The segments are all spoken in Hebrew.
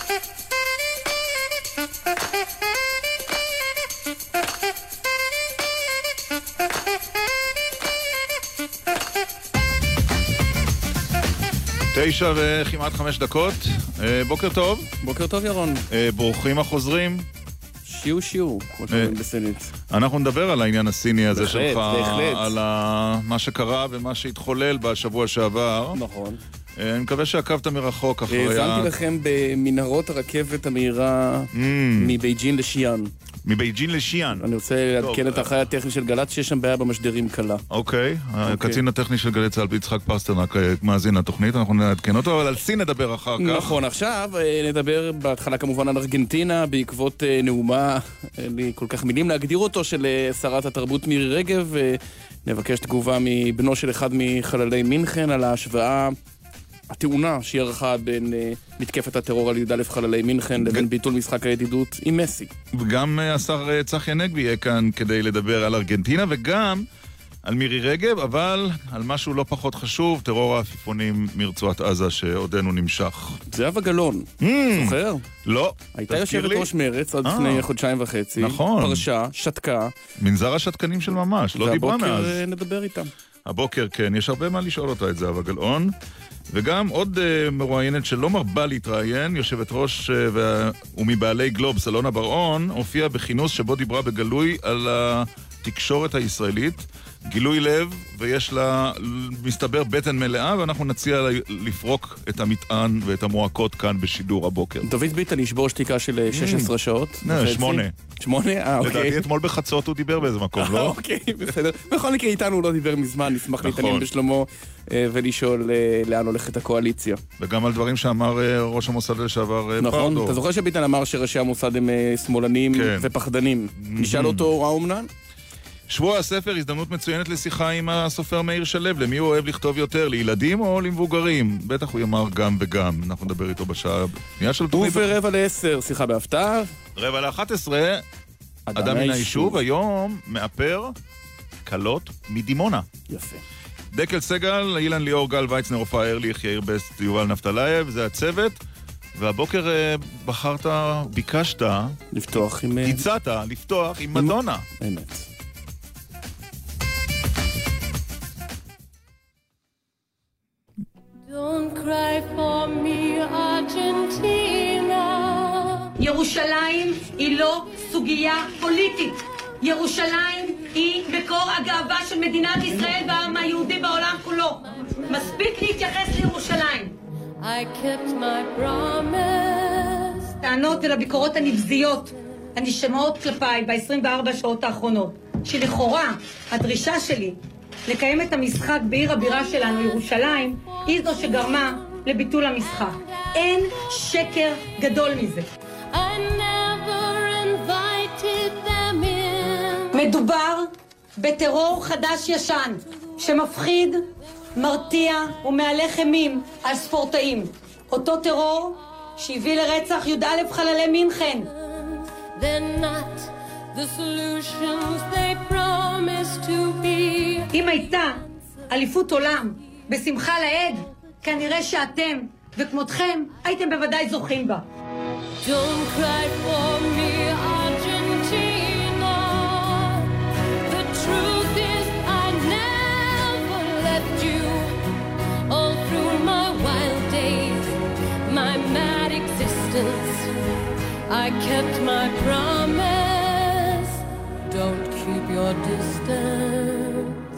תשע וכמעט 5 דקות. בוקר טוב. בוקר טוב ירון. ברוכים החוזרים. שיו, כמו שאומרים בסינית. אנחנו נדבר על העניין הסיני הזה שלך, בהחלט. על מה שקרה ומה שהתחולל בשבוע שעבר. נכון. אני מקווה שעקבת מרחוק אחרי... האזנתי לכם במנהרות הרכבת המהירה מבייג'ין לשיאן. מבייג'ין לשיאן. אני רוצה לעדכן את האחראי הטכני של גל"צ שיש שם בעיה במשדרים קלה. אוקיי, הקצין הטכני של גלי צה"ל יצחק פסטרנק מאזין לתוכנית, אנחנו נעדכן אותו, אבל על סין נדבר אחר כך. נכון, עכשיו נדבר בהתחלה כמובן על ארגנטינה, בעקבות נאומה, אין לי כל כך מילים להגדיר אותו, של שרת התרבות מירי רגב, נבקש תגובה מבנו של אחד מחללי מינכן על ההשוואה התאונה שהיא ערכה בין מתקפת הטרור על י"א חללי מינכן לבין ביטול משחק הידידות עם מסי. וגם השר צחי הנגבי יהיה כאן כדי לדבר על ארגנטינה וגם על מירי רגב, אבל על משהו לא פחות חשוב, טרור העפיפונים מרצועת עזה שעודנו נמשך. זהבה גלאון, זוכר? לא. הייתה יושבת ראש מרץ עד לפני חודשיים וחצי. נכון. פרשה, שתקה. מנזר השתקנים של ממש, לא דיברה מאז. והבוקר נדבר איתם. הבוקר כן, יש הרבה מה לשאול אותה את זהבה גלאון. וגם עוד מרואיינת שלא מרבה להתראיין, יושבת ראש ומבעלי גלובס, אלונה בר-און, הופיעה בכינוס שבו דיברה בגלוי על התקשורת הישראלית, גילוי לב, ויש לה, מסתבר, בטן מלאה, ואנחנו נציע לפרוק את המטען ואת המועקות כאן בשידור הבוקר. דוד ביטן ישבור שתיקה של 16 שעות. 8. 8? אוקיי. לדעתי אתמול בחצות הוא דיבר באיזה מקום, לא? אוקיי, בסדר. בכל מקרה איתנו הוא לא דיבר מזמן, נשמח להתעניין בשלמה ולשאול לאן הולכת הקואליציה. וגם על דברים שאמר ראש המוסד לשעבר פרדו. נכון, אתה זוכר שביטן אמר שראשי המוסד הם שמאלנים ופחדנים. נשאל אותו האומנן? שבוע הספר, הזדמנות מצוינת לשיחה עם הסופר מאיר שלו. למי הוא אוהב לכתוב יותר, לילדים או למבוגרים? בטח הוא יאמר גם וגם. אנחנו נדבר איתו בשעה הבנייה של תוכנית. וב-10:15, שיחה בהפתעה. 10:45, אדם מן היישוב, היום מאפר קלות מדימונה. יפה. דקל סגל, אילן ליאור, גל ויצנר, אופה ארליך, יאיר בסט, יובל נפתלייב, זה הצוות. והבוקר בחרת, ביקשת, לפתוח עם... הצעת לפתוח עם מדונה. אמת. Don't cry for me, Argentina. ירושלים היא לא סוגיה פוליטית. ירושלים היא מקור הגאווה של מדינת ישראל והעם היהודי בעולם כולו. מספיק להתייחס לירושלים. I kept my promise. טענות ולביקורות הנבזיות הנשמעות כלפיי ב-24 שעות האחרונות, שלכאורה הדרישה שלי לקיים את המשחק בעיר הבירה שלנו, ירושלים, היא זו שגרמה לביטול המשחק. אין שקר גדול מזה. I never invited them in. מדובר בטרור חדש ישן, שמפחיד, מרתיע ומהלך אימים על ספורטאים. אותו טרור שהביא לרצח י"א חללי מינכן. They're not the solutions they promised to be. אם הייתה אליפות עולם בשמחה לאיד, כנראה שאתם וכמותכם הייתם בוודאי זוכים בה. Don't cry for me, Argentina. The truth is I never left you. All through my wild days, my mad existence, I kept my promise. Don't keep your distance.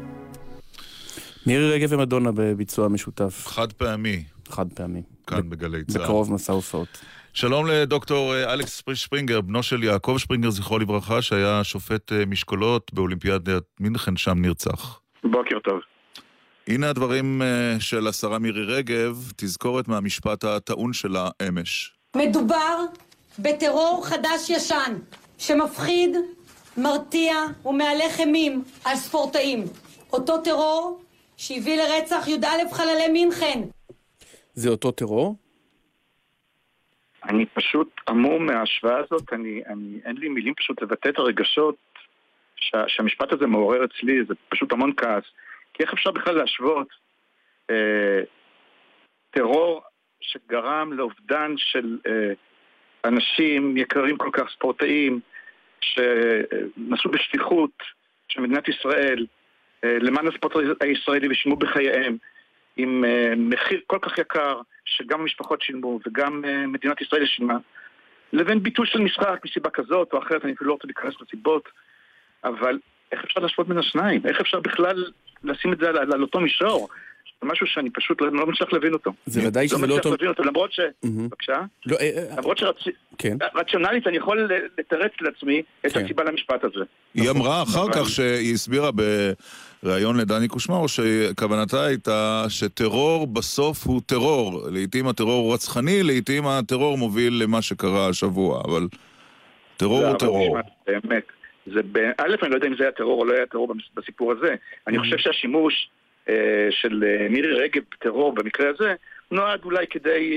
מירי רגב ומדונה בביצוע משותף. חד פעמי. חד פעמי. כאן בגלי צה"ל. בקרוב מסע הופעות. שלום לדוקטור אלכס שפרינגר, בנו של יעקב שפרינגר, זכרו לברכה, שהיה שופט משקולות באולימפיאדת מינכן, שם נרצח. בוקר טוב. הנה הדברים של השרה מירי רגב, תזכורת מהמשפט הטעון שלה אמש. מדובר בטרור חדש ישן, שמפחיד, מרתיע ומהלך אימים על ספורטאים. אותו טרור שהביא לרצח י"א חללי מינכן. זה אותו טרור? אני פשוט עמום מההשוואה הזאת, אין לי מילים פשוט לבטא את הרגשות שהמשפט הזה מעורר אצלי, זה פשוט המון כעס. כי איך אפשר בכלל להשוות טרור שגרם לאובדן של אנשים יקרים כל כך, ספורטאים, שנסו בשליחות של מדינת ישראל למען הספורט הישראלי ושילמו בחייהם עם מחיר כל כך יקר שגם המשפחות שילמו וגם מדינת ישראל שילמה, לבין ביטול של משחק מסיבה כזאת או אחרת. אני אפילו לא רוצה להיכנס לסיבות, אבל איך אפשר להשוות בין השניים? איך אפשר בכלל לשים את זה על אותו מישור? זה משהו שאני פשוט לא מצליח להבין אותו. זה ודאי שזה לא אותו... למרות בבקשה? למרות שרציונלית אני יכול לתרץ לעצמי את הסיבה למשפט הזה. היא אמרה אחר כך שהיא הסבירה בראיון לדני קושמרו שכוונתה הייתה שטרור בסוף הוא טרור. לעתים הטרור הוא רצחני, לעתים הטרור מוביל למה שקרה השבוע, אבל טרור הוא טרור. באמת. א', אני לא יודע אם זה היה טרור או לא היה טרור בסיפור הזה. אני חושב שהשימוש של מירי רגב טרור במקרה הזה נועד אולי כדי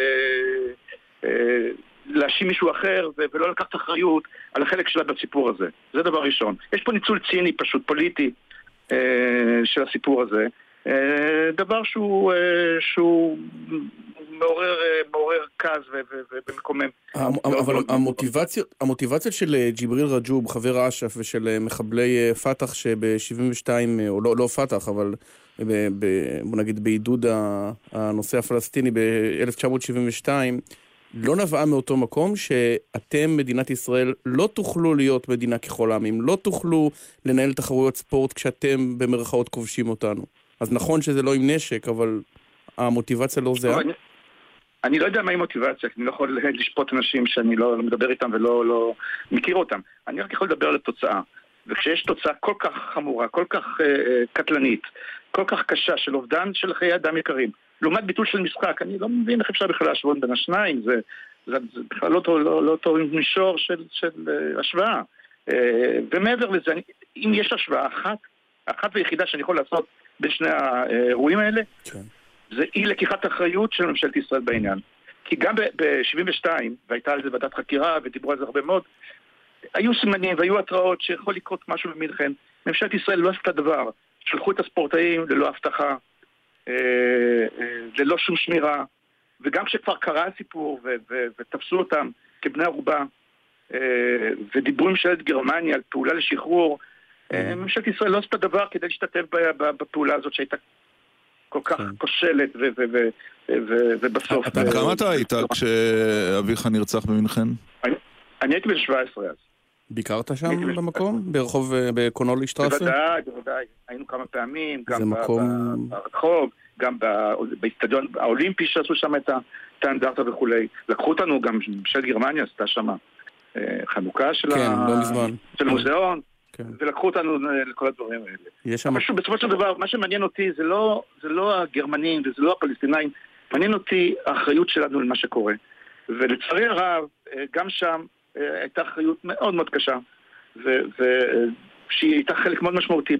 להאשים מישהו אחר ולא לקחת אחריות על החלק שלה בסיפור הזה. זה דבר ראשון. יש פה ניצול ציני פשוט פוליטי של הסיפור הזה, דבר שהוא מעורר כעס ומקומם. אבל המוטיבציות של ג'יבריל רג'וב, חבר אש"ף, ושל מחבלי פתח שב-72, או לא פתח, אבל בוא נגיד בעידוד הנושא הפלסטיני ב-1972, לא נבעה מאותו מקום שאתם, מדינת ישראל, לא תוכלו להיות מדינה ככל העמים, לא תוכלו לנהל תחרויות ספורט כשאתם במרכאות כובשים אותנו. אז נכון שזה לא עם נשק, אבל המוטיבציה לא זהה? אני לא יודע מהי מוטיבציה, אני לא יכול לשפוט אנשים שאני לא מדבר איתם ולא מכיר אותם. אני רק יכול לדבר על התוצאה. וכשיש תוצאה כל כך חמורה, כל כך קטלנית, כל כך קשה של אובדן של חיי אדם יקרים, לעומת ביטול של משחק, אני לא מבין איך אפשר בכלל להשוות בין השניים, זה בכלל לא אותו מישור של השוואה. ומעבר לזה, אם יש השוואה אחת ויחידה שאני יכול לעשות בין שני האירועים האלה, זה אי לקיחת אחריות של ממשלת ישראל בעניין. כי גם ב-72, והייתה על זה ועדת חקירה ודיברו על זה הרבה מאוד, היו סימנים והיו התראות שיכול לקרות משהו במינכן. ממשלת ישראל לא עשתה דבר. שלחו את הספורטאים ללא הבטחה, ללא שום שמירה, וגם כשכבר קרה הסיפור ותפסו אותם כבני ערובה, ודיברו עם ממשלת גרמניה על פעולה לשחרור, ממשלת ישראל לא עשתה דבר כדי להשתתף בפעולה הזאת שהייתה כל כך כושלת ובסוף... כמה אתה היית כשאביך נרצח במינכן? אני הייתי בן 17 אז. ביקרת שם במקום? ברחוב בקונולי שטרסה? בוודאי. היינו כמה פעמים, גם ברחוב, גם באצטדיון האולימפי שעשו שם את האנדרטה וכולי. לקחו אותנו, גם של גרמניה עשתה שם חנוכה של המוזיאון, ולקחו אותנו לכל הדברים האלה. משהו, בסופו של דבר, מה שמעניין אותי זה לא הגרמנים וזה לא הפלסטינאים, מעניין אותי האחריות שלנו למה שקורה. ולצערי הרב, גם שם הייתה אחריות מאוד מאוד קשה, ושהיא הייתה חלק מאוד משמעותי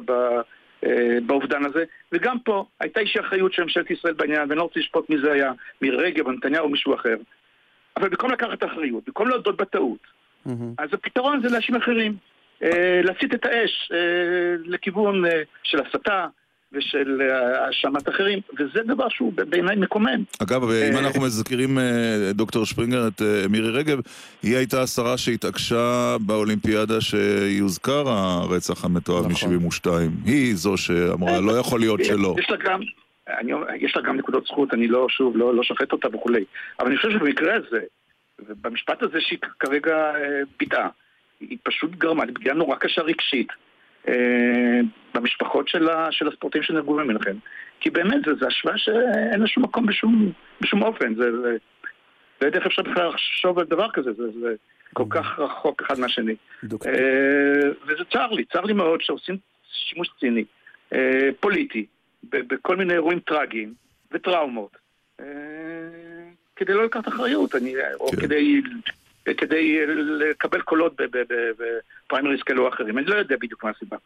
באובדן הזה, וגם פה הייתה איזושהי אחריות של ממשלת ישראל בעניין, ואני לא רוצה לשפוט מי זה היה, מירי רגב או נתניהו או מישהו אחר, אבל במקום לקחת אחריות, במקום להודות בטעות, אז הפתרון זה להאשים אחרים, להסיט את האש לכיוון של הסתה ושל האשמת אחרים, וזה דבר שהוא בעיניי מקומם. אגב, אם אנחנו מזכירים דוקטור שפרינגר את מירי רגב, היא הייתה השרה שהתעקשה באולימפיאדה שיוזכר הרצח המתועב מ-72. היא זו שאמרה, לא יכול להיות שלא. יש לה גם נקודות זכות, אני לא שופט אותה וכולי. אבל אני חושב שבמקרה הזה, במשפט הזה שהיא כרגע ביטאה, היא פשוט גרמה לפגיעה נורא קשה רגשית במשפחות של הספורטים שנהרגו במינכן. כי באמת זה השוואה שאין לה שום מקום בשום אופן. זה לא יודע איך אפשר בכלל לחשוב על דבר כזה, זה כל כך רחוק אחד מהשני. וזה צר לי מאוד שעושים שימוש ציני, פוליטי, בכל מיני אירועים טרגיים וטראומות, כדי לא לקחת אחריות, או כדי לקבל קולות בפריימריז כאלו או אחרים. אני לא יודע בדיוק מה הסיבה.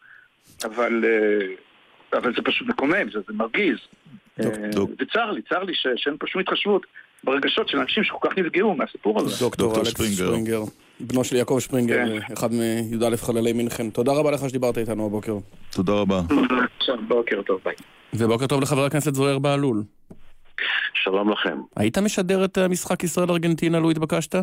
אבל זה פשוט מקומם, זה מרגיז. וצר לי שאין פה שום התחשבות ברגשות של אנשים שכל כך נפגעו מהסיפור הזה. דוקטור אלכס שפרינגר, בנו של יעקב שפרינגר, אחד מי"א חללי מינכן. תודה רבה לך שדיברת איתנו הבוקר. תודה רבה. בוקר טוב, ביי. ובוקר טוב לחבר הכנסת זוהיר בהלול. שלום לכם. היית משדר את משחק ישראל-ארגנטינה, לו התבקשת?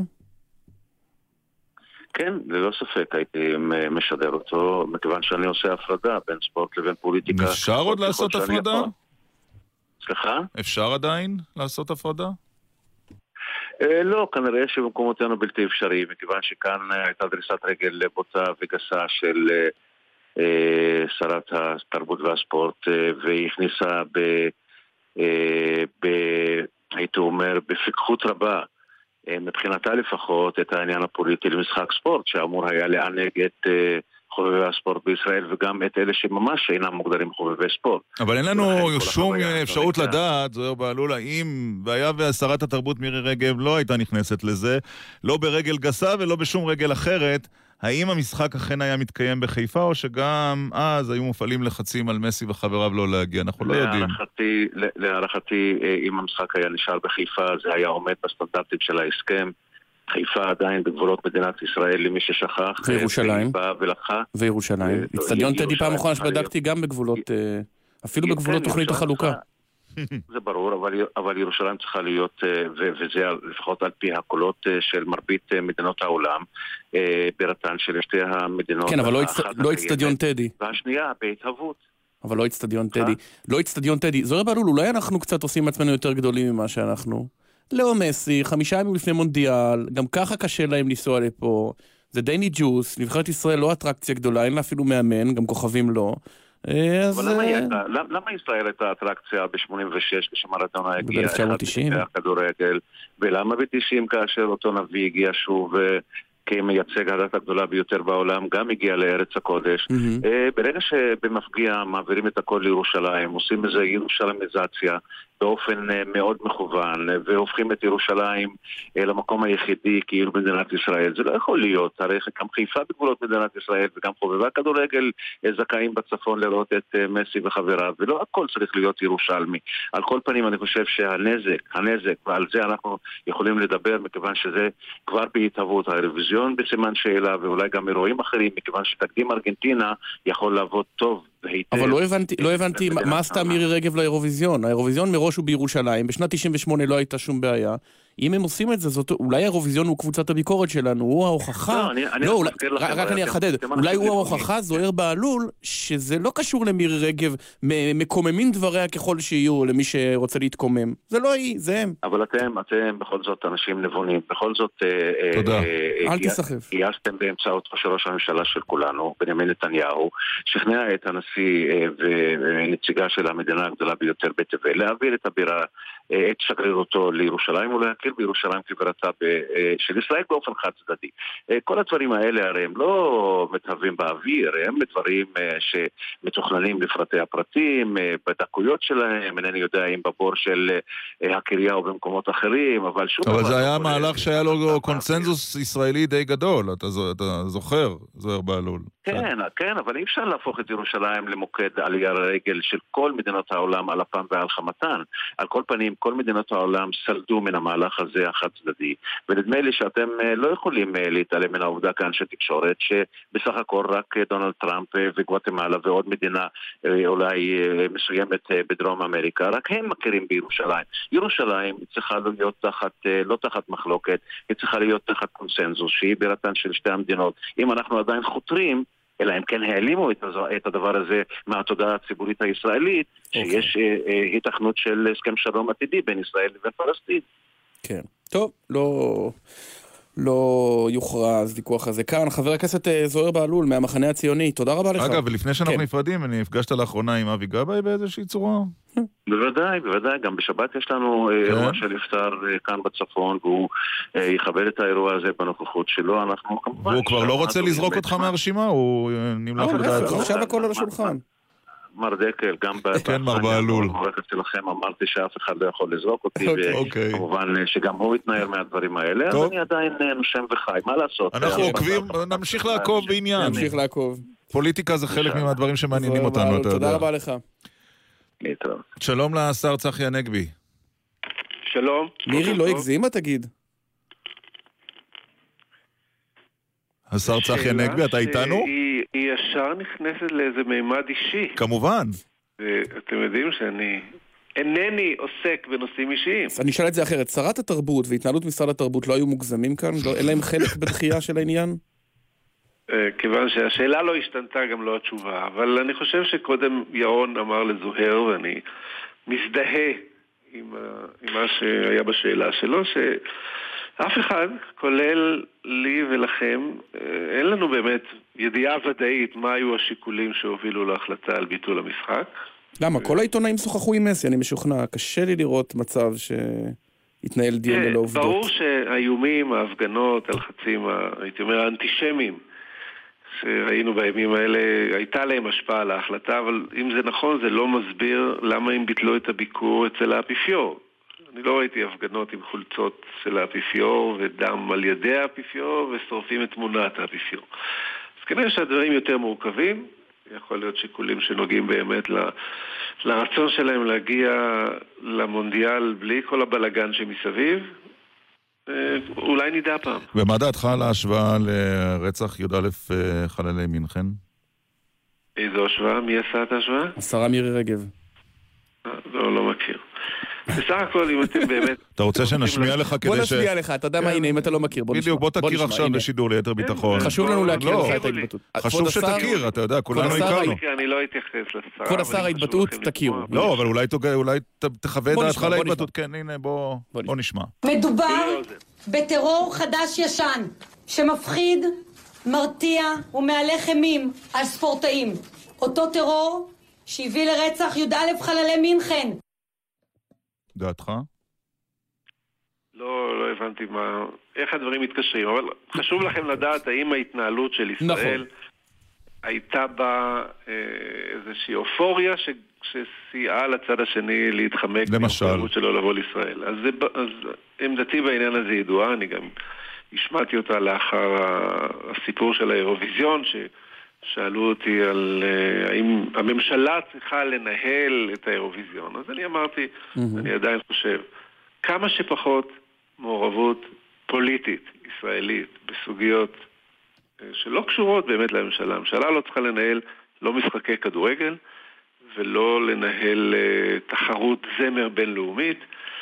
כן, ללא ספק הייתי משדר אותו, מכיוון שאני עושה הפרדה בין ספורט לבין פוליטיקה. אפשר עוד לעשות הפרדה? סליחה? אפשר עדיין לעשות הפרדה? לא, כנראה שבמקומותינו בלתי אפשרי, מכיוון שכאן הייתה דריסת רגל בוטה וגסה של שרת התרבות והספורט, והיא הכניסה הייתי אומר, בפיקחות רבה, מבחינתה לפחות, את העניין הפוליטי למשחק ספורט, שאמור היה לענג את חובבי הספורט בישראל, וגם את אלה שממש אינם מוגדרים חובבי ספורט. אבל אין לנו שום אפשרות לדעת, זוהיר בהלול, האם והיה ושרת התרבות מירי רגב לא הייתה נכנסת לזה, לא ברגל גסה ולא בשום רגל אחרת, האם המשחק אכן היה מתקיים בחיפה, או שגם אז היו מופעלים לחצים על מסי וחבריו לא להגיע? אנחנו לא יודעים. להערכתי, אם המשחק היה נשאר בחיפה, זה היה עומד בסטנדרטים של ההסכם. חיפה עדיין בגבולות מדינת ישראל, למי ששכח. וירושלים. וירושלים. אצטדיון טדי פעם אחרונה שבדקתי גם בגבולות, אפילו בגבולות תוכנית החלוקה. זה ברור, אבל ירושלים צריכה להיות, וזה לפחות על פי הקולות של מרבית מדינות העולם, בירתן של שתי המדינות. כן, אבל לא אצטדיון טדי. והשנייה, בהתהוות. אבל לא אצטדיון טדי. לא אצטדיון טדי. זוהיר בהלול, אולי אנחנו קצת עושים עצמנו יותר גדולים ממה שאנחנו. לאו מסי, 5 ימים לפני מונדיאל, גם ככה קשה להם לנסוע לפה. זה דני ג'וס, נבחרת ישראל לא אטרקציה גדולה, אין לה אפילו מאמן, גם כוכבים לא. אבל למה ישראל הייתה אטרקציה ב-86 כשמרדונה הגיע ב-1990 הכדורגל, ולמה ב-90 כאשר אותו נביא הגיע שוב כמייצג הדת הגדולה ביותר בעולם, גם הגיע לארץ הקודש. ברגע שבמפגיע מעבירים את הכל לירושלים, עושים איזה ירושלמיזציה באופן מאוד מכוון, והופכים את ירושלים למקום היחידי כאילו במדינת ישראל. זה לא יכול להיות, הרי גם חיפה בגבולות מדינת ישראל, וגם חובבי הכדורגל זכאים בצפון לראות את מסי וחבריו, ולא הכל צריך להיות ירושלמי. על כל פנים אני חושב שהנזק, ועל זה אנחנו יכולים לדבר, מכיוון שזה כבר בהתהוות, האירוויזיון בסימן שאלה, ואולי גם אירועים אחרים, מכיוון שתקדים ארגנטינה יכול לעבוד טוב. אבל לא הבנתי מה עשתה מירי רגב לאירוויזיון. האירוויזיון מראש הוא בירושלים, בשנת 98 לא הייתה שום בעיה. אם הם עושים את זה, אולי האירוויזון הוא קבוצת הביקורת שלנו, הוא ההוכחה. רק אני אחדד, אולי הוא ההוכחה, זוהיר בהלול, שזה לא קשור למירי רגב, מקוממים דבריה ככל שיהיו למי שרוצה להתקומם. זה לא היא, זה הם. אבל אתם בכל זאת אנשים נבונים, בכל זאת אל תסחף. גייסתם באמצעותו של ראש הממשלה של כולנו, בנימין נתניהו, שכנע את הנשיא ונציגה של המדינה הגדולה ביותר בתבל, להעביר את הבירה, את שגרירותו לירושלים, ולהכיר בירושלים כבירתה של ישראל באופן חד צדדי. כל הדברים האלה הרי הם לא מתהווים באוויר, הם דברים שמתוכננים לפרטי הפרטים, בדקויות שלהם, אינני יודע אם בבור של הקריה או במקומות אחרים, אבל שוב... אבל זה היה מהלך שהיה לו קונצנזוס ישראלי די גדול, אתה זוכר, זוהיר בהלול. כן, אבל אי אפשר להפוך את ירושלים למוקד עלייה לרגל של כל מדינות העולם על אפם ועל חמתן. על כל פנים, כל מדינות העולם סלדו מן המהלך הזה החד צדדי, ונדמה לי שאתם לא יכולים להתעלם מן העובדה כאן של תקשורת, שבסך הכל רק דונלד טראמפ וגואטמלה ועוד מדינה אולי מסוימת בדרום אמריקה, רק הם מכירים בירושלים. ירושלים צריכה להיות לא תחת מחלוקת, היא צריכה להיות תחת קונסנזוס, שהיא בירתן של שתי המדינות. אם אנחנו עדיין חותרים, אלא אם כן העלימו את הדבר הזה מהתודעה הציבורית הישראלית, שיש התכנות של הסכם שלום עתידי בין ישראל לבין פלסטין. כן. טוב, לא יוכרז ויכוח הזה כאן. חבר הכנסת זוהיר בהלול מהמחנה הציוני, תודה רבה לך. אגב, ולפני שאנחנו נפרדים, אני נפגשת לאחרונה עם אבי גבאי באיזושהי צורה? בוודאי, גם בשבת יש לנו אירוע של אפטר כאן בצפון, והוא יכבד את האירוע הזה בנוכחות שלו. והוא כבר לא רוצה לזרוק אותך מהרשימה, הוא נמלך לדעתו. עכשיו הכל על השולחן. מר דקל, גם מר בהלול. לכם אמרתי שאף אחד לא יכול לזרוק אותי, וכמובן שגם הוא יתנער מהדברים האלה, אז אני עדיין נושם וחי, מה לעשות? אנחנו עוקבים, נמשיך לעקוב בעניין. נמשיך לעקוב. פוליטיקה זה חלק מהדברים שמעניינים אותנו, אתה יודע. תודה רבה לך. שלום לשר צחי הנגבי. שלום. מירי לא הגזימה, תגיד. השר צחי הנגבי, אתה איתנו? היא ישר נכנסת לאיזה מימד אישי. כמובן. ואתם יודעים שאני אינני עוסק בנושאים אישיים. אני אשאל את זה אחרת. שרת התרבות והתנהלות משרד התרבות לא היו מוגזמים כאן? אין להם חלק בדחייה של העניין? כיוון שהשאלה לא השתנתה, גם לא התשובה. אבל אני חושב שקודם ירון אמר לזוהר, ואני מזדהה עם מה שהיה בשאלה שלו, שאף אחד, כולל לי ולכם, אין לנו באמת ידיעה ודאית מה היו השיקולים שהובילו להחלטה על ביטול המשחק. למה? כל העיתונאים שוחחו עם מסי, אני משוכנע. קשה לי לראות מצב שהתנהל דיון ללא עובדות. ברור שהאיומים, ההפגנות, הלחצים, הייתי אומר, האנטישמיים, שראינו בימים האלה, הייתה להם השפעה על ההחלטה, אבל אם זה נכון, זה לא מסביר למה הם ביטלו את הביקור אצל האפיפיור. אני לא ראיתי הפגנות עם חולצות של האפיפיור ודם על ידי האפיפיור ושורפים את תמונת האפיפיור. אז כנראה שהדברים יותר מורכבים, יכול להיות שיקולים שנוגעים באמת לרצון שלהם להגיע למונדיאל בלי כל הבלגן שמסביב. אולי נדע פעם. ומה דעתך על ההשוואה לרצח י"א חללי מינכן? איזו השוואה? מי עשה את ההשוואה? השרה מירי רגב. לא מכיר. בסך הכל, אם אתם באמת... אתה רוצה שנשמיע לך כדי ש... בוא נשמיע לך, אתה יודע מה, הנה, אם אתה לא מכיר, בוא נשמע. בדיוק, בוא תכיר עכשיו בשידור ליתר ביטחון. חשוב לנו להכיר לך את ההתבטאות. חשוב שתכיר, אתה יודע, כולנו הכרנו. אני לא אתייחס לשרה. כבוד השר, ההתבטאות תכירו. לא, אבל אולי תחווה דעתך להתבטאות. כן, הנה, בוא נשמע. מדובר בטרור חדש ישן, שמפחיד, מרתיע ומהלך אימים על ספורטאים. אותו טרור שהביא לרצח י"א חללי מינכן. דעתך? לא הבנתי איך הדברים מתקשרים, אבל חשוב לכם לדעת האם ההתנהלות של ישראל הייתה בה איזושהי אופוריה שסייעה לצד השני להתחמק מהמחויבות שלו לבוא לישראל. אז עמדתי בעניין הזה ידועה, אני גם השמעתי אותה לאחר הסיפור של האירוויזיון, שאלו אותי על האם הממשלה צריכה לנהל את האירוויזיון. אז אני אמרתי, אני עדיין חושב, כמה שפחות מעורבות פוליטית ישראלית בסוגיות שלא קשורות באמת לממשלה. הממשלה לא צריכה לנהל לא משחקי כדורגל ולא לנהל תחרות זמר בינלאומית,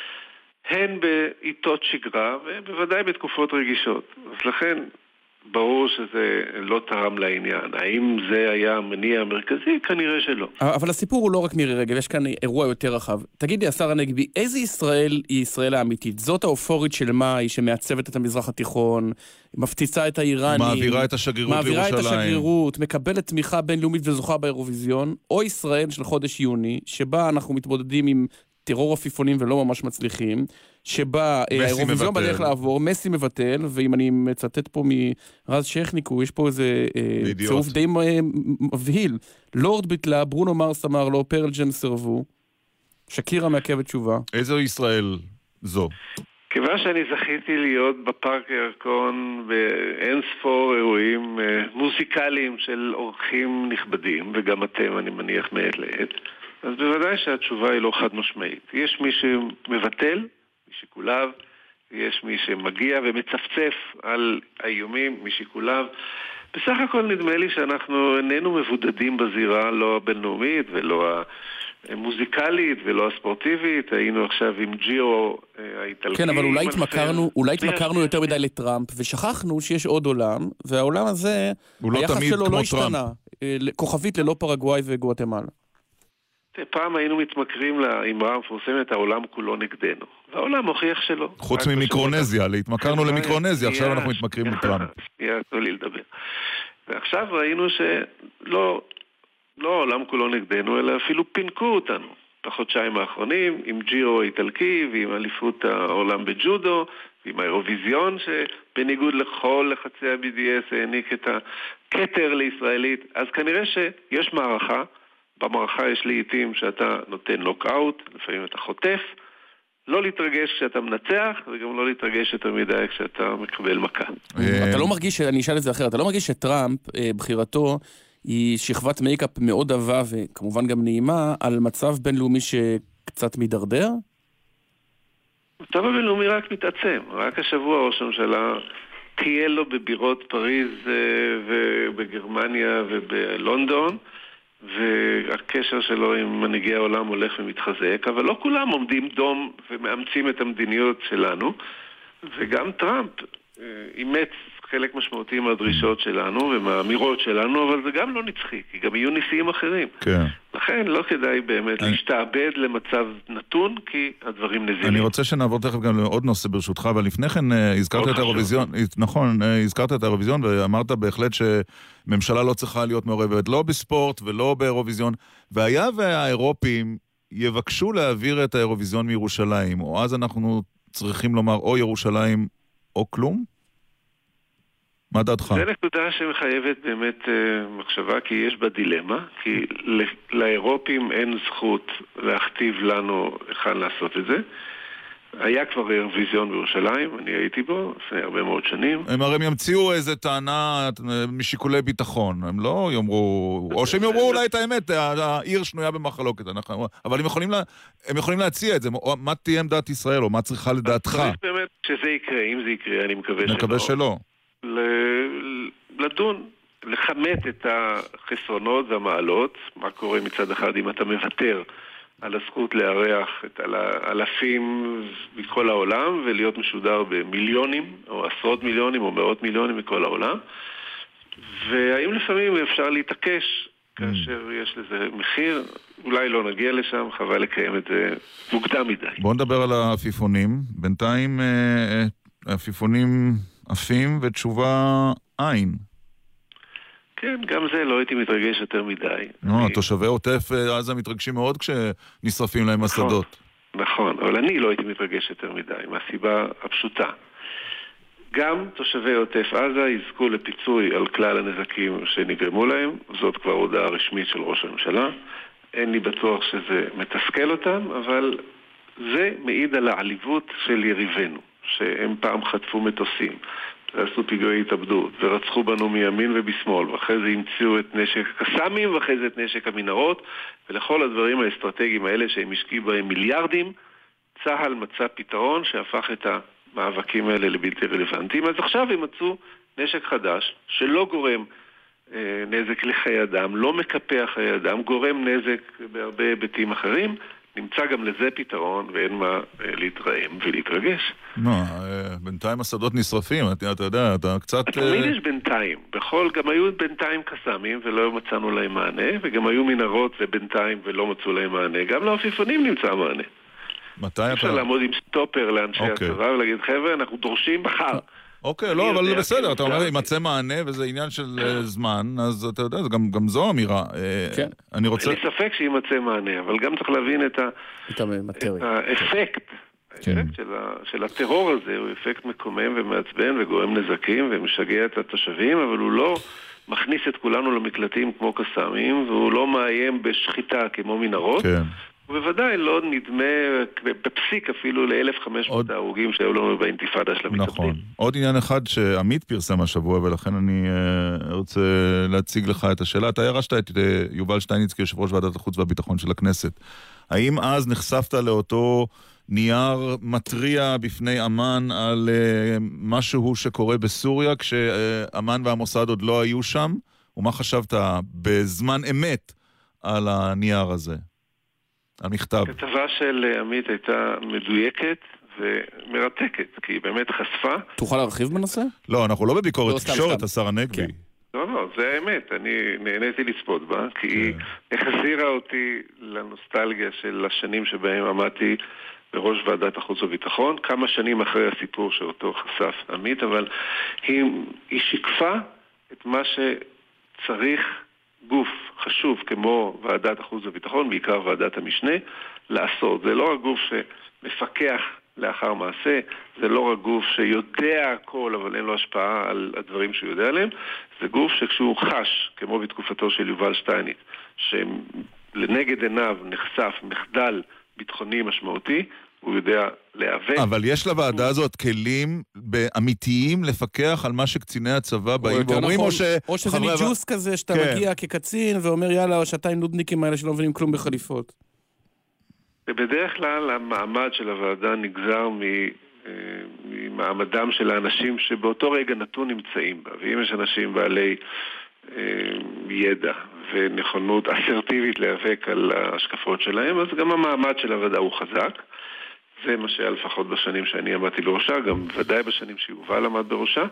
הן בעיתות שגרה ובוודאי בתקופות רגישות. אז לכן ברור שזה לא תרם לעניין. האם זה היה המניע המרכזי? כנראה שלא. אבל הסיפור הוא לא רק מירי רגב, יש כאן אירוע יותר רחב. תגיד לי, השר הנגבי, איזה ישראל היא ישראל האמיתית? זאת האופורית של מאי שמעצבת את המזרח התיכון, מפציצה את האיראנים, מעבירה את השגרירות לירושלים, מעבירה את השגרירות, מקבלת תמיכה בינלאומית וזוכה באירוויזיון, או ישראל של חודש יוני, שבה אנחנו מתמודדים עם טרור עפיפונים ולא ממש מצליחים, שבה האירוויזיון בדרך לעבור, מסי מבטל, ואם אני מצטט פה מרז שכניקו, יש פה איזה צירוף די מבהיל. לורד ביטלה, ברונו מרס אמר לו, פרל ג'ם סרבו, שקירה מעכבת תשובה. איזו ישראל זו? כיוון שאני זכיתי להיות בפארק הירקון באין ספור אירועים מוזיקליים של אורחים נכבדים, וגם אתם, אני מניח, מעת לעת, אז בוודאי שהתשובה היא לא חד משמעית. יש מי שמבטל, משיקוליו, יש מי שמגיע ומצפצף על האיומים משיקוליו. בסך הכל נדמה לי שאנחנו איננו מבודדים בזירה, לא הבינלאומית ולא המוזיקלית ולא הספורטיבית. היינו עכשיו עם ג'ירו האיטלקי. כן, אבל אולי התמכרנו יותר מדי לטראמפ, ושכחנו שיש עוד עולם, והעולם הזה, היחס שלו לא השתנה. כוכבית ללא פרגוואי וגואטמלה. פעם היינו מתמכרים לאמרה המפורסמת, העולם כולו נגדנו. והעולם מוכיח שלא. חוץ ממיקרונזיה, התמכרנו למיקרונזיה, עכשיו אנחנו מתמכרים לטראמפ. תנו לי לדבר. ועכשיו ראינו שלא העולם כולו נגדנו, אלא אפילו פינקו אותנו. בחודשיים האחרונים, עם ג'ירו האיטלקי, ועם אליפות העולם בג'ודו, ועם האירוויזיון, שבניגוד לכל לחצי ה-BDS העניק את הכתר לישראלית. אז כנראה שיש מערכה, במערכה יש לעיתים שאתה נותן נוקאוט, לפעמים אתה חוטף, לא להתרגש כשאתה מנצח, וגם לא להתרגש יותר מדי כשאתה מקבל מכה. אתה לא מרגיש, אני אשאל את זה אחרת, אתה לא מרגיש שטראמפ, בחירתו, היא שכבת מייקאפ מאוד עבה, וכמובן גם נעימה, על מצב בינלאומי שקצת מדרדר? מצב הבינלאומי רק מתעצם. רק השבוע ראש הממשלה טייל לו בבירות פריז ובגרמניה ובלונדון, והקשר שלו עם מנהיגי העולם הולך ומתחזק, אבל לא כולם עומדים דום ומאמצים את המדיניות שלנו, וגם טראמפ אימץ חלק משמעותי מהדרישות שלנו ומהאמירות שלנו, אבל זה גם לא נצחי, כי גם יהיו ניסיים אחרים. כן. לכן לא כדאי באמת להשתעבד למצב נתון, כי הדברים נזילים. אני רוצה שנעבור תכף גם לעוד נושא ברשותך, אבל לפני כן הזכרת את האירוויזיון, נכון, הזכרת את האירוויזיון ואמרת בהחלט שממשלה לא צריכה להיות מעורבת לא בספורט ולא באירוויזיון, והיה והאירופים יבקשו להעביר את האירוויזיון מירושלים, או אז אנחנו צריכים לומר או ירושלים או כלום? מה דעתך? זה נקודה שמחייבת באמת מחשבה, כי יש בה דילמה, כי לאירופים אין זכות להכתיב לנו איך לעשות את זה. היה כבר אירוויזיון בירושלים, אני הייתי בו לפני הרבה מאוד שנים. הם הרי ימציאו איזו טענה משיקולי ביטחון, הם לא יאמרו, או שהם יאמרו אולי את האמת, העיר שנויה במחלוקת, אבל הם יכולים להציע את זה, מה תהיה עמדת ישראל, או מה צריכה לדעתך? צריך באמת שזה יקרה, אם זה יקרה, אני מקווה שלא. לדון, לחמת את החסרונות והמעלות, מה קורה מצד אחד אם אתה מוותר על הזכות לארח את אלפים מכל העולם ולהיות משודר במיליונים או עשרות מיליונים או מאות מיליונים מכל העולם, והאם לפעמים אפשר להתעקש כאשר יש לזה מחיר, אולי לא נגיע לשם, חבל לקיים את זה מוקדם מדי. בואו נדבר על העפיפונים, בינתיים העפיפונים עפים ותשובה אין. כן, גם זה לא הייתי מתרגש יותר מדי. תושבי עוטף עזה מתרגשים מאוד כשנשרפים להם השדות. נכון, אבל אני לא הייתי מתרגש יותר מדי, מהסיבה הפשוטה. גם תושבי עוטף עזה יזכו לפיצוי על כלל הנזקים שנגרמו להם, זאת כבר הודעה רשמית של ראש הממשלה. אין לי בטוח שזה מתסכל אותם, אבל זה מעיד על העליבות של יריבינו, שהם פעם חטפו מטוסים, ועשו פיגועי התאבדות, ורצחו בנו מימין ובשמאל, ואחרי זה המציאו את נשק הקסאמים, ואחרי זה את נשק המנהרות, ולכל הדברים האסטרטגיים האלה שהם השקיעו בהם מיליארדים, צה"ל מצא פתרון שהפך את המאבקים האלה לבלתי רלוונטיים. אז עכשיו הם מצאו נשק חדש, שלא גורם נזק לחיי אדם, לא מקפח חיי אדם, גורם נזק בהרבה היבטים אחרים, נמצא גם לזה פתרון, ואין מה להתרעם ולהתרגש. בינתיים השדות נשרפים, אתה יודע, אתה קצת... תמיד יש בינתיים. גם היו בינתיים קסאמים ולא מצאנו להם מענה, וגם היו מנהרות ובינתיים ולא מצאו להם מענה. גם לעפיפונים נמצא מענה. מתי אתה... אפשר לעמוד עם סטופר לאנשי הצבא ולהגיד, חבר'ה, אנחנו דורשים מחר. אוקיי, לא, אבל בסדר, אתה אומר, ימצא מענה וזה עניין של זמן, אז אתה יודע, גם זו אמירה. אני רוצה... אין לי ספק שימצא מענה, אבל גם צריך להבין את האפקט. האפקט של הטרור הזה הוא אפקט מקומם ומעצבן וגורם נזקים ומשגע את התושבים, אבל הוא לא מכניס את כולנו למקלטים כמו קסאמים, והוא לא מאיים בשחיטה כמו מנהרות. כן. ובוודאי לא נדמה בפסיק אפילו ל-1,500 ההרוגים שהיו לנו באינתיפאדה של המתאבדים. נכון. עוד עניין אחד שעמית פרסם השבוע, ולכן אני רוצה להציג לך את השאלה. אתה ירשת את יובל שטייניץ כיושב ראש ועדת החוץ והביטחון של הכנסת. האם אז נחשפת לאותו נייר מטריע בפני אמן על משהו שקורה בסוריה, כשאמן והמוסד עוד לא היו שם? ומה חשבת בזמן אמת על הנייר הזה? המכתב. הכתבה של עמית הייתה מדויקת ומרתקת, כי היא באמת חשפה. תוכל להרחיב בנושא? לא, אנחנו לא בביקורת תקשורת, השר הנגבי. לא, זה האמת. אני נהניתי לצפות בה, כי היא החזירה אותי לנוסטלגיה של השנים שבהם עמדתי בראש ועדת החוץ וביטחון, כמה שנים אחרי הסיפור שאותו חשף עמית, אבל היא שיקפה את מה שצריך גוף חשוב כמו ועדת החוץ וביטחון, בעיקר ועדת המשנה, לעשות. זה לא הגוף שמפקח לאחר מעשה, זה לא רק גוף שיודע הכל אבל אין לו השפעה על הדברים שהוא יודע עליהם, זה גוף שכשהוא חש, כמו בתקופתו של יובל שטייניץ, שלנגד עיניו נחשף מחדל ביטחוני משמעותי, הוא יודע להיאבק. אבל יש לוועדה הזאת כלים אמיתיים לפקח על מה שקציני הצבא באים ואומרים, או שזה ניג'וס כזה שאתה מגיע כקצין ואומר יאללה, שעתיים נודניקים האלה שלא מבינים כלום בחליפות. ובדרך כלל המעמד של הוועדה נגזר ממעמדם של האנשים שבאותו רגע נתון נמצאים בה. ואם יש אנשים בעלי ידע ונכונות אסרטיבית להיאבק על ההשקפות שלהם, אז גם המעמד של הוועדה הוא חזק. זה מה שהיה לפחות בשנים שאני עמדתי בראשה, גם ודאי בשנים שיובל עמד בראשה.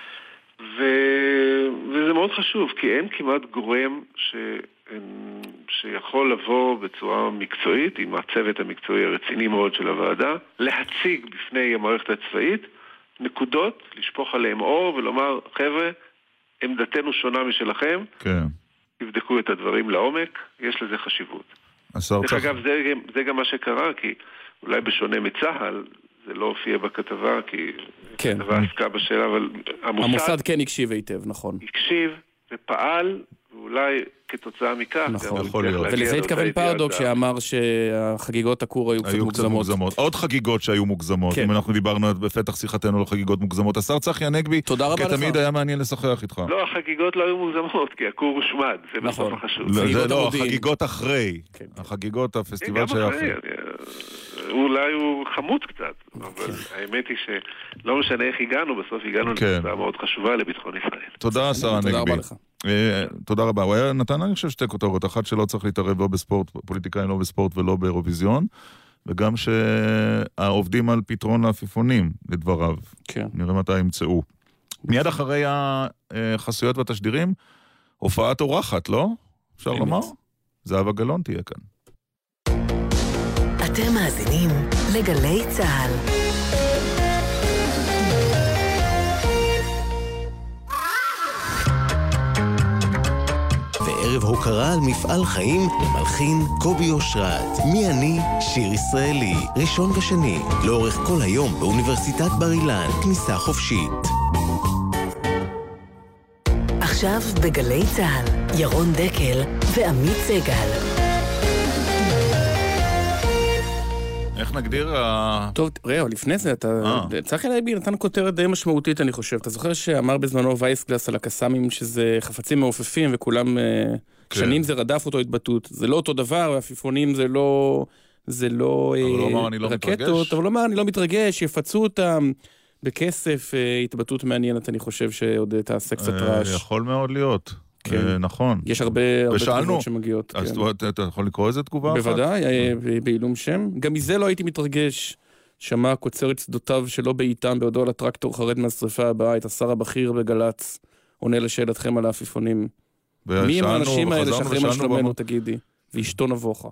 וזה מאוד חשוב, כי אין כמעט גורם שיכול לבוא בצורה מקצועית, עם הצוות המקצועי הרציני מאוד של הוועדה, להציג בפני המערכת הצבאית נקודות, לשפוך עליהם אור ולומר, חבר'ה, עמדתנו שונה משלכם, כן. תבדקו את הדברים לעומק, יש לזה חשיבות. דרך אגב, זה גם מה שקרה, כי אולי בשונה מצה"ל, זה לא הופיע בכתבה, כי כן. הכתבה עסקה בשאלה, אבל המוסד כן הקשיב היטב, נכון. הקשיב ופעל, ואולי כתוצאה מכך, נכון, ולזה התכוון פרדוק שאמר שהחגיגות הכור היו קצת מוגזמות. עוד חגיגות שהיו מוגזמות, אם אנחנו דיברנו בפתח שיחתנו על חגיגות מוגזמות. השר צחי הנגבי, כתמיד היה מעניין לשוחח איתך. לא, החגיגות לא היו מוגזמות, כי הכור הושמד, זה בסוף החשוב. זה לא, החגיגות אחרי, החגיגות, הפסטיבל שהיה אחרי. אולי הוא חמוץ קצת, אבל האמת היא שלא משנה איך הגענו, בסוף הגענו לתוצאה מאוד חשובה לביטחון ישראל. תודה, שר הנגבי. תודה רבה. הוא היה נתן, אני חושב, שתי כותרות. אחת שלא צריך להתערב לא בספורט, פוליטיקאים לא בספורט ולא באירוויזיון, וגם שהעובדים על פתרון העפיפונים, לדבריו. נראה מתי ימצאו. מיד אחרי החסויות והתשדירים, הופעת אורחת, לא? אפשר לומר? זהבה גלאון תהיה כאן. אתם מאזינים לגלי צהל. וערב הוקרה על מפעל חיים למלחין קובי אושרת. מי אני? שיר ישראלי. ראשון ושני. לאורך כל היום באוניברסיטת בר אילן. כניסה חופשית. עכשיו בגלי צהל. ירון דקל ועמית סגל. איך נגדיר? טוב, ראה, לפני זה, צחי הנגבי נתן כותרת די משמעותית, אני חושב. אתה זוכר שאמר בזמנו וייסגלס על הקסאמים שזה חפצים מעופפים, וכולם שנים זה רדף אותו התבטאות. זה לא אותו דבר, והעפיפונים זה לא רקטות, אבל לא אמר, אני לא מתרגש, יפצו אותם בכסף, התבטאות מעניינת, אני חושב שעוד תעשה קצת רעש. יכול מאוד להיות. נכון. יש הרבה תגובות שמגיעות. אז אתה יכול לקרוא איזה תגובה? בוודאי, בעילום שם. גם מזה לא הייתי מתרגש. שמע קוצרת שדותיו שלא בעיתם בעודו על הטרקטור חרד מהשריפה הבאה, את השר הבכיר בגלץ, עונה לשאלתכם על העפיפונים. מי הם האנשים האלה שאחרים על שלומנו, תגידי? ואשתו נבוכה.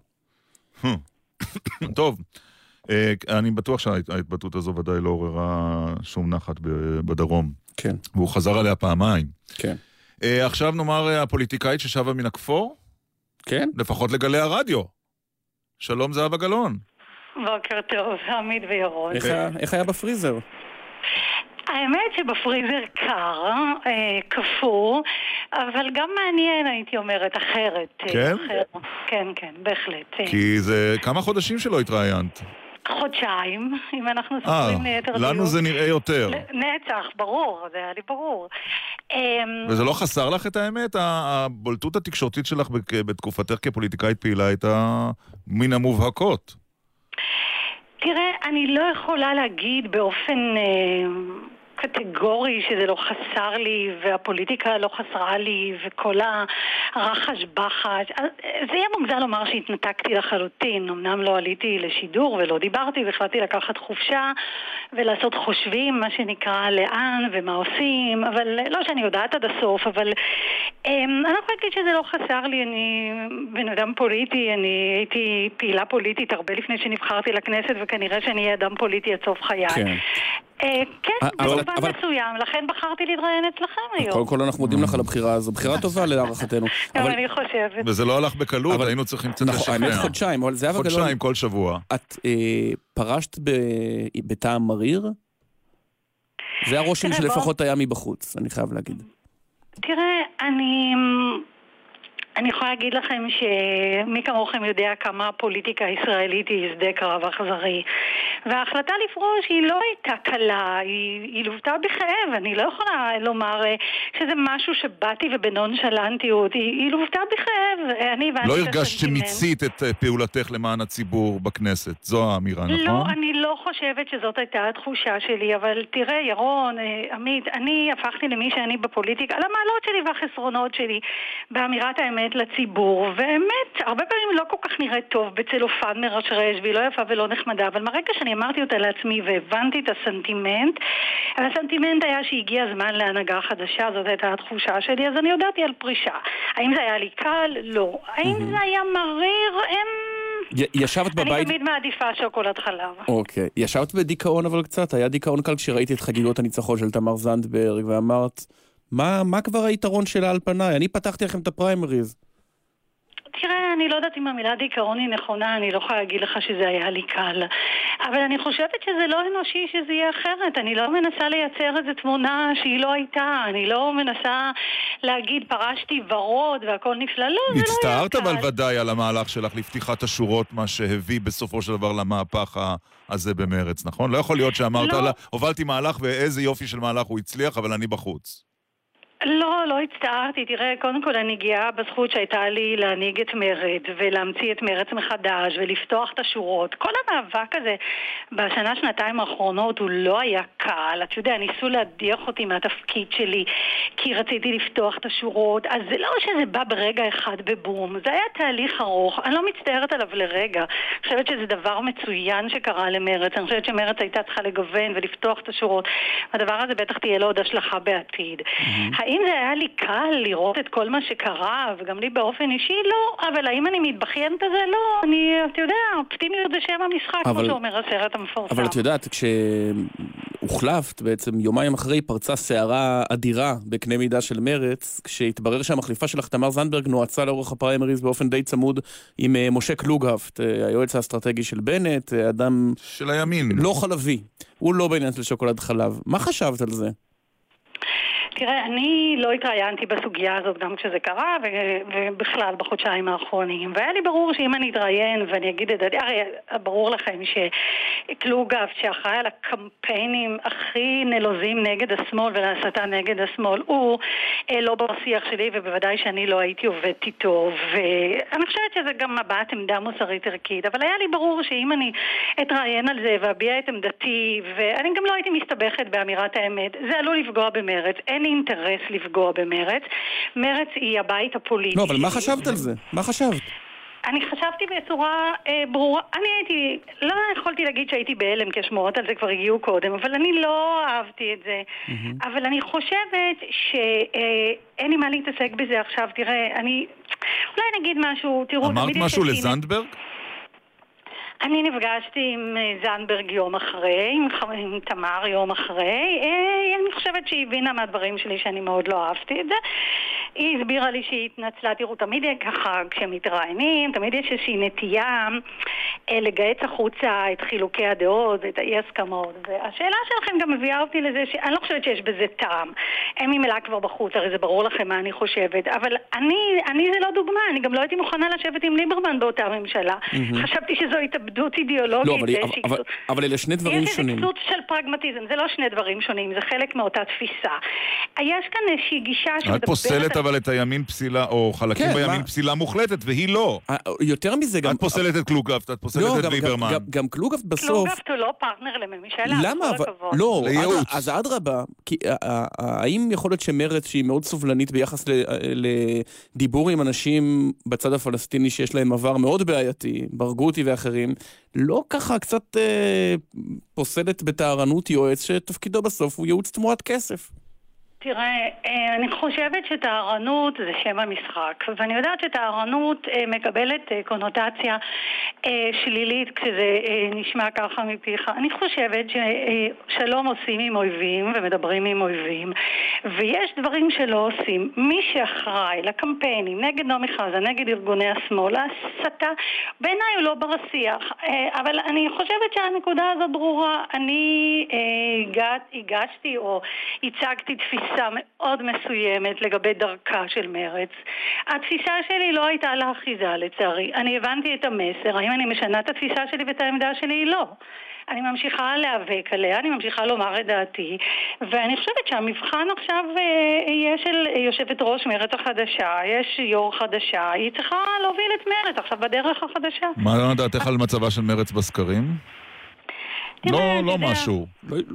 טוב, אני בטוח שההתבטאות הזו ודאי לא עוררה שום נחת בדרום. כן. והוא חזר עליה פעמיים. כן. עכשיו נאמר הפוליטיקאית ששבה מן הכפור? כן. לפחות לגלי הרדיו. שלום זהבה גלאון. בוקר טוב, עמית וירון. איך היה בפריזר? האמת שבפריזר קר, קפוא, אבל גם מעניין, הייתי אומרת, אחרת. כן? כן, כן, בהחלט. כי זה כמה חודשים שלא התראיינת. חודשיים, אם אנחנו סופרים ליתר דיוק. לנו זה נראה יותר. נצח, ברור, זה היה לי ברור. וזה לא חסר לך את האמת? הבולטות התקשורתית שלך בתקופתך כפוליטיקאית פעילה הייתה מן המובהקות. תראה, אני לא יכולה להגיד באופן קטגורי שזה לא חסר לי, והפוליטיקה לא חסרה לי, וכל הרחש בחש. זה יהיה מוגזם לומר שהתנתקתי לחלוטין. אמנם לא עליתי לשידור ולא דיברתי, והחלטתי לקחת חופשה ולעשות חושבים, מה שנקרא, לאן ומה עושים, אבל לא שאני יודעת עד הסוף, אבל אני לא יכולה להגיד שזה לא חסר לי. אני בן אדם פוליטי, אני הייתי פעילה פוליטית הרבה לפני שנבחרתי לכנסת, וכנראה שאני אהיה אדם פוליטי עד סוף חיי. כן, במובן מסוים, לכן בחרתי להתראיין אצלכם היום. קודם כל אנחנו מודים לך על הבחירה הזו, בחירה טובה להערכתנו. אבל אני חושבת. וזה לא הלך בקלות, היינו צריכים קצת לשכנע. האמת חודשיים, אבל זה חודשיים כל שבוע. את פרשת בטעם מריר? זה הרושם שלפחות היה מבחוץ, אני חייב להגיד. תראה, אני יכולה להגיד לכם שמי כמוכם יודע כמה הפוליטיקה הישראלית היא שדה קרב אכזרי. וההחלטה לפרוש היא לא הייתה קלה, היא לוותה בכאב. אני לא יכולה לומר שזה משהו שבאתי ובנונשלנטיות, היא לוותה בכאב. לא הרגשת שמיצית את פעולתך למען הציבור בכנסת, זו האמירה, נכון? לא, אני לא חושבת שזאת הייתה התחושה שלי, אבל תראה, ירון, עמית, אני הפכתי למי שאני בפוליטיקה, על המעלות שלי והחסרונות שלי, באמירת האמת לציבור, ובאמת, הרבה פעמים לא כל כך נראית טוב בצלופן מרשרש, והיא לא יפה ולא נחמדה, אבל מרגע שאני אמרתי אותה לעצמי והבנתי את הסנטימנט, הסנטימנט היה שהגיע הזמן להנהגה חדשה, זאת הייתה התחושה שלי, אז אני יודעתי על פרישה. האם זה היה לי קל? לא. האם זה היה מריר? ישבת בבית... אני תמיד מעדיפה שוקולד חלב. אוקיי. ישבת בדיכאון אבל קצת? היה דיכאון קל כשראיתי את חגיגות הניצחון של תמר זנדברג ואמרת, מה כבר היתרון שלה על פניי? אני פתחתי לכם את הפריימריז. תראה, אני לא יודעת אם המילה דיכאון היא נכונה, אני לא יכולה להגיד לך שזה היה לי קל. אבל אני חושבת שזה לא אנושי שזה יהיה אחרת. אני לא מנסה לייצר איזו תמונה שהיא לא הייתה. אני לא מנסה להגיד פרשתי ורוד והכל נפלא. לא, זה לא היה קל. הצטערת אבל ודאי על המהלך שלך לפתיחת השורות, מה שהביא בסופו של דבר למהפך הזה במרץ, נכון? לא יכול להיות שאמרת לה, הובלתי מהלך ואיזה יופי של מהלך הוא הצליח, אבל אני בחוץ. לא הצטערתי. תראה, קודם כל אני גאה בזכות שהייתה לי להנהיג את מרץ ולהמציא את מרץ מחדש ולפתוח את השורות. כל המאבק הזה בשנה, שנתיים האחרונות הוא לא היה קל. אתה יודע, ניסו להדיח אותי מהתפקיד שלי כי רציתי לפתוח את השורות. אז זה לא שזה בא ברגע אחד בבום. זה היה תהליך ארוך. אני לא מצטערת עליו לרגע. אני חושבת שזה דבר מצוין שקרה למרץ. אני חושבת שמרץ הייתה צריכה לגוון ולפתוח את השורות. הדבר הזה בטח תהיה לו עוד השלכה בעתיד. האם זה היה לי קל לראות את כל מה שקרה, וגם לי באופן אישי? לא, אבל האם אני מתבחיינת על זה? לא, אתה יודע, אופטימיות זה שם המשחק, כמו שאומר הסרט המפורסם. אבל את יודעת, כשהוחלפת בעצם יומיים אחרי פרצה סערה אדירה בקנה מידה של מרץ, כשהתברר שהמחליפה שלך תמר זנדברג נועצה לאורך הפריימריז באופן די צמוד עם משה קלוגהפט, היועץ האסטרטגי של בנט, אדם של הימין. לא חלבי, הוא לא בעניין של שוקולד חלב. מה חשבת על זה? תראה, אני לא התראיינתי בסוגיה הזאת גם כשזה קרה, ובכלל בחודשיים האחרונים. והיה לי ברור שאם אני אתראיין ואני אגיד את זה, הרי ברור לכם שקלוגהפט, שאחראי על הקמפיינים הכי נלוזים נגד השמאל ולהסתה נגד השמאל, הוא לא בשיח שלי, ובוודאי שאני לא הייתי עובדת איתו. ואני חושבת שזה גם הבעת עמדה מוסרית ערכית, אבל היה לי ברור שאם אני אתראיין על זה ואביע את עמדתי, ואני גם לא הייתי מסתבכת באמירת האמת, זה עלול לפגוע במרץ. אין לי אינטרס לפגוע במרץ. מרץ היא הבית הפוליטי. לא, אבל מה חשבת על זה? מה חשבת? אני חשבתי בצורה ברורה. אני לא יכולתי להגיד שהייתי בהלם, כי השמועות על זה כבר הגיעו קודם, אבל אני לא אהבתי את זה. אבל אני חושבת שאין לי מה להתעסק בזה עכשיו. תראה, אולי נגיד משהו, תראו... אמרת משהו לזנדברג? אני נפגשתי עם זנדברג יום אחרי, עם תמר יום אחרי. אני חושבת שהיא הבינה מהדברים שלי שאני מאוד לא אהבתי את זה. היא הסבירה לי שהיא התנצלה. תראו, תמיד ככה כשמתראיינים, תמיד יש איזושהי נטייה לגייס החוצה את חילוקי הדעות, את האי-הסכמות. והשאלה שלכם גם מביאה אותי לזה שאני לא חושבת שיש בזה טעם. הם ממילא כבר בחוץ, הרי זה ברור לכם מה אני חושבת. אבל אני זה לא דוגמה, אני גם לא הייתי מוכנה לשבת עם ליברמן באותה ממשלה. חשבתי שזו התאבדות אידיאולוגית. לא, אבל אלה שני דברים שונים. יש איזו של פרגמטיזם, זה לא שני דברים שונים, זה חלק מאותה תפיסה. יש כאן איזושהי גישה את פוסלת אבל את הימין פסילה, או חלקים בימין פסילה מוחלטת, והיא לא. יותר מזה גם... את פוסלת את קלוגהפט, את פוסלת את ליברמן. גם קלוגהפט בסוף... קלוגהפט הוא לא פרטנר לממשלה. למה? לא, אז אדרבה, האם יכול להיות שמרץ שהיא מאוד סובלנית ביחס לדיבור עם אנשים בצד הפלסטיני שיש להם עבר מאוד בעייתי, ברגותי ואחרים, לא ככה קצת פוסלת בתארנות יועץ שתפקידו בסוף הוא ייעוץ תמורת כסף? תראה, אני חושבת שתארנות זה שם המשחק, ואני יודעת שתארנות מקבלת קונוטציה שלילית כשזה נשמע ככה מפיך. אני חושבת ששלום עושים עם אויבים ומדברים עם אויבים, ויש דברים שלא עושים. מי שאחראי לקמפיינים נגד נעמי חזן, נגד ארגוני השמאל, הסתה, בעיניי הוא לא בר השיח. אבל אני חושבת שהנקודה הזאת ברורה. אני הגשתי או הצגתי תפיסה מאוד מסוימת לגבי דרכה של מרץ. התפיסה שלי לא הייתה לאחיזה לצערי. אני הבנתי את המסר. האם אני משנה את התפיסה שלי ואת העמדה שלי? לא. אני ממשיכה להיאבק עליה, אני ממשיכה לומר את דעתי, ואני חושבת שהמבחן עכשיו יהיה של יושבת ראש מרץ החדשה, יש יו"ר חדשה, היא צריכה להוביל את מרץ עכשיו בדרך החדשה. מה דעתך על מצבה של מרץ בסקרים? לא משהו.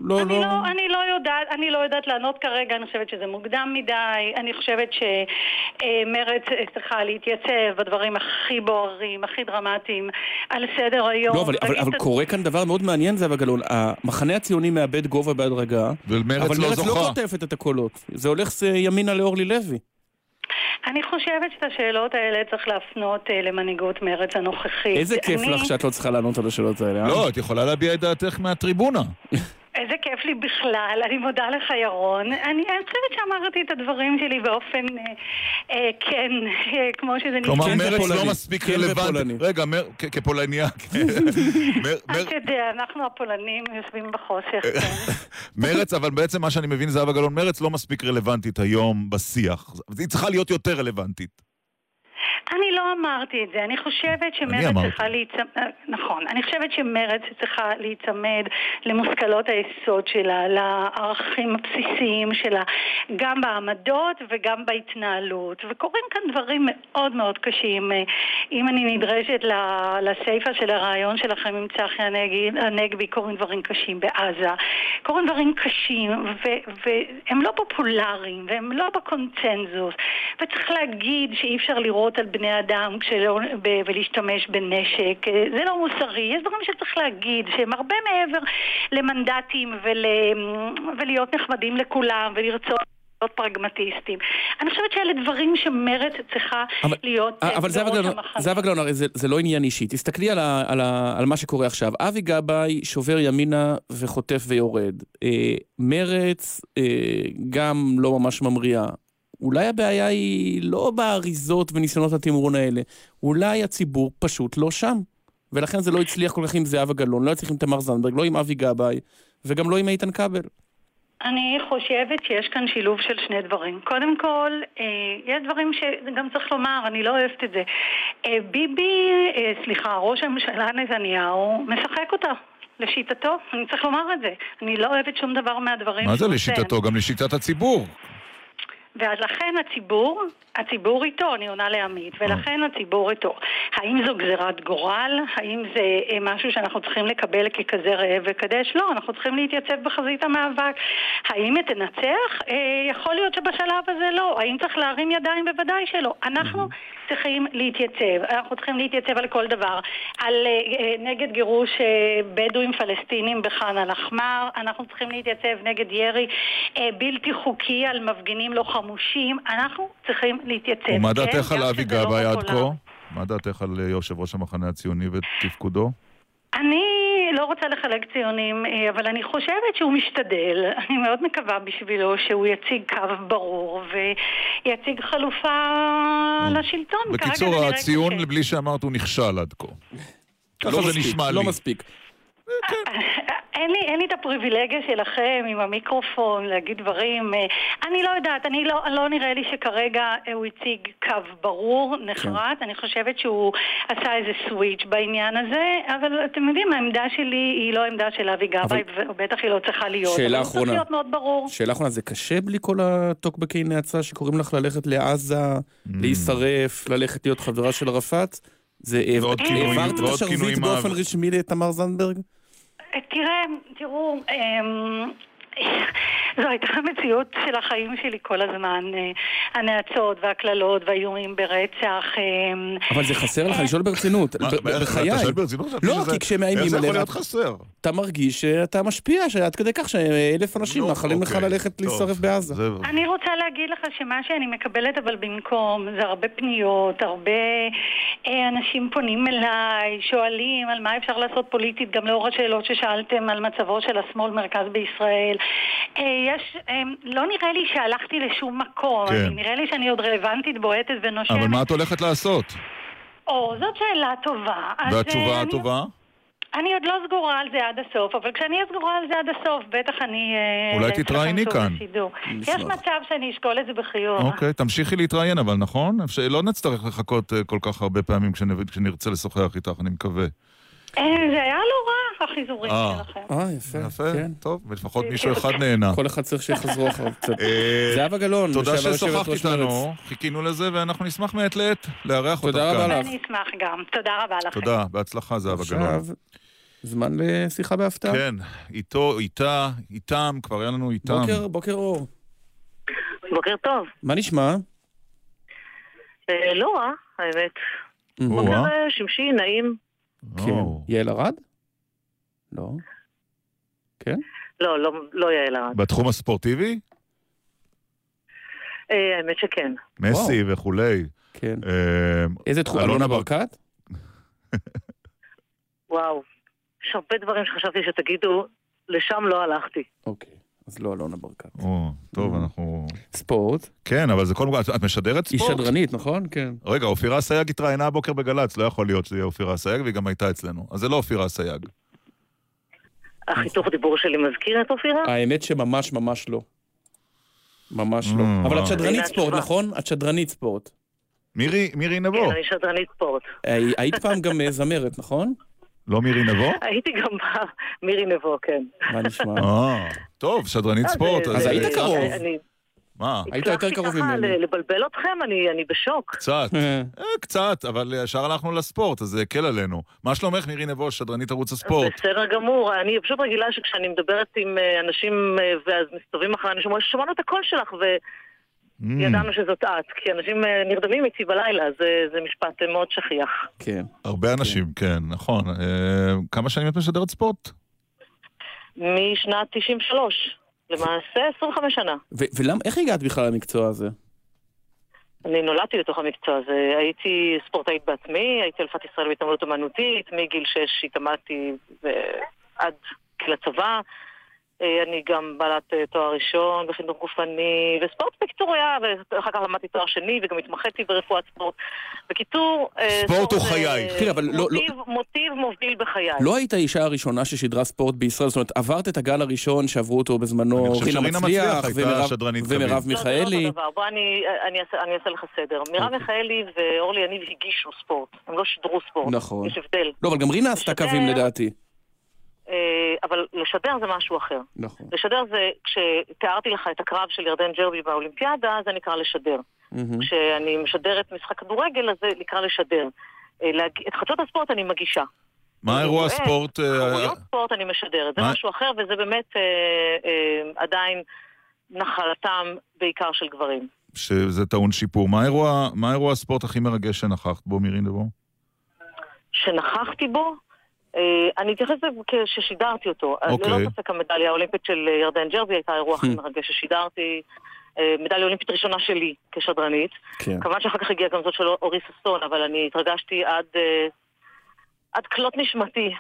אני לא יודעת לענות כרגע, אני חושבת שזה מוקדם מדי, אני חושבת שמרץ צריכה להתייצב בדברים הכי בוערים, הכי דרמטיים, על סדר היום. לא, אבל קורה כאן דבר מאוד מעניין, זהבה גלאון, המחנה הציוני מאבד גובה בהדרגה, אבל מרץ לא חוטפת את הקולות, זה הולך ימינה לאורלי לוי. אני חושבת שאת השאלות האלה צריך להפנות למנהיגות מרץ הנוכחית. איזה כיף לך שאת לא צריכה לענות על השאלות האלה. לא, את יכולה להביע את דעתך מהטריבונה. איזה כיף לי בכלל, אני מודה לך ירון. אני חושבת שאמרתי את הדברים שלי באופן כן, כמו שזה נשמע. כלומר, מרץ לא מספיק רלוונטי. רגע, כפולניה. אתה יודע, אנחנו הפולנים יושבים בחושך. מרץ, אבל בעצם מה שאני מבין, זהבה גלאון, מרץ לא מספיק רלוונטית היום בשיח. היא צריכה להיות יותר רלוונטית. אני לא אמרתי את זה, אני חושבת שמרץ צריכה נכון, אני חושבת שמרץ צריכה להיצמד למושכלות היסוד שלה, לערכים הבסיסיים שלה, גם בעמדות וגם בהתנהלות, וקוראים כאן דברים מאוד מאוד קשים. אם אני נדרשת לסייפה של הרעיון שלכם עם צחי הנגבי, קוראים דברים קשים בעזה, קוראים דברים קשים, והם לא פופולריים, והם לא בקונצנזוס, וצריך להגיד שאי אפשר לראות על בני אדם ולהשתמש בנשק. זה לא מוסרי. יש דברים שצריך להגיד שהם הרבה מעבר למנדטים ולהיות נחמדים לכולם ולרצות להיות פרגמטיסטים. אני חושבת שאלה דברים שמרץ צריכה להיות... אבל זהבה גלאון, הרי זה לא עניין אישי. תסתכלי על מה שקורה עכשיו. אבי גבאי שובר ימינה וחוטף ויורד. מרץ גם לא ממש ממריאה. אולי הבעיה היא לא באריזות וניסיונות התמרון האלה. אולי הציבור פשוט לא שם. ולכן זה לא הצליח כל כך עם זהבה גלאון, לא הצליח עם תמר זנדברג, לא עם אבי גבאי, וגם לא עם איתן כבל. אני חושבת שיש כאן שילוב של שני דברים. קודם כל, יש דברים שגם צריך לומר, אני לא אוהבת את זה. ראש הממשלה נתניהו משחק אותה. לשיטתו, אני צריך לומר את זה. אני לא אוהבת שום דבר מהדברים. מה זה לשיטתו? גם לשיטת הציבור. ואז לכן הציבור איתו, אני עונה לעמית, ולכן הציבור איתו. האם זו גזירת גורל? האם זה משהו שאנחנו צריכים לקבל ככזה ראה וקדש? לא, אנחנו צריכים להתייצב בחזית המאבק. האם תנצח? יכול להיות שבשלב הזה לא. האם צריך להרים ידיים? בוודאי שלא. אנחנו צריכים להתייצב. אנחנו צריכים להתייצב על כל דבר. נגד גירוש בדואים פלסטינים בח'אן אל-אחמר. אנחנו צריכים להתייצב נגד ירי בלתי חוקי על מפגינים לא חמושים. אנחנו צריכים להתייצב. ומה דעתך על אבי גבאי עד כה? מה דעתך על יושב ראש המחנה הציוני ותפקודו? אני לא רוצה לחלק ציונים, אבל אני חושבת שהוא משתדל. אני מאוד מקווה בשבילו שהוא יציג קו ברור ויציג חלופה לשלטון. בקיצור, הציון בלי שאמרת הוא נכשל עד כה. ככה זה נשמע לי. לא מספיק. אין לי את הפריבילגיה שלכם עם המיקרופון להגיד דברים. אני לא יודעת, לא נראה לי שכרגע הוא הציג קו ברור, נחרט. אני חושבת שהוא עשה איזה סוויץ' בעניין הזה, אבל אתם יודעים, העמדה שלי היא לא עמדה של אבי גבאי, ובטח היא לא צריכה להיות. שאלה אחרונה. צריך להיות מאוד ברור. שאלה אחרונה, זה קשה בלי כל הטוקבקי נאצה שקוראים לך ללכת לעזה, להישרף, ללכת להיות חברה של ערפאת? העברת את השרביט באופן רשמי לתמר זנדברג? תראו, זו הייתה המציאות של החיים שלי כל הזמן, הנאצות והכללות והאיומים ברצח. אבל זה חסר לך, אני שואל ברצינות, בחיי. אתה שואל ברצינות? לא, כי כשמאיימים איך זה יכול עליך, להיות חסר? אתה מרגיש שאתה משפיע, שעד כדי כך ש1,000 אנשים מאחלים לך ללכת להישרף בעזה. אני רוצה להגיד לך שמה שאני מקבלת אבל במקום, זה הרבה פניות, הרבה אנשים פונים אליי, שואלים על מה אפשר לעשות פוליטית, גם לאור השאלות ששאלתם על מצבו של השמאל מרכז בישראל. יש, לא נראה לי שהלכתי לשום מקום, כן. נראה לי שאני עוד רלוונטית, בועטת ונושמת. אבל מה את הולכת לעשות? זאת שאלה טובה. והתשובה הטובה? אני עוד לא סגורה על זה עד הסוף, אבל כשאני אהיה סגורה על זה עד הסוף, בטח אני... אולי תתראייני כאן. יש מצב שאני אשקול את זה בחיוב. אוקיי, תמשיכי להתראיין, אבל נכון? לא נצטרך לחכות כל כך הרבה פעמים כשנרצה לשוחח איתך, אני מקווה. זה היה לא רע, החיזורים שלכם. יפה, טוב, ולפחות מישהו אחד נהנה. כל אחד צריך שיחזרו אחריו קצת. זהבה גלאון, תודה ששוחחת איתנו, חיכינו לזה, ואנחנו נשמח מעת לעת לארח אותך כאן. תודה רבה לך. אני אשמח גם, תודה רבה לכם. תודה, בהצלחה זהבה גלאון. עכשיו, זמן לשיחה בהפתעה. כן, איתו, איתה, איתם, כבר היה לנו איתם. בוקר אור. בוקר טוב. מה נשמע? לא רע, האמת. בוקר שמשי, נעים. כן. יעל ארד? לא. כן? לא יעל ארד. בתחום הספורטיבי? האמת שכן. מסי וכולי. כן. איזה תחום? אלונה ברקת? וואו. יש הרבה דברים שחשבתי שתגידו, לשם לא הלכתי. אוקיי. אז לא אלונה ברקת. טוב, אנחנו... ספורט. כן, אבל זה קודם כל, את משדרת ספורט? היא שדרנית, נכון? כן. רגע, אופירה סייג התראיינה הבוקר בגלץ, לא יכול להיות שזה יהיה אופירה סייג, והיא גם הייתה אצלנו. אז זה לא אופירה סייג. החיתוך דיבור שלי מזכיר את אופירה? האמת שממש ממש לא. ממש לא. אבל את שדרנית ספורט, נכון? את שדרנית ספורט. מירי נבו. כן, אני שדרנית ספורט. היית פעם גם זמרת, נכון? לא מירי נבו? הייתי גם מירי נבו, כן. מה נשמע? טוב, שדרנית ספורט. אז היית קרוב. מה? היית יותר קרוב ממני. הצלחתי ככה לבלבל אתכם, אני בשוק. קצת, אבל ישר הלכנו לספורט, אז זה הקל עלינו. מה שלומך מירי נבו, שדרנית ערוץ הספורט? בסדר גמור, אני פשוט רגילה שכשאני מדברת עם אנשים ואז מסתובבים אחרי אנשים, שמענו את הקול שלך וידענו שזאת את, כי אנשים נרדמים איתי בלילה, זה משפט מאוד שכיח. כן. הרבה אנשים, כן, נכון. כמה שנים את משדרת ספורט? משנת 93. למעשה 25 שנה. איך הגעת בכלל למקצוע הזה? אני נולדתי לתוך המקצוע הזה. הייתי ספורטאית בעצמי, הייתי אלפת ישראל בהתעמלות אמנותית, מגיל 6 התאמנתי עד לצבא. אני גם בעלת תואר ראשון בחינוך גופני, וספורט בקיצור היה, ואחר כך למדתי תואר שני, וגם התמחיתי ברפואת ספורט. בקיצור, ספורט הוא חיי. מוטיב מוביל בחיי. לא היית האישה הראשונה ששידרה ספורט בישראל, זאת אומרת, עברת את הגל הראשון שעברו אותו בזמנו רינה מצליח ומרב מיכאלי. בוא אני אעשה לך סדר. מרב מיכאלי ואורלי יניב הגישו ספורט, הם לא שידרו ספורט. נכון. יש הבדל. לא, אבל גם רינה עשתה קווים לדעתי. אבל לשדר זה משהו אחר. נכון. לשדר זה, כשתיארתי לך את הקרב של ירדן ג'רבי באולימפיאדה, זה נקרא לשדר. כשאני משדרת משחק כדורגל, אז זה נקרא לשדר. את חדשות הספורט אני מגישה. מה אירוע הספורט? חדשות ספורט אני משדרת. זה משהו אחר, וזה באמת עדיין נחלתם בעיקר של גברים. שזה טעון שיפור. מה אירוע הספורט הכי מרגש שנכחת בו, מירי נבו? שנכחתי בו? אני אתייחס לזה כששידרתי אותו. ללא ספק המדליה האולימפית של ירדן ג'רבי הייתה האירוע הכי מרגש ששידרתי. מדליה אולימפית ראשונה שלי כשדרנית. כמובן שאחר כך הגיעה גם זאת של אורי ששון, אבל אני התרגשתי עד כלות נשמתי.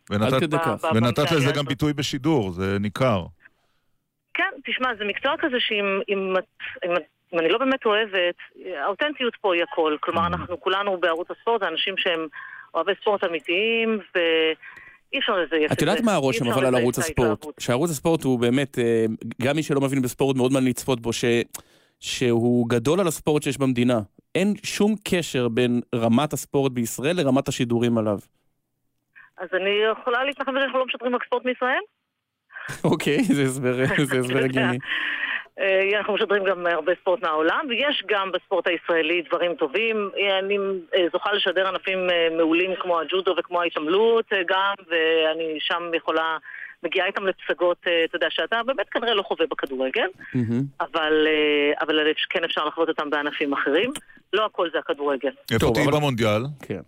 ונתת לזה גם ביטוי בשידור, זה ניכר. כן, תשמע, זה מקצוע כזה שאם אני לא באמת אוהבת, האותנטיות פה היא הכל. כלומר, אנחנו כולנו בערוץ הספורט, זה אנשים שהם אוהבי ספורט אמיתיים, ואי אפשר לזייף את זה. את יודעת מה הרושם אבל על ערוץ הספורט? שערוץ הספורט הוא באמת, גם מי שלא מבין בספורט מאוד מעניין לצפות בו, שהוא גדול על הספורט שיש במדינה. אין שום קשר בין רמת הספורט בישראל לרמת השידורים עליו. אז אני יכולה להתנחם בזה שאנחנו לא משדרים רק ספורט מישראל? אוקיי, זה הסבר הגיוני. אנחנו משדרים גם הרבה ספורט מהעולם, ויש גם בספורט הישראלי דברים טובים. אני זוכה לשדר ענפים מעולים כמו הג'ודו וכמו ההתעמלות גם, ואני שם מגיעה איתם לפסגות, אתה יודע, שאתה באמת כנראה לא חווה בכדורגל, אבל כן אפשר לחוות אותם בענפים אחרים. לא הכל זה הכדורגל. איפה תהי במונדיאל? כן.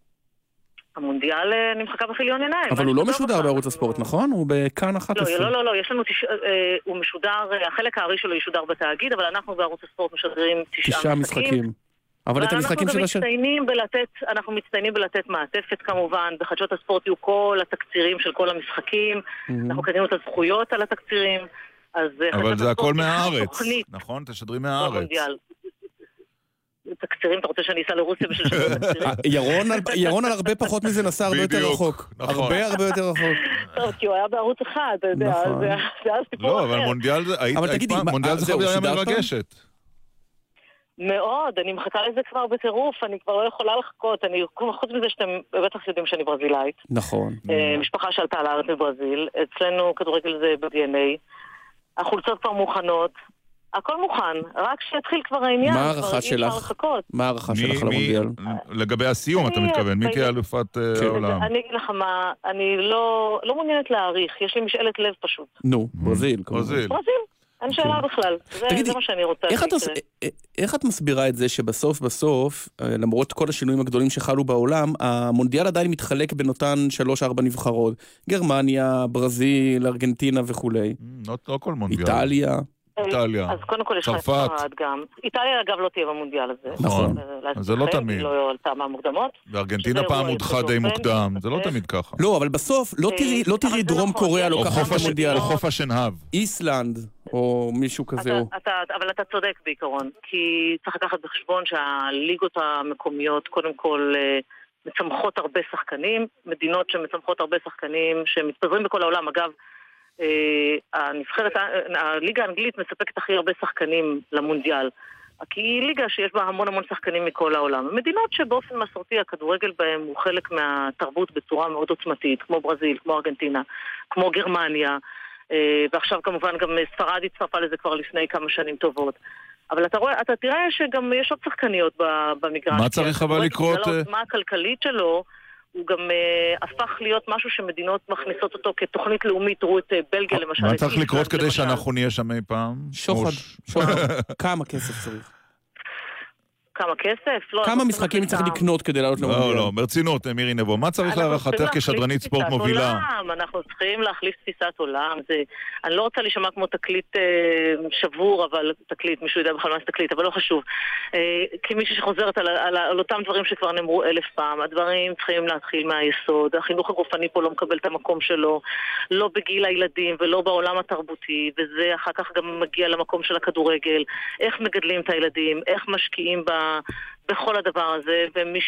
המונדיאל אני מחכה בחיליון עיניים. אבל הוא לא משודר בערוץ הספורט, נכון? הוא בכאן 11. לא, יש לנו, הוא משודר, החלק הארי שלו ישודר בתאגיד, אבל אנחנו בערוץ הספורט משדרים 9 משחקים. אבל את המשחקים של אנחנו מצטיינים בלתת מעטפת כמובן, בחדשות הספורט יהיו כל התקצירים של כל המשחקים, אנחנו קנינו את הזכויות על התקצירים, אבל זה הכל מהארץ, נכון? תשדרים מהארץ. תקצירים, אתה רוצה שאני אסע לרוסיה בשביל שדרים תקצירים? ירון על הרבה פחות מזה נסע הרבה יותר רחוק. הרבה יותר רחוק. טוב, כי הוא היה בערוץ אחד, אתה יודע, זה היה סיפור אחר. לא, אבל מונדיאל זה חוויה מרגשת. מאוד, אני מחכה לזה כבר בטירוף, אני כבר לא יכולה לחכות, חוץ מזה שאתם בטח יודעים שאני ברזילאית. נכון. משפחה שעלתה לארץ בברזיל, אצלנו כדורגל זה ב-DNA, החולצות כבר מוכנות, הכל מוכן, רק שיתחיל כבר העניין. מה הערכה שלך? מה הערכה שלך למונדיאל? לגבי הסיום אתה מתכוון, מי תהיה אלופת העולם? אני אגיד לך מה, אני לא מעוניינת להעריך, יש לי משאלת לב פשוט. נו, ברזיל. ברזיל. אין שאלה בכלל, זה מה שאני רוצה. איך את מסבירה את זה שבסוף, למרות כל השינויים הגדולים שחלו בעולם, המונדיאל עדיין מתחלק בין אותן 3-4 נבחרות, גרמניה, ברזיל, ארגנטינה וכולי. לא כל מונדיאל. איטליה. אז קודם כל יש לך ספרד גם. איטליה אגב לא תהיה במונדיאל הזה. נכון, זה לא תמיד. היא לא עלתה מהמוקדמות. וארגנטינה פעם הודחה די מוקדם, זה לא תמיד ככה. לא, אבל בסוף לא תראי דרום קוריאה לוקחת במונדיאל. או חוף השנהב. איסלנד, או מישהו כזה. אבל אתה צודק בעיקרון, כי צריך לקחת בחשבון שהליגות המקומיות קודם כל מצמחות הרבה שחקנים, מדינות שמצמחות הרבה שחקנים שמתפזרים בכל העולם. אגב, הליגה האנגלית מספקת הכי הרבה שחקנים למונדיאל, כי היא ליגה שיש בה המון שחקנים מכל העולם. מדינות שבאופן מסורתי הכדורגל בהם הוא חלק מהתרבות בצורה מאוד עוצמתית, כמו ברזיל, כמו ארגנטינה, כמו גרמניה, ועכשיו כמובן גם ספרד הצטרפה לזה כבר לפני כמה שנים טובות. אבל אתה תראה שגם יש עוד שחקניות במגרש. מה צריך אבל לקרות? מה הכלכלית שלו הוא גם הפך להיות משהו שמדינות מכניסות אותו כתוכנית לאומית, תראו את בלגיה למשל. מה צריך לקרות כדי שאנחנו נהיה שם אי פעם? שוחד. כמה כסף צריך? כמה כסף? כמה משחקים צריך לקנות כדי לעלות למונדיאל? לא, ברצינות, מירי נבו. מה צריך להערכתך כשדרנית ספורט מובילה? אנחנו צריכים להחליף תפיסת עולם. אני לא רוצה להישמע כמו תקליט שבור, אבל תקליט, מישהו יודע בכלל מה זה תקליט, אבל לא חשוב. כמישהו שחוזרת על אותם דברים שכבר נאמרו 1000 פעם, הדברים צריכים להתחיל מהיסוד. החינוך הגופני פה לא מקבל את המקום שלו, לא בגיל הילדים ולא בעולם התרבותי, וזה אחר כך גם מגיע למקום של הכדורגל. איך מגדלים את הילדים, איך משקיעים בכל הדבר הזה,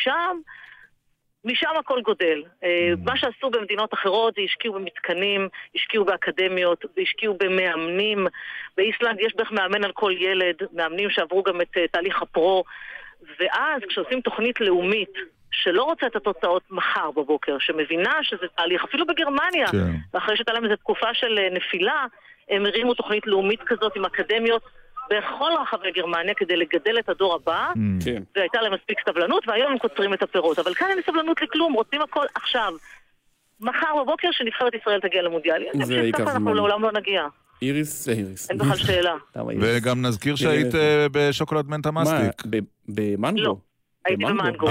ומשם הכל גודל. מה שעשו במדינות אחרות זה השקיעו במתקנים, השקיעו באקדמיות, השקיעו במאמנים. באיסלנד יש בערך מאמן על כל ילד, מאמנים שעברו גם את תהליך הפרו, ואז כשעושים תוכנית לאומית שלא רוצה את התוצאות מחר בבוקר, שמבינה שזה תהליך, אפילו בגרמניה, ואחרי שהייתה להם איזו תקופה של נפילה, הם הרימו תוכנית לאומית כזאת עם אקדמיות בכל רחבי גרמניה כדי לגדל את הדור הבא, והייתה להם מספיק סבלנות, והיום הם קוצרים את הפירות. אבל כאן אין סבלנות לכלום, רוצים הכל עכשיו. מחר בבוקר שנבחרת ישראל תגיע למונדיאל. זה ייקח זמן. אנחנו לעולם לא נגיע. איריס. אין בכלל שאלה. וגם נזכיר שהיית בשוקולד מנטה מסטיק. במנגו. לא, הייתי במנגו.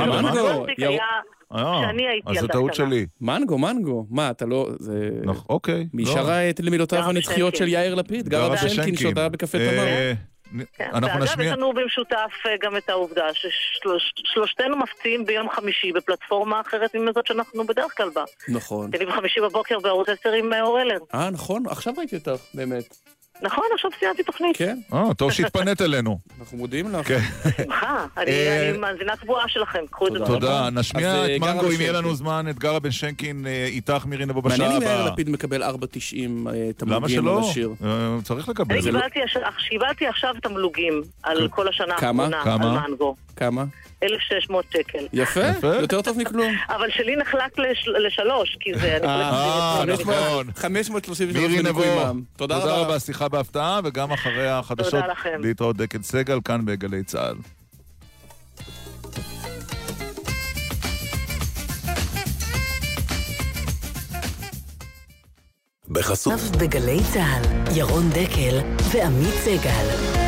אז זה טעות שלי. מנגו. מה, אתה לא... אוקיי. מישרה את למידותיו הנצחיות של יאיר לפיד, גרה בשנקין, שותה בקפה תמר. ואגב, יש לנו במשותף גם את העובדה ששלושתנו מפציעים ביום חמישי בפלטפורמה אחרת מזאת שאנחנו בדרך כלל בה. נכון. אני בחמישי בבוקר בערוץ 10 עם אור אלר. נכון, עכשיו ראיתי אותך, באמת. נכון, עכשיו סיימתי תוכנית. כן. טוב שהתפנית אלינו. אנחנו מודיעים לך. שמחה, אני מאזינה קבועה שלכם, קחו את זה. תודה, נשמיע את מנגו אם יהיה לנו זמן, את גרה בן שנקין, איתך מירי נבו בשעה הבאה. מעניין אם יאיר לפיד מקבל 4.90 תמלוגים על השיר. למה שלא? צריך לקבל. קיבלתי עכשיו תמלוגים על כל השנה האחרונה, על מנגו. כמה? 1,600 שקל. יפה, יותר טוב מכלום. אבל שלי נחלק ל3, כי זה... נכון. 533 מירי נבו, תודה רבה, שיחה בהפתעה, וגם אחרי החדשות להתראות דקל סגל, כאן בגלי צהל. בחסות בגלי צהל, ירון דקל ועמית סגל.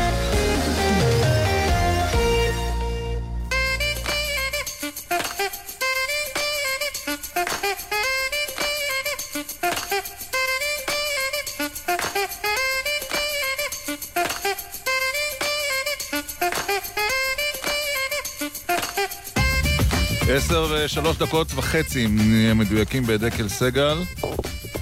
עשר ו3.5 מדויקים בדקל סגל.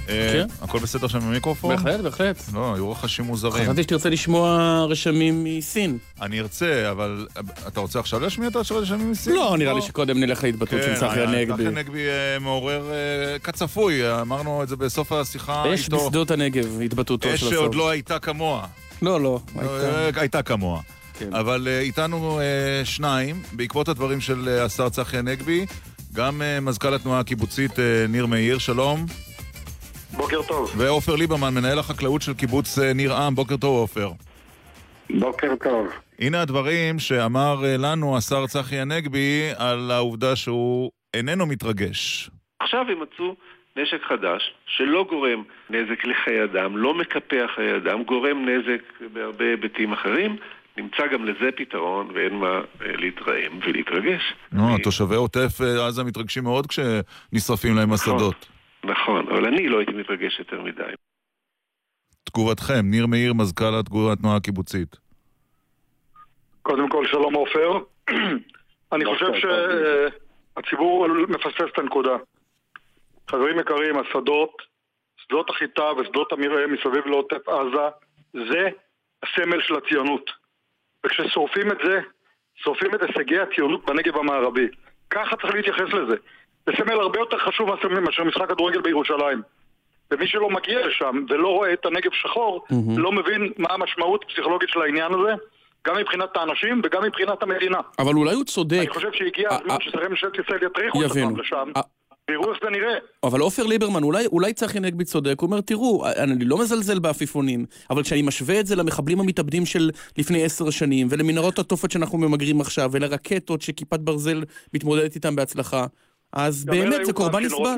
הכל בסדר שם במיקרופון? בהחלט. לא, היו רחשים מוזרים. חשבתי שתרצה לשמוע רשמים מסין. אני ארצה, אבל אתה רוצה עכשיו להשמיע את הרשמים מסין? לא, נראה לי שקודם נלך להתבטאות של צחי הנגבי. צחי הנגבי מעורר כצפוי, אמרנו את זה בסוף השיחה איתו. אש בשדות הנגב, התבטאותו של אש הסוף. שעוד לא הייתה כמוה. לא. הייתה כמוה. אבל איתנו שניים, בעקבות הדברים של השר צחי הנגבי, גם מזכ"ל התנועה הקיבוצית ניר מאיר, שלום. בוקר טוב. ואופר ליברמן, מנהל החקלאות של קיבוץ ניר עם. בוקר טוב, אופר. בוקר טוב. הנה הדברים שאמר לנו השר צחי הנגבי על העובדה שהוא איננו מתרגש. עכשיו הם מצאו נשק חדש שלא גורם נזק לחיי אדם, לא מקפח חיי אדם, גורם נזק בהרבה היבטים אחרים. נמצא גם לזה פתרון ואין מה להתרעם ולהתרגש. תושבי עוטף עזה מתרגשים מאוד כשנשרפים להם השדות. נכון, אבל אני לא הייתי מתרגש יותר מדי. תגובתכם, ניר מאיר, מזכ"ל התנועה הקיבוצית. קודם כל, שלום עופר. אני חושב שהציבור מפספס את הנקודה. חברים יקרים, שדות החיטה ושדות המרעה מסביב לעוטף עזה, זה הסמל של הציונות. וכששורפים את זה, שורפים את הישגי הציונות בנגב המערבי. ככה צריך להתייחס לזה. זה סמל הרבה יותר חשוב מאשר משחק כדורגל בירושלים. ומי שלא מגיע לשם ולא רואה את הנגב שחור, לא מבין מה המשמעות הפסיכולוגית של העניין הזה, גם מבחינת האנשים וגם מבחינת המדינה. אבל אולי הוא צודק. אני חושב שהגיע הזמן ששרי ממשלת ישראל יטריחו את עצמם לשם. תראו איך זה נראה. אבל עופר ליברמן, אולי צחי הנגבי צודק, הוא אומר, תראו, אני לא מזלזל בעפיפונים, אבל כשאני משווה את זה למחבלים המתאבדים של לפני 10 שנים, ולמנהרות התופת שאנחנו ממגרים עכשיו, ולרקטות שכיפת ברזל מתמודדת איתם בהצלחה, אז באמת זה קורבן נסבל.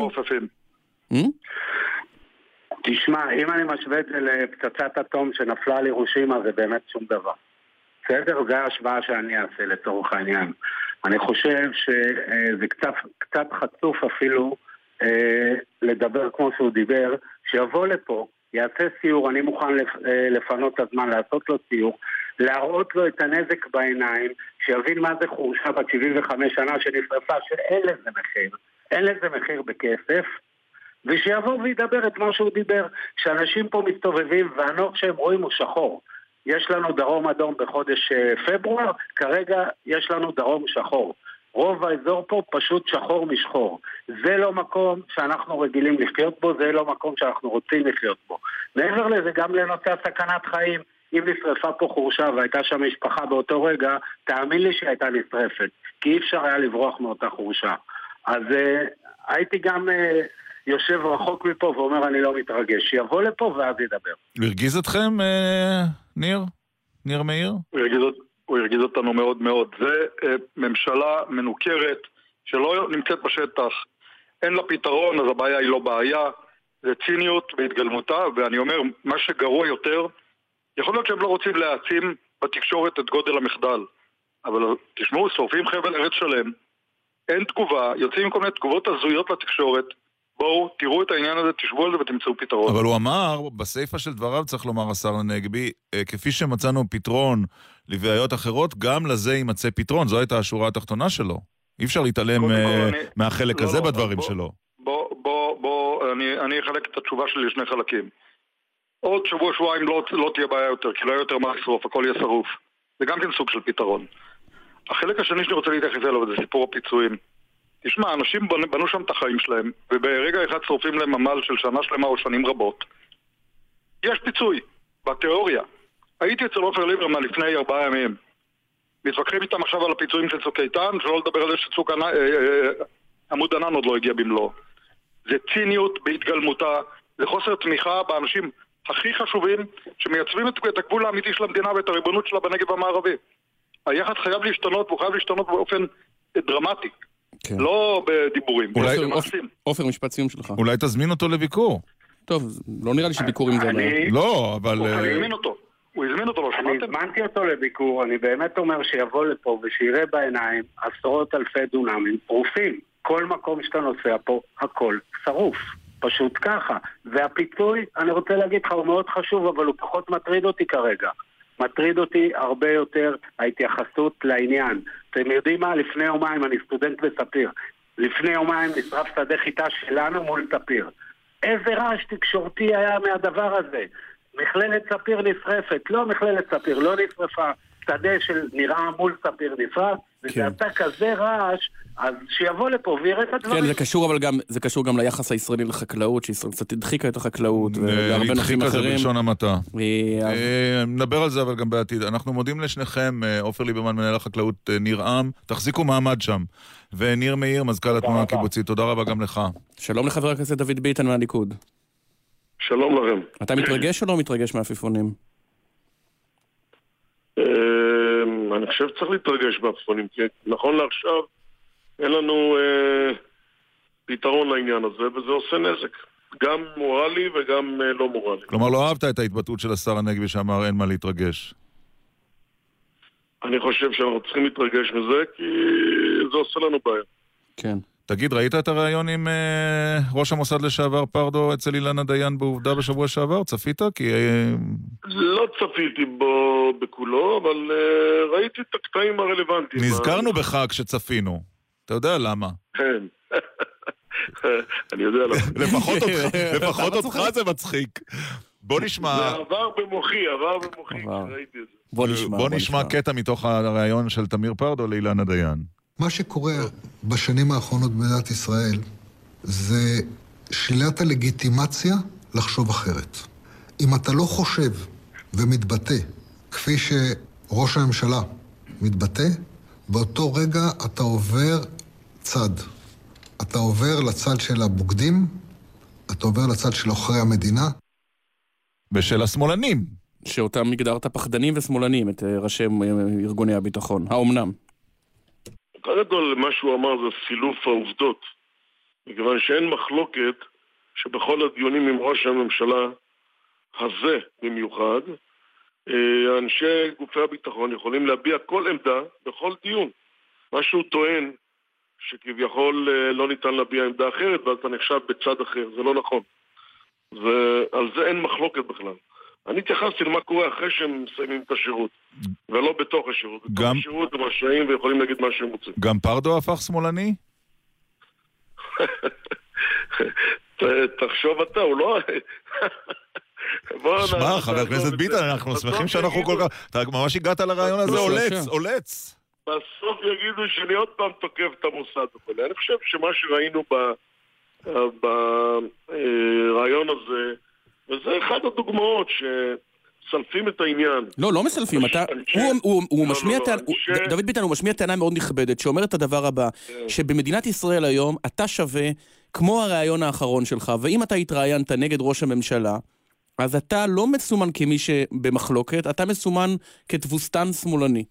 תשמע, אם אני משווה את זה לפצצת אטום שנפלה על הירושימה, זה באמת שום דבר. בסדר? זה ההשוואה שאני אעשה לצורך העניין. אני חושב שזה קצת חצוף אפילו לדבר כמו שהוא דיבר, שיבוא לפה, יעשה סיור, אני מוכן לפנות את הזמן, לעשות לו סיור, להראות לו את הנזק בעיניים, שיבין מה זה חורשה בת 75 שנה שנשרפה, שאין לזה מחיר, אין לזה מחיר בכסף, ושיבוא וידבר את מה שהוא דיבר, שאנשים פה מסתובבים והנוף שהם רואים הוא שחור. יש לנו דרום אדום בחודש פברואר, כרגע יש לנו דרום שחור. רוב האזור פה פשוט שחור משחור. זה לא מקום שאנחנו רגילים לחיות בו, זה לא מקום שאנחנו רוצים לחיות בו. מעבר לזה, גם לנושא סכנת חיים, אם נשרפה פה חורשה והייתה שם משפחה באותו רגע, תאמין לי שהייתה נשרפת, כי אי אפשר היה לברוח מאותה חורשה. אז הייתי גם יושב רחוק מפה ואומר אני לא מתרגש, שיבוא לפה ואז ידבר. הרגיז אתכם, ניר מאיר? הוא הרגיז אותנו מאוד מאוד. זה ממשלה מנוכרת שלא נמצאת בשטח. אין לה פתרון, אז הבעיה היא לא בעיה. זה ציניות בהתגלמותה, ואני אומר, מה שגרוע יותר, יכול להיות שהם לא רוצים להעצים בתקשורת את גודל המחדל. אבל תשמעו, שורפים חבל ארץ שלם, אין תגובה, יוצאים כל מיני תגובות הזויות לתקשורת, בואו, תראו את העניין הזה, תשבו על זה ותמצאו פתרון. אבל הוא אמר, בסעיפה של דבריו צריך לומר השר הנגבי, כפי שמצאנו פתרון לבעיות אחרות, גם לזה יימצא פתרון. זו הייתה השורה התחתונה שלו. אי אפשר להתעלם מהחלק הזה בדברים שלו. אני אחלק את התשובה שלי לשני חלקים. עוד שבוע-שבועיים לא תהיה בעיה יותר, כי לא יהיה יותר מה לשרוף, הכל יהיה שרוף. זה גם כן סוג של פתרון. החלק השני שאני רוצה להתייחס אליו זה סיפור הפיצויים. תשמע, אנשים בנו שם את החיים שלהם, וברגע אחד שורפים להם ממל של שנה שלמה או שנים רבות. יש פיצוי, בתיאוריה. הייתי אצל עופר ליברמן לפני 4 ימים. מתווכחים איתם עכשיו על הפיצויים של צוק איתן, שלא לדבר על זה שצוק עמוד ענן עוד לא הגיע במלוא. זה ציניות בהתגלמותה, זה חוסר תמיכה באנשים הכי חשובים שמייצבים את הגבול האמיתי של המדינה ואת הריבונות שלה בנגב המערבי. היחד חייב להשתנות, והוא חייב להשתנות באופן דרמטי. כן. לא בדיבורים. עופר, משפט סיום שלך. אולי תזמין אותו לביקור. טוב, לא נראה לי שביקורים זה... לא, אבל... הוא הזמין אותו. הוא הזמין אותו, לא שמעתם? אני הזמנתי אותו לביקור, אני באמת אומר שיבוא לפה ושיראה בעיניים עשרות אלפי דונמים פרופים. כל מקום שאתה נוסע פה, הכל שרוף. פשוט ככה. והפיצוי, אני רוצה להגיד לך, הוא מאוד חשוב, אבל הוא פחות מטריד אותי כרגע. מטריד אותי הרבה יותר ההתייחסות לעניין. אתם יודעים מה? לפני יומיים, אני סטודנט בספיר. לפני יומיים נשרף שדה חיטה שלנו מול ספיר. איזה רעש תקשורתי היה מהדבר הזה. מכללת ספיר נשרפת, לא מכללת ספיר, לא נשרפה, שדה של נראה מול ספיר נשרף, וזה עשה כזה רעש, אז שיבוא לפה ויראה את הדברים. כן, זה קשור גם ליחס הישראלי לחקלאות, שישראל קצת הדחיקה את החקלאות, והרבה נושאים אחרים. זה בלשון המעטה. נדבר על זה אבל גם בעתיד. אנחנו מודים לשניכם, עופר ליברמן, מנהל החקלאות ניר-עם, תחזיקו מעמד שם. וניר מאיר, מזכ"ל התנועה הקיבוצית, תודה רבה גם לך. שלום לחבר הכנסת דוד ביטן מהליכוד. שלום לכם. אתה מתרגש או לא מתרגש מהעפיפונים? אני חושב שצריך להתרגש בעפיפונים, כי נכון לעכשיו אין לנו פתרון לעניין הזה, וזה עושה נזק. גם מורלי וגם לא מורלי. כלומר, לא אהבת את ההתבטאות של השר הנגבי שאמר אין מה להתרגש. אני חושב שאנחנו צריכים להתרגש מזה, כי זה עושה לנו בעיה. כן. תגיד, ראית את הרעיון עם ראש המוסד לשעבר פרדו אצל אילנה דיין בעובדה בשבוע שעבר? צפית? לא צפיתי בו בכולו, אבל ראיתי את הקטעים הרלוונטיים. נזכרנו בך כשצפינו. אתה יודע למה? כן. אני יודע למה. לפחות אותך זה מצחיק. בוא נשמע... זה עבר במוחי, ראיתי את זה. בוא נשמע קטע מתוך הרעיון של תמיר פרדו לאילנה דיין. מה שקורה בשנים האחרונות במדינת ישראל זה שלילת הלגיטימציה לחשוב אחרת. אם אתה לא חושב ומתבטא כפי שראש הממשלה מתבטא, באותו רגע אתה עובר צד. אתה עובר לצד של הבוגדים, אתה עובר לצד של עוכרי המדינה. ושל השמאלנים. שאותם הגדרת פחדנים ושמאלנים, את ראשי ארגוני הביטחון. האומנם? קודם כל, מה שהוא אמר זה סילוף העובדות. מכיוון שאין מחלוקת שבכל הדיונים עם ראש הממשלה הזה במיוחד, אנשי גופי הביטחון יכולים להביע כל עמדה בכל דיון. מה שהוא טוען שכביכול לא ניתן להביע עמדה אחרת, ואז אתה נחשב בצד אחר. זה לא נכון. ועל זה אין מחלוקת בכלל. אני התייחסתי למה קורה אחרי שהם מסיימים את השירות, ולא בתוך השירות. בתוך השירות הם רשאים ויכולים להגיד מה שהם רוצים. גם פרדו הפך שמאלני? תחשוב אתה, הוא לא... שמע, חבר הכנסת ביטן, אנחנו שמחים שאנחנו כל כך... אתה ממש הגעת לרעיון הזה, עולץ. בסוף יגידו שאני עוד פעם תוקף את המוסד. אני חושב שמה שראינו ברעיון הזה, וזה אחד הדוגמאות שסלפים את העניין. לא מסלפים. דוד ביטן, הוא משמיע טענה מאוד נכבדת, שאומרת את הדבר הבא, שבמדינת ישראל היום אתה שווה כמו הרעיון האחרון שלך, ואם אתה התראיינת נגד ראש הממשלה, אז אתה לא מסומן כמי שבמחלוקת, אתה מסומן כתבוסתן שמאלני.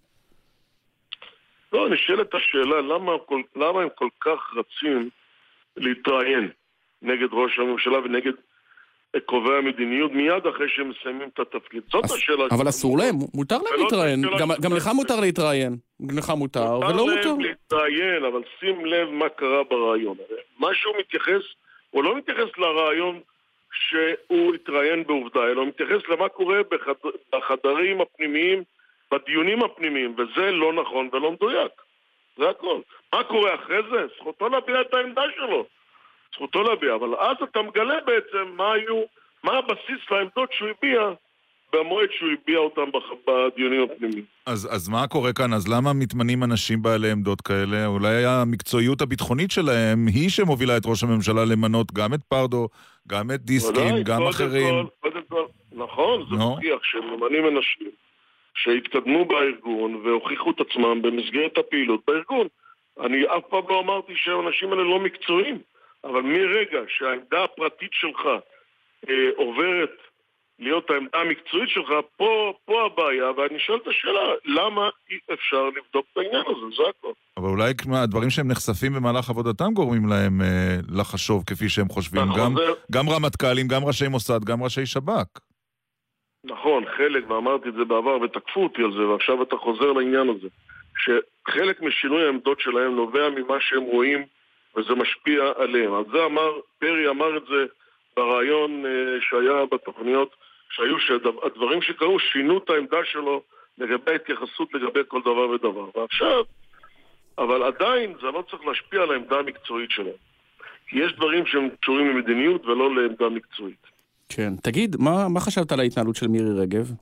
לא, נשאלת השאלה, למה הם כל כך רצים להתראיין נגד ראש הממשלה ונגד קובעי המדיניות מיד אחרי שהם מסיימים את התפקיד? זאת השאלה. אבל אסור להם, מותר להם להתראיין. גם לך מותר להתראיין. לך מותר ולא מותר. מותר להם להתראיין, אבל שים לב מה קרה ברעיון. מה שהוא מתייחס, הוא לא מתייחס לרעיון שהוא התראיין בעובדה, אלא הוא מתייחס למה קורה בחדרים הפנימיים, בדיונים הפנימיים, וזה לא נכון ולא מדויק. זה הכל. מה קורה אחרי זה? זכותו להביע את העמדה שלו. זכותו להביע, אבל אז אתה מגלה בעצם מה הבסיס לעמדות שהוא הביע במועד שהוא הביע אותם בדיונים הפנימיים. אז מה קורה כאן? אז למה מתמנים אנשים בעלי עמדות כאלה? אולי המקצועיות הביטחונית שלהם היא שמובילה את ראש הממשלה למנות גם את פרדו, גם את דיסקין, גם אחרים. קודם כל, נכון, זה מוכיח שהם ממנים אנשים שהתקדמו בארגון והוכיחו את עצמם במסגרת הפעילות בארגון. אני אף פעם לא אמרתי שהאנשים האלה לא מקצועיים, אבל מרגע שהעמדה הפרטית שלך עוברת להיות העמדה המקצועית שלך, פה הבעיה, ואני שואל את השאלה, למה אי אפשר לבדוק את העניין הזה? זה הכל. אבל אולי הדברים שהם נחשפים במהלך עבודתם גורמים להם לחשוב כפי שהם חושבים. גם רמטכ"לים, גם ראשי מוסד, גם ראשי שב"כ. נכון, חלק, ואמרתי את זה בעבר ותקפו אותי על זה, ועכשיו אתה חוזר לעניין הזה, שחלק משינוי העמדות שלהם נובע ממה שהם רואים, וזה משפיע עליהם. אז זה פרי אמר את זה ברעיון שהיה בתוכניות שהיו, שהדברים שקרו שינו את העמדה שלו לגבי ההתייחסות לגבי כל דבר ודבר. ועכשיו, אבל עדיין זה לא צריך להשפיע על העמדה המקצועית שלהם. כי יש דברים שהם קשורים למדיניות ולא לעמדה מקצועית. כן. תגיד, מה חשבת על ההתנהלות של מירי רגב?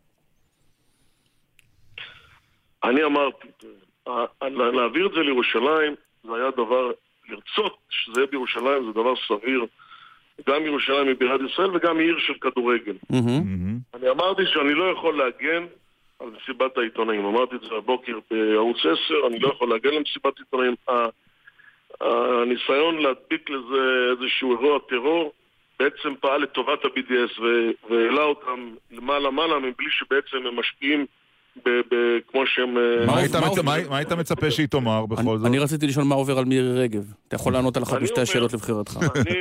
אני אמרתי, להעביר את זה לירושלים, זה היה דבר, לרצות שזה יהיה בירושלים, זה דבר סביר. גם ירושלים היא בירת ישראל וגם עיר של כדורגל. אני אמרתי שאני לא יכול להגן על מסיבת העיתונאים. אמרתי את זה הבוקר בערוץ 10, אני לא יכול להגן על מסיבת העיתונאים. הניסיון להדביק לזה איזשהו אירוע טרור בעצם פעל לטובת ה-BDS והעלה אותם למעלה מבלי שבעצם הם משפיעים כמו שהם... מה היית מצפה שהיא תאמר בכל זאת? אני רציתי לשאול מה עובר על מירי רגב. אתה יכול לענות על אחת משתי השאלות לבחירתך.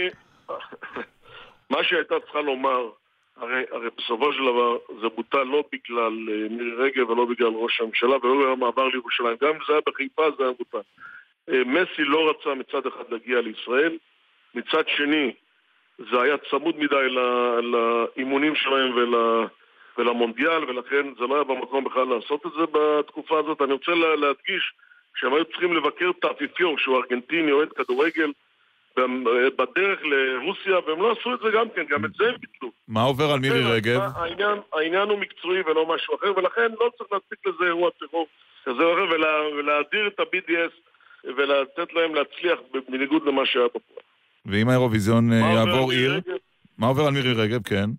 מה שהייתה צריכה לומר, הרי בסופו של דבר זה בוטל לא בגלל מירי רגב ולא בגלל ראש הממשלה ולא בגלל המעבר לירושלים. גם אם זה היה בחיפה זה היה בוטל. מסי לא רצה מצד אחד להגיע לישראל, מצד שני זה היה צמוד מדי לאימונים שלהם ולמונדיאל, ולכן זה לא היה במקום בכלל לעשות את זה בתקופה הזאת. אני רוצה להדגיש שהם היו צריכים לבקר את האפיפיור, שהוא ארגנטיני, אוהד כדורגל, בדרך לרוסיה, והם לא עשו את זה גם כן, גם את זה הם ביטלו. מה עובר על מירי רגב? העניין הוא מקצועי ולא משהו אחר, ולכן לא צריך להספיק לזה אירוע טרור כזה או אחר, ולהדיר את ה-BDS ולתת להם להצליח בניגוד למה שהיה בפועל. ואם האירוויזיון יעבור עיר? מה עובר על מירי רגב, כן?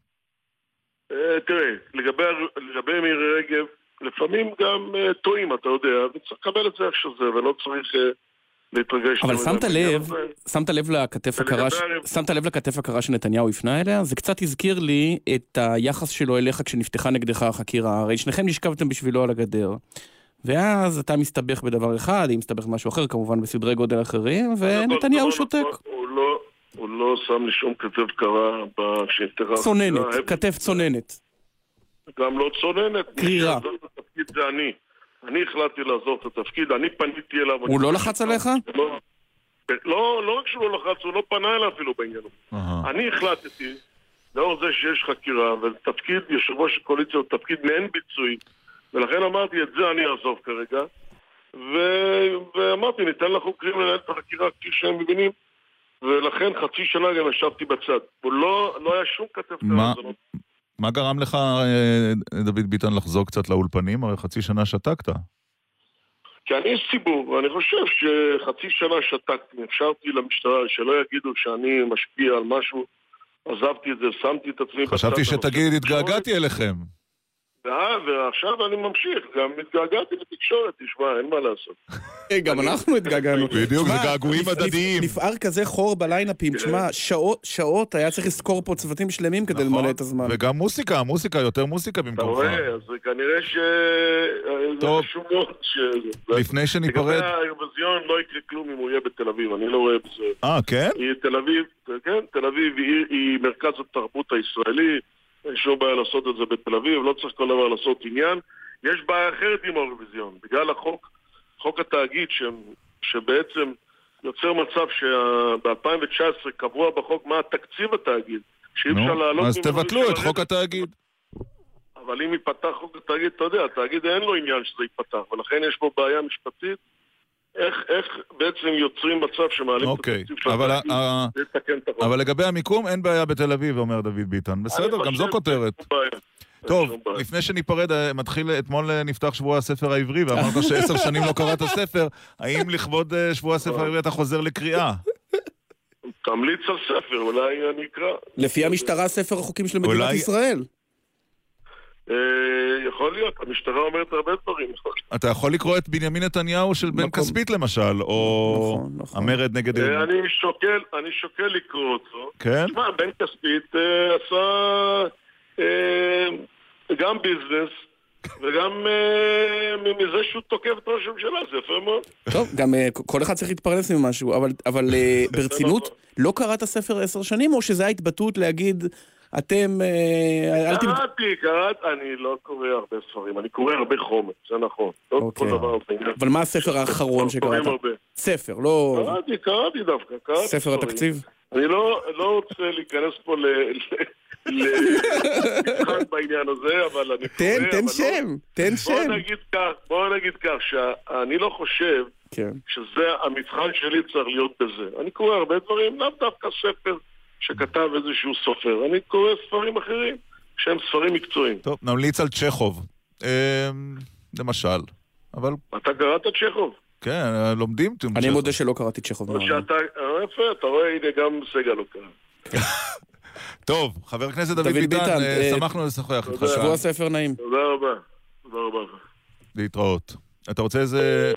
תראה, לגבי מירי רגב, לפעמים גם טועים, אתה יודע, וצריך לקבל את זה איך שזה, ולא צריך להתרגש. אבל שמת לב לכתף הקרה שנתניהו הפנה אליה? זה קצת הזכיר לי את היחס שלו אליך כשנפתחה נגדך החקירה. הרי שניכם נשכבתם בשבילו על הגדר. ואז אתה מסתבך בדבר אחד, היא מסתבך משהו אחר, כמובן בסדרי גודל אחרים, ונתניהו שותק. הוא לא שם לי שום כתף קרה בשנפתחה. צוננת, כתף צוננת. גם לא צוננת. קרירה. התפקיד זה אני החלטתי לעזור את התפקיד, אני פניתי אליו. הוא לא לחץ עליך? לא רק שהוא לא לחץ, הוא לא פנה אליו אפילו בעניין. אני החלטתי, לאור זה שיש חקירה, ותפקיד יושב ראש הקואליציה הוא תפקיד מעין ביצועי, ולכן אמרתי, את זה אני אעזוב כרגע, ואמרתי, ניתן לחוקרים לנהל את החקירה כפי שהם מבינים, ולכן חצי שנה גם ישבתי בצד. הוא לא היה שום כתף קרה. מה גרם לך, דוד ביטן, לחזור קצת לאולפנים? הרי חצי שנה שתקת. כי אני יש ציבור, ואני חושב שחצי שנה שתקתי, אפשרתי למשטרה שלא יגידו שאני משפיע על משהו, עזבתי את זה, שמתי את עצמי בצד. חשבתי שתגיד, התגעגעתי אליכם. ועכשיו אני ממשיך, גם התגעגעתי לתקשורת, תשמע, אין מה לעשות. גם אנחנו התגעגענו. בדיוק, זה געגועים הדדיים. נפער כזה חור בליינאפים, תשמע, שעות היה צריך לזכור פה צוותים שלמים כדי למלא את הזמן. וגם מוסיקה, יותר מוסיקה במקומך. אתה רואה, אז כנראה זה חשוב מאוד לפני שניפרד... לגבי האירוויזיון לא יקרה כלום אם הוא יהיה בתל אביב, אני לא רואה בזה. כן? תל אביב היא מרכז התרבות הישראלי, אין שום בעיה לעשות את זה בתל אביב, לא צריך כל דבר לעשות עניין. יש בעיה אחרת עם האירוויזיון, בגלל חוק התאגיד שבעצם יוצר מצב שב-2019 קבוע בחוק מה התקציב התאגיד, שאי אפשר לעלות... אז תבטלו את חוק התאגיד. אבל אם ייפתח חוק התאגיד, אתה יודע, התאגיד אין לו עניין שזה ייפתח, ולכן יש פה בעיה משפטית, איך בעצם יוצרים מצב שמעלים את התקציב של התאגיד לתקן את החוק. אבל לגבי המיקום אין בעיה בתל אביב, אומר דוד ביטן. בסדר, גם זו כותרת. טוב, לפני שניפרד, אתמול נפתח שבוע הספר העברי, ואמרת ש10 שנים לא קראת הספר, האם לכבוד שבוע הספר העברי אתה חוזר לקריאה? תמליץ על ספר, אולי אני אקרא. לפי המשטרה ספר החוקים של מדינת ישראל. יכול להיות, המשטרה אומרת הרבה דברים. אתה יכול לקרוא את בנימין נתניהו של בן כספית למשל, או המרד נגד... אני שוקל לקרוא אותו. כן? תשמע, בן כספית עשה גם ביזנס, וגם מזה שהוא תוקף את ראש הממשלה, זה יפה מאוד. טוב, גם כל אחד צריך להתפרנס ממשהו, אבל ברצינות, לא קראת ספר 10 שנים, או שזה ההתבטאות להגיד... אתם... קראתי, אני לא קורא הרבה ספרים, אני קורא הרבה חומר, זה נכון. אבל מה הספר האחרון שקראת? ספר, לא... קראתי דווקא. ספר התקציב? אני לא רוצה להיכנס פה למשחק בעניין הזה, אבל אני קורא... תן שם. בוא נגיד כך, שאני לא חושב שזה המבחן שלי צריך להיות בזה. אני קורא הרבה דברים, לאו דווקא ספר שכתב איזשהו סופר. אני קורא ספרים אחרים שהם ספרים מקצועיים. טוב, נמליץ על צ'כוב. למשל. אבל... אתה קראת צ'כוב? כן, לומדים. אני מודה שלא קראתי צ'כוב. או שאתה... יפה, אתה רואה, הנה גם סגל לא קרא. טוב, חבר הכנסת דוד ביטן, שמחנו לשוחח איתך. שבוע ספר נעים. תודה רבה. תודה רבה. להתראות. אתה רוצה איזה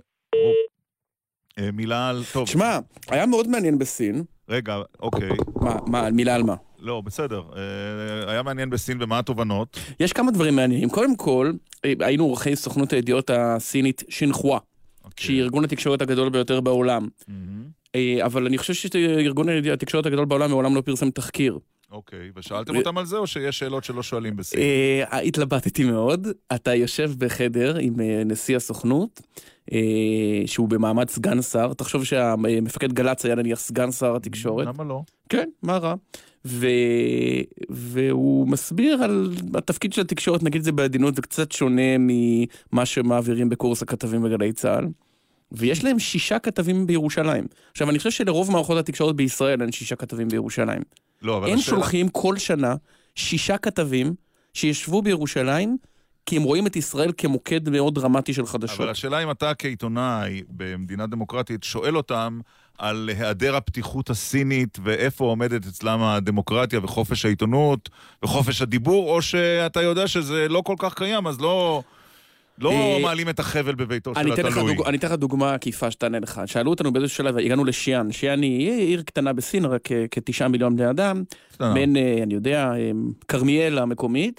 מילה על... טוב. שמע, היה מאוד מעניין בסין. רגע, אוקיי. מה, מילה על מה? לא, בסדר. היה מעניין בסין, ומה התובנות? יש כמה דברים מעניינים. קודם כל, היינו עורכי סוכנות הידיעות הסינית שינחואה, שהיא ארגון התקשורת הגדול ביותר בעולם. אבל אני חושב שארגון התקשורת הגדול בעולם מעולם לא פרסם תחקיר. אוקיי, ושאלתם אותם על זה, או שיש שאלות שלא שואלים בסין? התלבטתי מאוד. אתה יושב בחדר עם נשיא הסוכנות, שהוא במעמד סגן שר. תחשוב שהמפקד גלץ היה נניח סגן שר התקשורת. למה לא? כן, מה רע? והוא מסביר על התפקיד של התקשורת, נגיד זה בעדינות, זה קצת שונה ממה שמעבירים בקורס הכתבים בגלי צה"ל. ויש להם 6 כתבים בירושלים. עכשיו, אני חושב שלרוב מערכות התקשורת בישראל אין 6 כתבים בירושלים. לא, אבל הם שולחים כל שנה 6 כתבים שישבו בירושלים, כי הם רואים את ישראל כמוקד מאוד דרמטי של חדשות. אבל השאלה אם אתה כעיתונאי במדינה דמוקרטית שואל אותם על היעדר הפתיחות הסינית ואיפה עומדת אצלם הדמוקרטיה וחופש העיתונות וחופש הדיבור, או שאתה יודע שזה לא כל כך קיים, אז לא מעלים את החבל בביתו של התלוי. אני אתן לך דוגמה עקיפה שתענה לך. שאלו אותנו באיזשהו שלב, הגענו לשיאן. שיאן היא עיר קטנה בסין, רק כ9 מיליון בני אדם, בין, אני יודע, קרמיאל המקומית,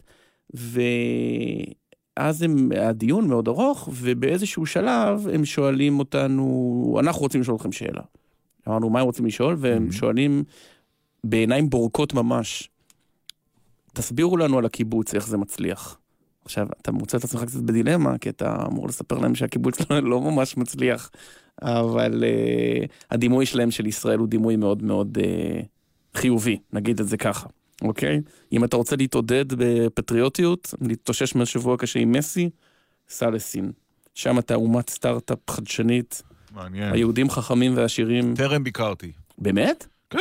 ואז הדיון מאוד ארוך, ובאיזשהו שלב הם שואלים אותנו, אנחנו רוצים לשאול אתכם שאלה. אמרנו, מה הם רוצים לשאול? והם שואלים בעיניים בורקות ממש, תסבירו לנו על הקיבוץ, איך זה מצליח. עכשיו, אתה מוצא את עצמך קצת בדילמה, כי אתה אמור לספר להם שהקיבוץ לא ממש מצליח, אבל הדימוי שלהם של ישראל הוא דימוי מאוד מאוד חיובי, נגיד את זה ככה, אוקיי? אם אתה רוצה להתעודד בפטריוטיות, להתאושש מהשבוע קשה עם מסי, סע לסין. שם אתה אומת סטארט-אפ חדשנית, מעניין. היהודים חכמים ועשירים. טרם ביקרתי. באמת? כן.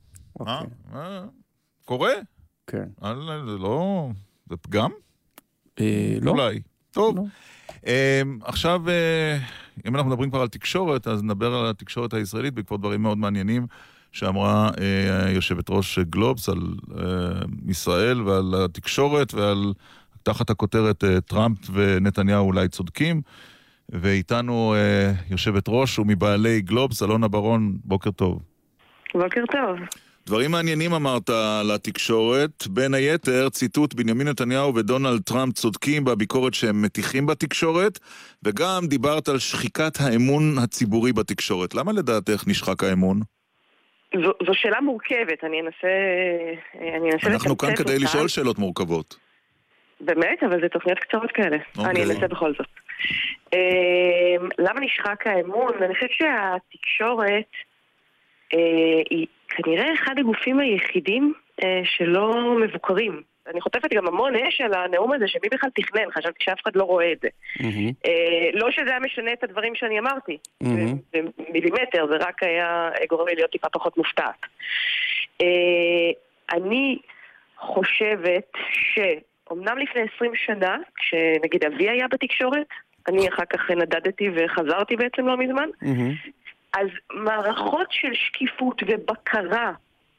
קורה? כן. זה לא... זה פגם? לא. אולי. טוב. עכשיו, אם אנחנו מדברים כבר על תקשורת, אז נדבר על התקשורת הישראלית בעקבות דברים מאוד מעניינים שאמרה יושבת ראש גלובס על ישראל ועל התקשורת ועל תחת הכותרת טראמפ ונתניהו אולי צודקים. ואיתנו יושבת ראש ומבעלי גלובס, אלונה ברון, בוקר טוב. בוקר טוב. דברים מעניינים אמרת על התקשורת, בין היתר ציטוט בנימין נתניהו ודונלד טראמפ צודקים בביקורת שהם מתיחים בתקשורת, וגם דיברת על שחיקת האמון הציבורי בתקשורת. למה לדעתך נשחק האמון? זו שאלה מורכבת, אני אנסה אנחנו כאן כדי לשאול שאלות מורכבות. באמת? אבל זה תוכניות קצרות כאלה. אני אנסה בכל זאת. למה נשחק האמון? אני חושבת שהתקשורת היא כנראה אחד הגופים היחידים שלא מבוקרים. אני חוטפת גם המון אש על הנאום הזה שמי בכלל תכנן, חשבתי שאף אחד לא רואה את זה. לא שזה היה משנה את הדברים שאני אמרתי, במילימטר, זה רק היה גורם לי להיות טיפה פחות מופתעת. אני חושבת שאומנם לפני 20 שנה, כשנגיד אבי היה בתקשורת, אני אחר כך נדדתי וחזרתי בעצם לא מזמן, אז מערכות של שקיפות ובקרה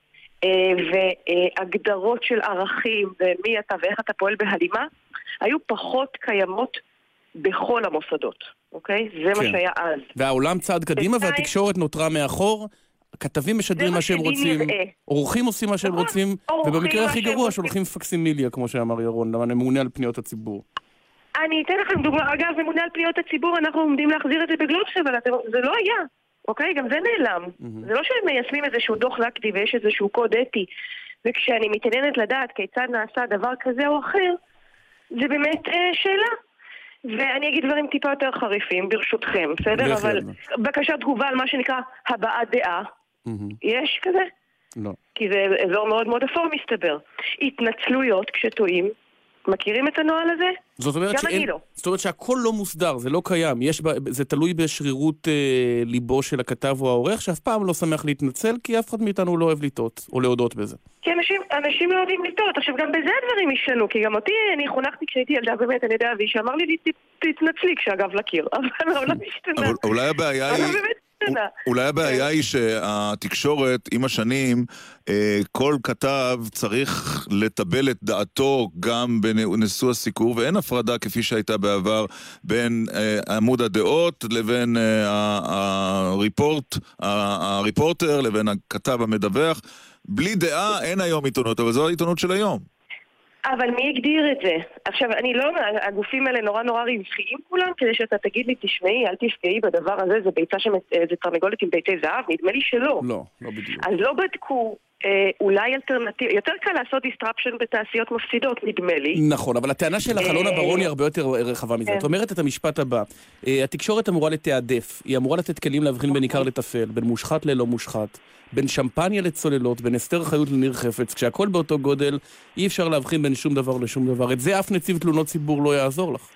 והגדרות של ערכים ומי אתה ואיך אתה פועל בהלימה היו פחות קיימות בכל המוסדות, אוקיי? זה מה שהיה אז. והעולם צעד קדימה והתקשורת נותרה מאחור, כתבים משדרים מה שהם רוצים, עורכים עושים מה שהם רוצים, ובמקרה הכי גרוע שולחים פקסימיליה, כמו שאמר ירון, למה ממונה על פניות הציבור. אני אתן לכם דוגמה, אגב, ממונה על פניות הציבור, אנחנו עומדים להחזיר את זה בגלובס, אבל זה לא היה. אוקיי? גם זה נעלם. זה לא שהם מיישמים איזשהו דוח לקטי ויש איזשהו קוד אתי. וכשאני מתעניינת לדעת כיצד נעשה דבר כזה או אחר, זה באמת שאלה. ואני אגיד דברים טיפה יותר חריפים, ברשותכם, בסדר? אבל בקשת תגובה על מה שנקרא הבעת דעה. יש כזה? לא. כי זה אזור מאוד מאוד אפור מסתבר. התנצלויות כשטועים, מכירים את הנוהל הזה? גם אני לא. זאת אומרת שהכל לא מוסדר, זה לא קיים. זה תלוי בשרירות ליבו של הכתב או העורך, שאף פעם לא שמח להתנצל, כי אף אחד מאיתנו לא אוהב לטעות, או להודות בזה. כי אנשים לא אוהבים לטעות. עכשיו, גם בזה הדברים ישנו, כי גם אותי, אני חונכתי כשהייתי ילדה באמת על ידי אבי, שאמר לי, תתנצלי כשאגב לקיר. אבל העולם השתנה. אבל אולי הבעיה היא שהתקשורת עם השנים, כל כתב צריך לטבל את דעתו גם בנשוא הסיקור, ואין הפרדה כפי שהייתה בעבר בין עמוד הדעות לבין הריפורטר לבין הכתב המדווח. בלי דעה אין היום עיתונות, אבל זו העיתונות של היום. אבל מי הגדיר את זה? עכשיו, הגופים האלה נורא רווחיים כולם, כדי שאתה תגיד לי, תשמעי, אל תפגעי בדבר הזה, זה תרנגולת עם ביתי זהב, נדמה לי שלא. לא בדיוק. אז לא בדקו, אולי אלטרנטיבה, יותר קל לעשות דיסטרפשן בתעשיות מפסידות, נדמה לי. נכון, אבל הטענה של אלונה ברון היא הרבה יותר רחבה מזה. את אומרת את המשפט הבא, התקשורת אמורה לתעדף, היא אמורה לתת כלים להבחין בין עיקר לטפל, בין מושחת ללא מושחת, בין שמפניה לצוללות, בין אסתר חיות לניר חפץ, כשהכל באותו גודל, אי אפשר להבחין בין שום דבר לשום דבר. את זה אף נציב תלונות ציבור לא יעזור לך.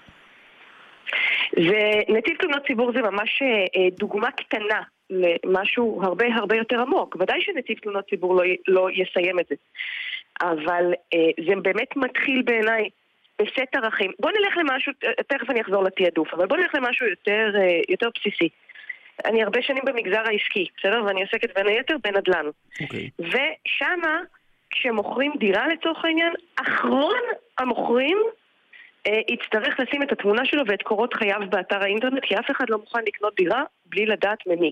ונציב תלונות ציבור זה ממש דוגמה קטנה למשהו הרבה יותר עמוק. ודאי שנציב תלונות ציבור לא יסיים את זה. אבל זה באמת מתחיל בעיניי בסט ערכים. בוא נלך למשהו, תכף אני אחזור לתיעדוף, אבל בוא נלך למשהו יותר בסיסי. אני הרבה שנים במגזר העסקי, בסדר? ואני עוסקת בין היתר בנדל"ן. ושמה, כשמוכרים דירה לצורך העניין, אחרון המוכרים יצטרך לשים את התמונה שלו ואת קורות חייו באתר האינטרנט, כי אף אחד לא מוכן לקנות דירה בלי לדעת ממי.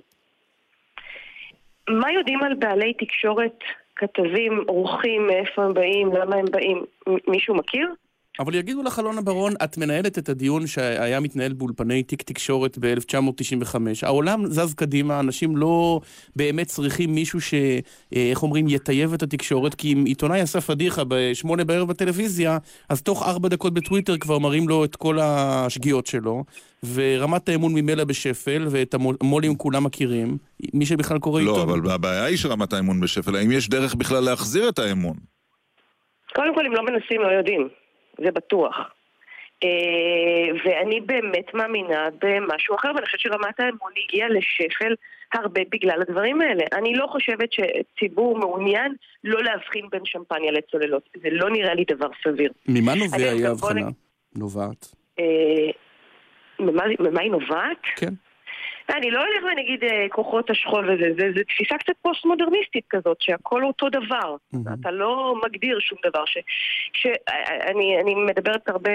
מה יודעים על בעלי תקשורת, כתבים, עורכים, מאיפה הם באים, למה הם באים? מישהו מכיר? אבל יגידו לך אלונה ברון, את מנהלת את הדיון שהיה מתנהל באולפני תיק תקשורת ב-1995. העולם זז קדימה, אנשים לא באמת צריכים מישהו איך אומרים, יטייב את התקשורת, כי אם עיתונאי עשה פדיחה ב-8 בערב בטלוויזיה, אז תוך 4 דקות בטוויטר כבר מראים לו את כל השגיאות שלו, ורמת האמון ממילא בשפל, ואת המולים כולם מכירים, מי שבכלל קורא עיתון. לא, אבל הבעיה היא שרמת האמון בשפל, האם יש דרך בכלל להחזיר את האמון? קודם כל, אם לא מנסים, לא יודעים. זה בטוח. ואני באמת מאמינה במשהו אחר, ואני חושבת שרמת האמון הגיעה לשפל הרבה בגלל הדברים האלה. אני לא חושבת שציבור מעוניין לא להבחין בין שמפניה לצוללות. זה לא נראה לי דבר סביר. ממה נובע היה הבחנה? נובעת? ממה היא נובעת? כן. אני לא הולך ונגיד כוחות השכול וזה, זה תפיסה קצת פוסט-מודרניסטית כזאת, שהכל אותו דבר. אתה לא מגדיר שום דבר. אני מדברת הרבה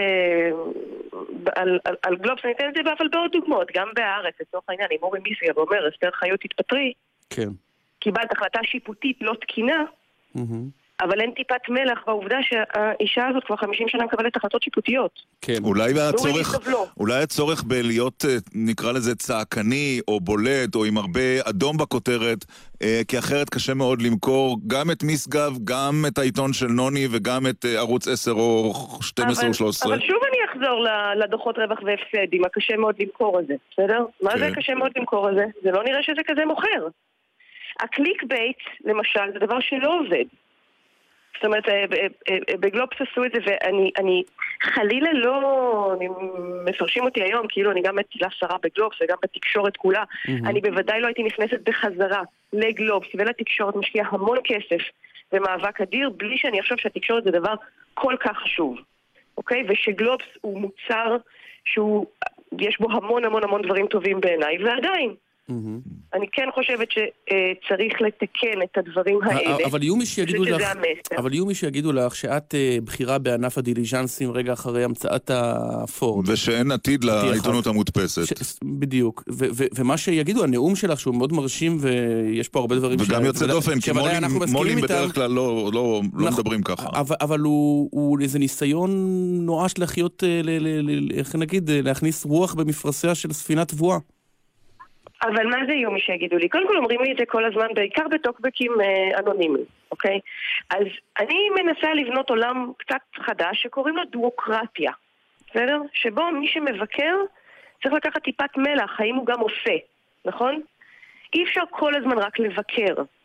על גלובס, אני אתן את זה, אבל בעוד דוגמאות, גם בארץ, לצורך העניין, אם אורי מיסגר ואומר, אסתר חיות תתפטרי, קיבלת החלטה שיפוטית לא תקינה, אבל אין טיפת מלח בעובדה שהאישה הזאת כבר 50 שנה מקבלת החלטות שיפוטיות. כן. אולי הצורך בלהיות, נקרא לזה צעקני או בולט או עם הרבה אדום בכותרת, כי אחרת קשה מאוד למכור גם את מיסגב, גם את העיתון של נוני וגם את ערוץ 10 או 12 או 13. אבל שוב אני אחזור לדוחות רווח והפסדים, הקשה מאוד למכור את זה, בסדר? מה זה קשה מאוד למכור את זה? זה לא נראה שזה כזה מוכר. הקליק בייט, למשל, זה דבר שלא עובד. זאת אומרת, בגלובס עשו את זה, ואני חלילה לא, מפרשים אותי היום, כאילו אני גם מטילה שרה בגלובס וגם בתקשורת כולה, אני בוודאי לא הייתי נכנסת בחזרה לגלובס ולתקשורת, משקיעה המון כסף במאבק אדיר, בלי שאני חושב שהתקשורת זה דבר כל כך חשוב, אוקיי? ושגלובס הוא מוצר יש בו המון המון המון דברים טובים בעיניי, ועדיין, אני כן חושבת שצריך לתקן את הדברים האלה. אבל יהיו מי שיגידו לך שאת בחירה בענף הדיליז'נסים רגע אחרי המצאת הפורד. ושאין עתיד לעיתונות המודפסת. בדיוק. ומה שיגידו, הנאום שלך שהוא מאוד מרשים ויש פה הרבה דברים וגם יוצא דופן, כי מולים בדרך כלל לא מדברים ככה. אבל הוא איזה ניסיון נואש לחיות, איך נגיד, להכניס רוח במפרשיה של ספינת תבואה. אבל מה זה יהיו מי שיגידו לי? קודם כל אומרים לי את זה כל הזמן, בעיקר בטוקבקים אנונימיים, אוקיי? אז אני מנסה לבנות עולם קצת חדש שקוראים לו דמוקרטיה, בסדר? שבו מי שמבקר צריך לקחת טיפת מלח, האם הוא גם עושה, נכון? אי אפשר כל הזמן רק לבקר.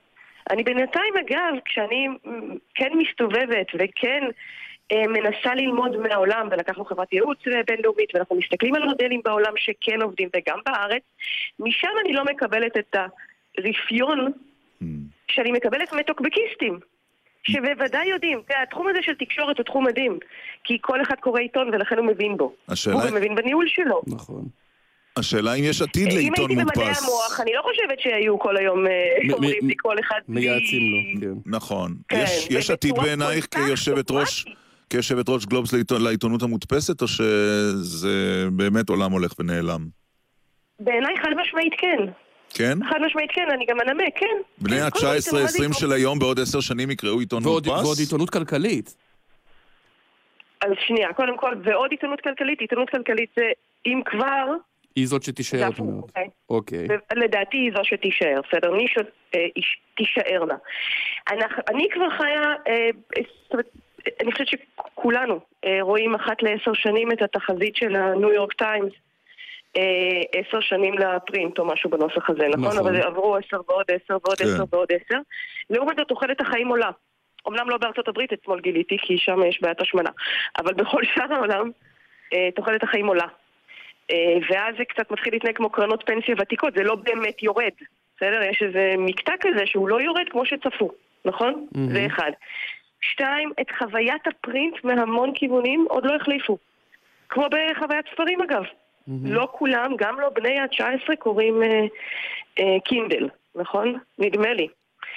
אני בינתיים, אגב, כשאני כן מסתובבת וכן מנסה ללמוד מהעולם, ולקחנו חברת ייעוץ בינלאומית, ואנחנו מסתכלים על מודלים בעולם שכן עובדים וגם בארץ, משם אני לא מקבלת את הרפיון שאני מקבלת מטוקבקיסטים, שבוודאי יודעים, התחום הזה של תקשורת הוא תחום מדהים, כי כל אחד קורא עיתון ולכן הוא מבין בו. הוא מבין בניהול שלו. נכון. השאלה אם יש עתיד לעיתון מודפס. אם הייתי במדעי המוח, אני לא חושבת שהיו כל היום אומרים לי כל אחד מייעצים לו, כן. נכון. יש עתיד בעינייך כיושבת ראש גלובס לעיתונות המודפסת, או שזה באמת עולם הולך ונעלם? בעיניי חד משמעית כן. כן? חד משמעית כן, אני גם אנמק, כן. בני ה-19-20 של היום בעוד 10 שנים יקראו עיתון מודפס? ועוד עיתונות כלכלית. אז שנייה, קודם כל, ועוד עיתונות כלכלית. עיתונות כלכלית זה, אם כבר... היא זאת שתישאר, את אומרת. אוקיי. לדעתי היא זאת שתישאר, בסדר? מי שתישארנה. אני כבר חיה... אני חושבת שכולנו רואים אחת ל10 שנים את התחזית של הניו יורק טיימס, 10 שנים לפרינט או משהו בנוסח הזה, נכון? אבל עברו 10 ועוד 10 ועוד 10 ועוד 10. לעומת זאת, תוחלת החיים עולה. אמנם לא בארצות הברית, אתמול גיליתי, כי שם יש בעיית השמנה. אבל בכל שאר העולם, תוחלת החיים עולה. ואז זה קצת מתחיל להתנהג כמו קרנות פנסיה ותיקות, זה לא באמת יורד. בסדר? יש איזה מקטע כזה שהוא לא יורד כמו שצפו, נכון? זה אחד. 2, את חוויית הפרינט מהמון כיוונים עוד לא החליפו. כמו בחוויית ספרים אגב. לא כולם, גם לא בני ה-19 קוראים קינדל, נכון? נדמה לי.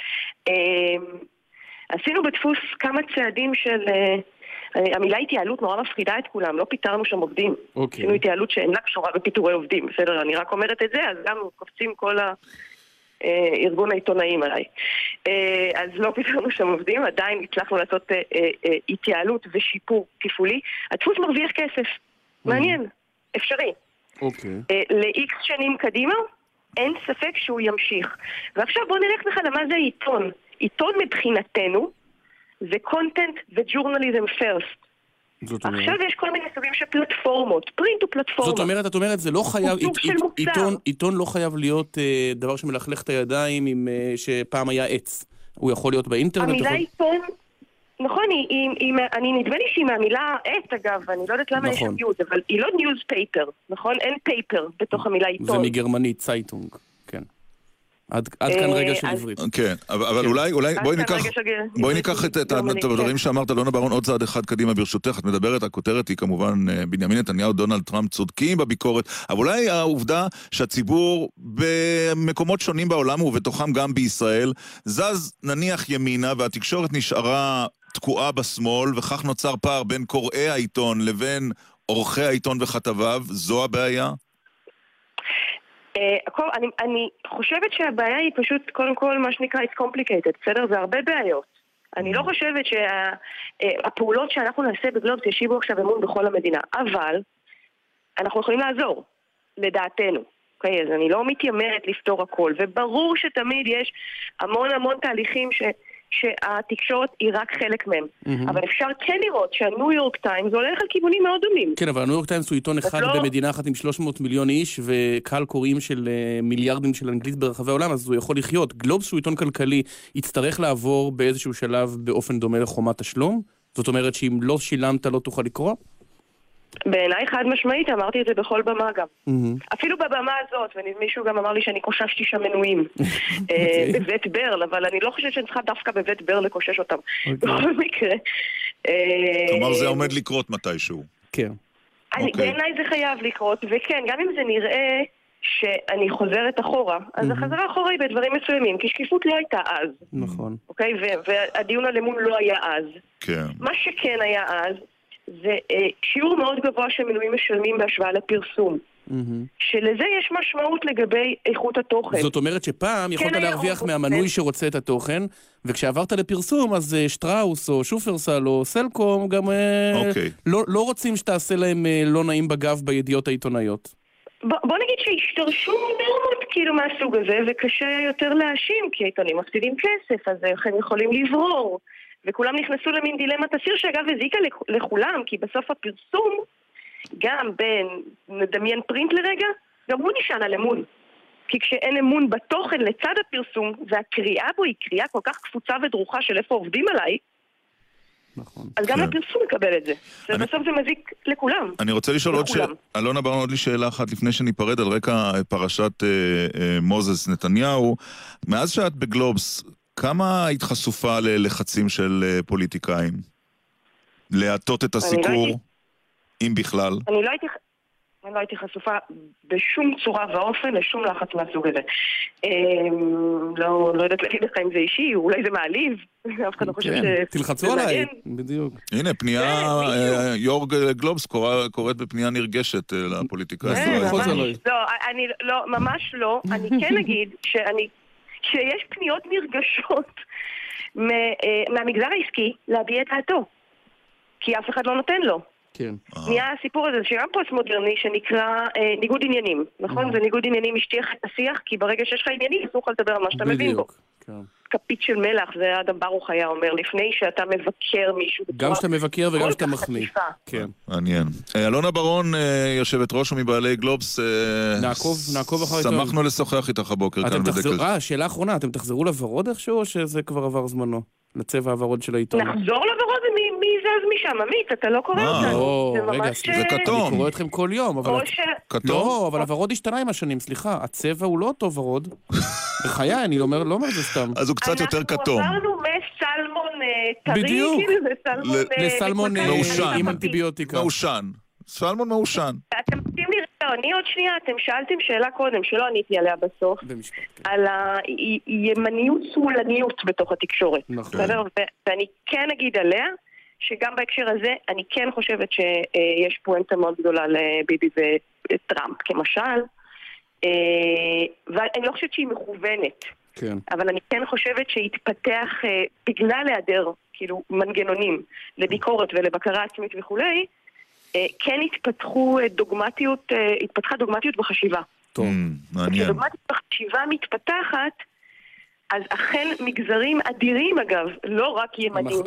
עשינו בדפוס כמה צעדים של... המילה התייעלות נורא מפחידה את כולם, לא פיתרנו שם עובדים. עשינו התייעלות שאינה קשורה בפיתורי עובדים, בסדר? אני רק אומרת את זה, אז גם קופצים כל ארגון העיתונאים עליי. אז לא פיתרנו שם עובדים, עדיין הצלחנו לעשות התייעלות ושיפור תפעולי. הדפוס מרוויח כסף. מעניין, אפשרי. ל-X שנים קדימה, אין ספק שהוא ימשיך. ועכשיו בואו נלך בכלל למה זה עיתון. עיתון מבחינתנו זה content ו-journalism first. עכשיו יש כל מיני סוגים של פלטפורמות, פרינט הוא פלטפורמה. זאת אומרת, את אומרת, זה לא חייב, עיתון לא חייב להיות דבר שמלכלך את הידיים שפעם היה עץ. הוא יכול להיות באינטרנט. המילה עיתון, נכון, אני נדמה לי שהיא מהמילה עץ אגב, אני לא יודעת למה יש ניוז, אבל היא לא ניוז פייפר, נכון? אין פייפר בתוך המילה עיתון. זה מגרמנית, צייטונג, כן. עד כאן רגע של עברית. כן, אבל אולי בואי ניקח את הדברים שאמרת, אלונה בר-און, עוד צעד אחד קדימה ברשותך. את מדברת, הכותרת היא כמובן בנימין נתניהו, דונלד טראמפ צודקים בביקורת, אבל אולי העובדה שהציבור במקומות שונים בעולם ובתוכם גם בישראל זז נניח ימינה והתקשורת נשארה תקועה בשמאל, וכך נוצר פער בין קוראי העיתון לבין עורכי העיתון וכתביו, זו הבעיה? אני חושבת שהבעיה היא פשוט, קודם כל, מה שנקרא, it's complicated, בסדר? זה הרבה בעיות. אני לא חושבת שהפעולות שאנחנו נעשה בגלובס ישיבו עכשיו אמון בכל המדינה, אבל אנחנו יכולים לעזור, לדעתנו. אוקיי, אז אני לא מתיימרת לפתור הכל, וברור שתמיד יש המון תהליכים שהתקשורת היא רק חלק מהם. אבל אפשר כן לראות שהניו יורק טיימס הולך על כיוונים מאוד דומים. כן, אבל הניו יורק טיימס הוא עיתון אחד במדינה אחת עם 300 מיליון איש, וקהל קוראים של מיליארדים של אנגלית ברחבי העולם, אז הוא יכול לחיות. גלובס הוא עיתון כלכלי, יצטרך לעבור באיזשהו שלב באופן דומה לחומת תשלום? זאת אומרת שאם לא שילמת לא תוכל לקרוא? בעיניי חד משמעית, אמרתי את זה בכל במה גם. אפילו בבמה הזאת, ומישהו גם אמר לי שאני קוששתי שם מנויים בבית ברל, אבל אני לא חושבת שאני צריכה דווקא בבית ברל לקושש אותם. בכל מקרה. כלומר זה עומד לקרות מתישהו. כן. בעיניי זה חייב לקרות, וכן, גם אם זה נראה שאני חוזרת אחורה, אז החזרה אחורה היא בדברים מסוימים, כי שקיפות לא הייתה אז. נכון. אוקיי? והדיון על אמון לא היה אז. כן. מה שכן היה אז, זה שיעור מאוד גבוה שמנויים משלמים בהשוואה לפרסום. שלזה יש משמעות לגבי איכות התוכן. זאת אומרת שפעם יכולת להרוויח מהמנוי שרוצה את התוכן, וכשעברת לפרסום אז שטראוס או שופרסל או סלקום גם לא רוצים שתעשה להם לא נעים בגב בידיעות העיתונאיות. בוא נגיד שהשתרשו נורמות כאילו מהסוג הזה, וקשה יותר להאשים, כי העיתונים מפסידים כסף, אז הם יכולים לברור. וכולם נכנסו למין דילמת אסיר, שאגב הזיקה לכולם, כי בסוף הפרסום, גם בין נדמיין פרינט לרגע, גם הוא נשען על אמון. כי כשאין אמון בתוכן לצד הפרסום, והקריאה בו היא קריאה כל כך קפוצה ודרוכה של איפה עובדים עליי, נכון. אז גם הפרסום מקבל את זה. ובסוף זה מזיק לכולם. אני רוצה לשאול עוד אלונה ברון, עוד לי שאלה אחת לפני שניפרד על רקע פרשת מוזס נתניהו. מאז שאת בגלובס, כמה היית חשופה ללחצים של פוליטיקאים? להטות את הסיקור, אם בכלל? אני לא הייתי חשופה בשום צורה ואופן לשום לחץ מהסוג הזה. לא יודעת להגיד לך אם זה אישי, אולי זה מעליב, אף אחד לא חושב תלחצו עליי, בדיוק. הנה, פנייה, יו"ר גלובס קוראת בפנייה נרגשת לפוליטיקה הישראלית. לא, ממש לא. אני כן אגיד שיש פניות נרגשות מהמגזר העסקי להביע את דעתו, כי אף אחד לא נותן לו. כן. נהיה הסיפור הזה שגם פוסט-מודרני שנקרא ניגוד עניינים, נכון? זה ניגוד עניינים משטיח את השיח, כי ברגע שיש לך עניינים אסור לך לדבר על מה שאתה מבין בו. כפית של מלח, זה אדם ברוך היה אומר, לפני שאתה מבקר מישהו. גם שאתה מבקר וגם שאתה מחמיא. כן. מעניין. אלונה ברון, יושבת ראש ומבעלי גלובס, נעקוב אחרי טוב. שמחנו לשוחח איתך הבוקר כאן בדקל. שאלה אחרונה, אתם תחזרו לוורוד איכשהו או שזה כבר עבר זמנו? לצבע הוורוד של העיתון? נחזור לוורוד מי זז משם, עמית, אתה לא קורא אותנו. רגע, זה כתום. אני קורא אתכם כל יום, אבל... לא, אבל הוורוד השתנה עם השנים, סליחה, הצבע הוא לא אותו ורוד. בחיי, אני לא אומר זה סתם. אז הוא קצת יותר כתום. אנחנו עברנו מסלמון טרי, לסלמון עם אנטיביוטיקה. מעושן. סלמון מעושן. אתם רוצים לראות, אני עוד שנייה, אתם שאלתם שאלה קודם, שלא עניתי עליה בסוף, על הימניות שמאלניות בתוך התקשורת. ואני כן אגיד עליה, שגם בהקשר הזה, אני כן חושבת שיש פואנטה מאוד גדולה לביבי וטראמפ, כמשל, ואני לא חושבת שהיא מכוונת, אבל אני כן חושבת שהתפתח בגלל היעדר, כאילו, מנגנונים לביקורת ולבקרה עצמית וכולי, כן התפתחה דוגמטיות בחשיבה. טוב, מעניין. כשדוגמטיות בחשיבה מתפתחת, אז אכן מגזרים אדירים אגב, לא רק ימנים.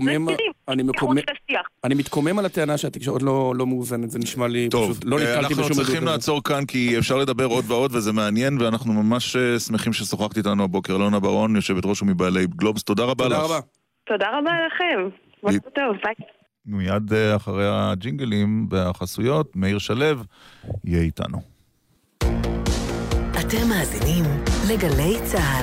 אני מתקומם על הטענה שהתקשורת לא מאוזנת, זה נשמע לי פשוט, לא נתקלתי בשום עדות. אנחנו צריכים לעצור כאן כי אפשר לדבר עוד ועוד וזה מעניין, ואנחנו ממש שמחים ששוחחת איתנו הבוקר. אלונה ברון, יושבת ראש ומבעלי גלובס, תודה רבה לך. תודה רבה לכם. משהו טוב, ביי. מיד אחרי הג'ינגלים והחסויות, מאיר שלו יהיה איתנו. אתם מאזינים לגלי צהל.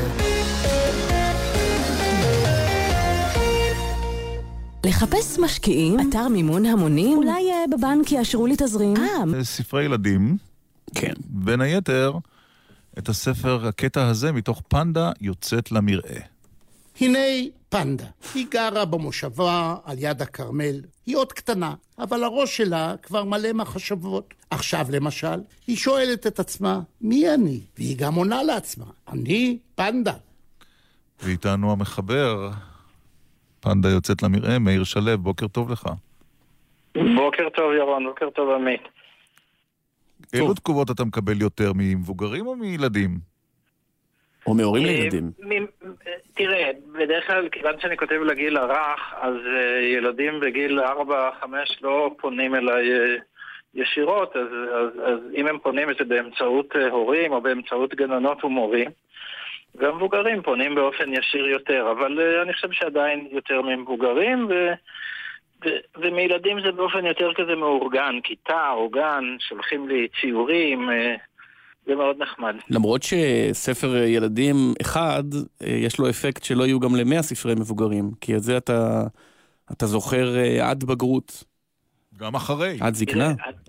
לחפש משקיעים, אתר מימון המונים, אולי בבנק יאשרו לי תזרים. ספרי ילדים, כן. בין היתר, את הספר, הקטע הזה מתוך פנדה יוצאת למראה. הנה פנדה. היא גרה במושבה על יד הכרמל. היא עוד קטנה, אבל הראש שלה כבר מלא מחשבות. עכשיו למשל, היא שואלת את עצמה, מי אני? והיא גם עונה לעצמה, אני פנדה. ואיתנו המחבר, פנדה יוצאת למראה, מאיר שלו, בוקר טוב לך. בוקר טוב ירון, בוקר טוב עמית. אילו תגובות אתה מקבל יותר, ממבוגרים או מילדים? או מהורים לילדים? תראה, בדרך כלל, כיוון שאני כותב לגיל הרך, אז ילדים בגיל 4-5 לא פונים אליי ישירות, אז אם הם פונים את זה באמצעות הורים או באמצעות גננות ומורים, גם מבוגרים פונים באופן ישיר יותר, אבל אני חושב שעדיין יותר ממבוגרים, ומילדים זה באופן יותר כזה מאורגן, כיתה או גן, שולחים לי ציורים, זה מאוד נחמד. למרות שספר ילדים אחד, יש לו אפקט שלא יהיו גם ל100 ספרי מבוגרים, כי את זה אתה זוכר עד בגרות. גם אחרי. עד זקנה.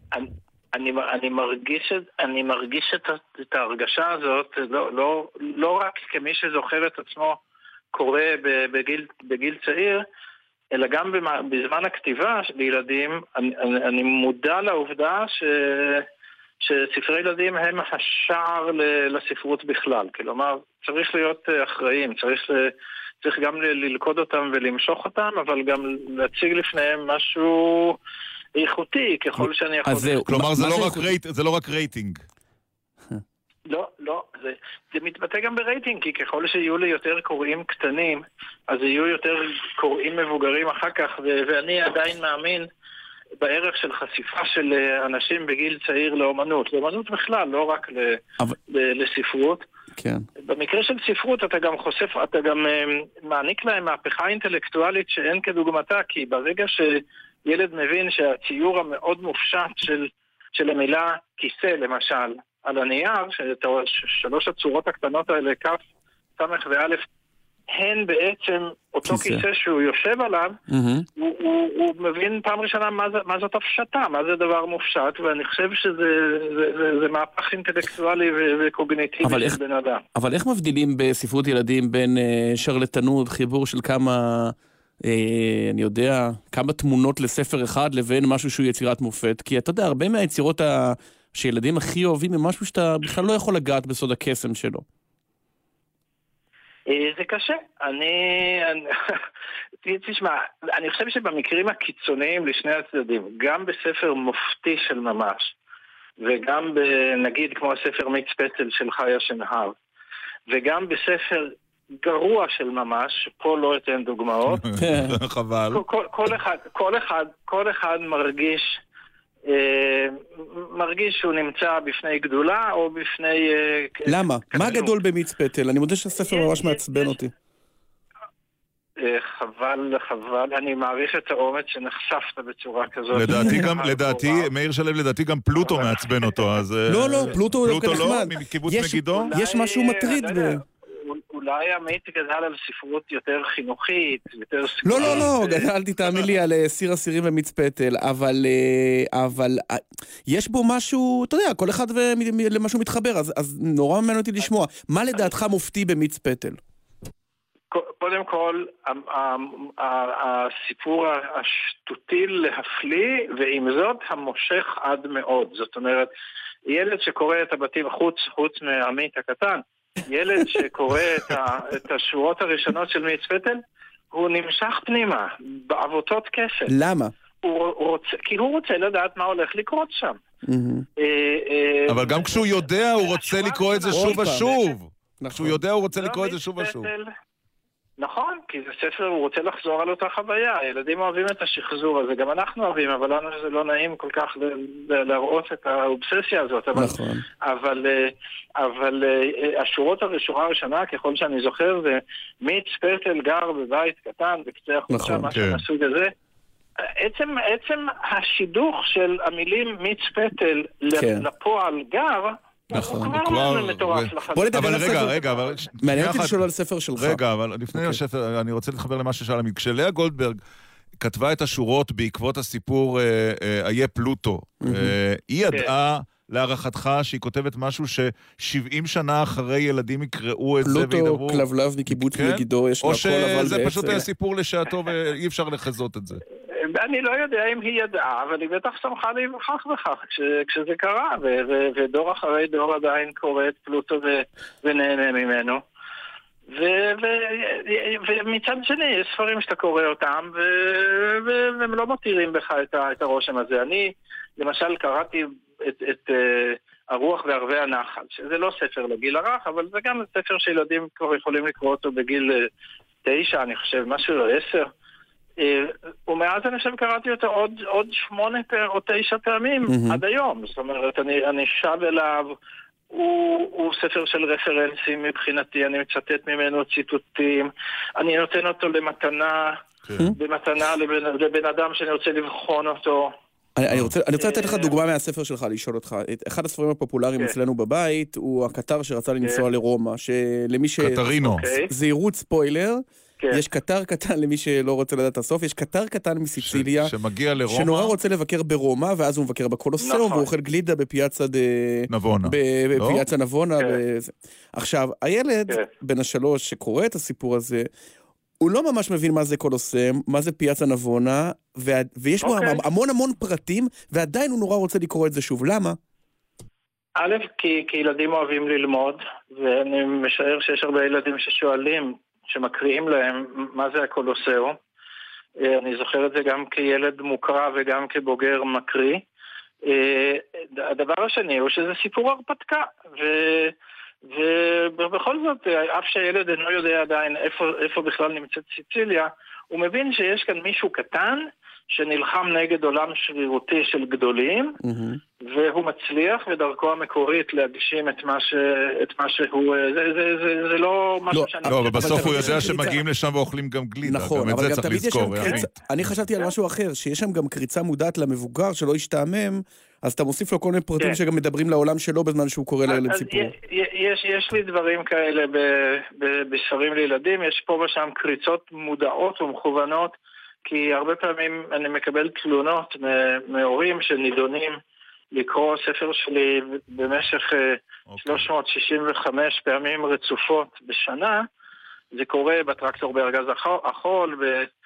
אני מרגיש את ההרגשה הזאת, לא רק כמי שזוכר את עצמו קורא בגיל צעיר, אלא גם בזמן הכתיבה של ילדים, אני מודע לעובדה שספרי ילדים הם השער לספרות בכלל. כלומר, צריך להיות אחראים, צריך גם ללכוד אותם ולמשוך אותם, אבל גם להציג לפניהם משהו איכותי, ככל שאני יכול. כלומר, זה לא רק רייטינג. לא, זה מתבטא גם ברייטינג, כי ככל שיהיו לי יותר קוראים קטנים, אז יהיו יותר קוראים מבוגרים אחר כך, ואני עדיין מאמין בערך של חשיפה של אנשים בגיל צעיר לאומנות. לאומנות בכלל, לא רק לספרות. כן. במקרה של ספרות אתה גם חושף, אתה גם מעניק להם מהפכה אינטלקטואלית שאין כדוגמתה, כי ברגע שילד מבין שהציור המאוד מופשט של המילה כיסא, למשל, על הנייר, שלוש הצורות הקטנות האלה, כף, סמך ואלף, הן בעצם אותו כיסא שהוא יושב עליו, הוא מבין פעם ראשונה מה זאת הפשטה, מה זה דבר מופשט, ואני חושב שזה מהפך אינטלקטואלי וקוגניטיבי של בן אדם. אבל איך מבדילים בספרות ילדים בין שרלטנות, חיבור של כמה, אני יודע, כמה תמונות לספר אחד, לבין משהו שהוא יצירת מופת? כי אתה יודע, הרבה מהיצירות שילדים הכי אוהבים הם משהו שאתה בכלל לא יכול לגעת בסוד הקסם שלו. זה קשה. תשמע, אני חושב שבמקרים הקיצוניים לשני הצדדים, גם בספר מופתי של ממש, וגם נגיד כמו הספר מיץ פטל של חיה שנהב, וגם בספר גרוע של ממש, פה לא אתן דוגמאות. חבל. כל אחד מרגיש שהוא נמצא בפני גדולה או בפני... למה? מה גדול במיץ פטל? אני מודה שהספר ממש מעצבן אותי. חבל, אני מעריך את האומץ שנחשפת בצורה כזאת. לדעתי, מאיר שלו, לדעתי גם פלוטו מעצבן אותו, אז... לא, פלוטו לא, מקיבוץ מגידו? יש משהו מטריד ב... אולי עמית גדל על ספרות יותר חינוכית, יותר... לא, גדלתי, תאמין לי, על סיר הסירים ומיץ פטל, אבל יש בו משהו, אתה יודע, כל אחד למשהו מתחבר, אז נורא ממנו אותי לשמוע. מה לדעתך מופתי במיץ פטל? קודם כל, הסיפור השטותי להפליא, ועם זאת המושך עד מאוד. זאת אומרת, ילד שקורא את הבתים חוץ מעמית הקטן, ילד שקורא את השורות הראשונות של מיץ פטל, הוא נמשך פנימה, בעבותות כסף. למה? כי הוא רוצה לדעת מה הולך לקרות שם. אבל גם כשהוא יודע, הוא רוצה לקרוא את זה שוב ושוב. כשהוא יודע, הוא רוצה לקרוא את זה שוב ושוב. נכון, כי זה ספר, הוא רוצה לחזור על אותה חוויה. הילדים אוהבים את השחזור הזה, גם אנחנו אוהבים, אבל לנו זה לא נעים כל כך להראות את האובססיה הזאת. נכון. אבל השורות הראשונה, ככל שאני זוכר, זה מיץ פטל גר בבית קטן, בקצה החוצה, משהו מהסוג הזה. עצם השידוך של המילים מיץ פטל לפועל גר, נכון, הוא כבר מטורף לחלוטין. אבל רגע, מעניין אותי לשאול על ספר שלך. רגע, אבל לפני הספר, אני רוצה להתחבר למה ששאל עמית. כשלאה גולדברג כתבה את השורות בעקבות הסיפור איה פלוטו, היא ידעה להערכתך שהיא כותבת משהו ש70 שנה אחרי ילדים יקראו את זה וידברו? פלוטו כלבלב מקיבוץ מגידו, יש לה הכל, אבל או שזה פשוט היה סיפור לשעתו ואי אפשר לחזות את זה. אני לא יודע אם היא ידעה, אבל היא בטח שמחה להיווכח בכך כשזה קרה, ודור אחרי דור עדיין קורא את פלוטו ונהנה ממנו. ומצד שני, יש ספרים שאתה קורא אותם, והם לא מותירים בך את הרושם הזה. אני, למשל, קראתי את הרוח וערבי הנחל, שזה לא ספר לגיל הרך, אבל זה גם ספר שילדים כבר יכולים לקרוא אותו בגיל 9, אני חושב, משהו 10. ומאז אני חושב קראתי אותו עוד 8 או 9 פעמים עד היום. זאת אומרת, אני שב אליו, הוא ספר של רפרנסים מבחינתי, אני מצטט ממנו ציטוטים, אני נותן אותו במתנה לבן אדם שאני רוצה לבחון אותו. אני רוצה לתת לך דוגמה מהספר שלך, לשאול אותך. אחד הספרים הפופולריים אצלנו בבית הוא הקטר שרצה לנסוע לרומא, שלמי קטרינו. זהירות ספוילר, יש קטר קטן למי שלא רוצה לדעת הסוף, יש קטר קטן מסיציליה, שמגיע לרומא, שנורא רוצה לבקר ברומא, ואז הוא מבקר בקולוסיאום, והוא אוכל גלידה בפיאצה נבונה. בפיאצה נבונה. עכשיו, הילד בן 3 שקורא את הסיפור הזה, הוא לא ממש מבין מה זה קולוסיאום, מה זה פיאצה נבונה, ויש בו המון פרטים, ועדיין הוא נורא רוצה לקרוא את זה שוב. למה? א', כי ילדים אוהבים ללמוד, ואני משער שיש הרבה ילדים ששואלים, שמקריאים להם מה זה הקולוסיאום. אני זוכר את זה גם כילד מוקרא וגם כבוגר מקריא. הדבר השני הוא שזה סיפור הרפתקה, ובכל זאת, אף שהילד אינו יודע עדיין איפה בכלל נמצאת סיציליה, הוא מבין שיש כאן מישהו קטן שנלחם נגד עולם שרירותי של גדולים, והוא מצליח בדרכו המקורית להגשים את מה שהוא, זה לא משהו שאני... לא, אבל בסוף הוא יודע שמגיעים לשם ואוכלים גם גלידה. נכון, אבל גם תמיד יש שם קריצה. אני חשבתי על משהו אחר, שיש שם גם קריצה מודעת למבוגר שלא ישתעמם, אז אתה מוסיף לו כל מיני פרטים שגם מדברים לעולם שלו בזמן שהוא קורא לילד סיפור. יש לי דברים כאלה בספרים לילדים, יש פה ושם קריצות מודעות ומכוונות, כי הרבה פעמים אני מקבל תלונות מהורים שנידונים לקרוא ספר שלי במשך 365 פעמים רצופות בשנה. זה קורה בטרקטור בארגז החול,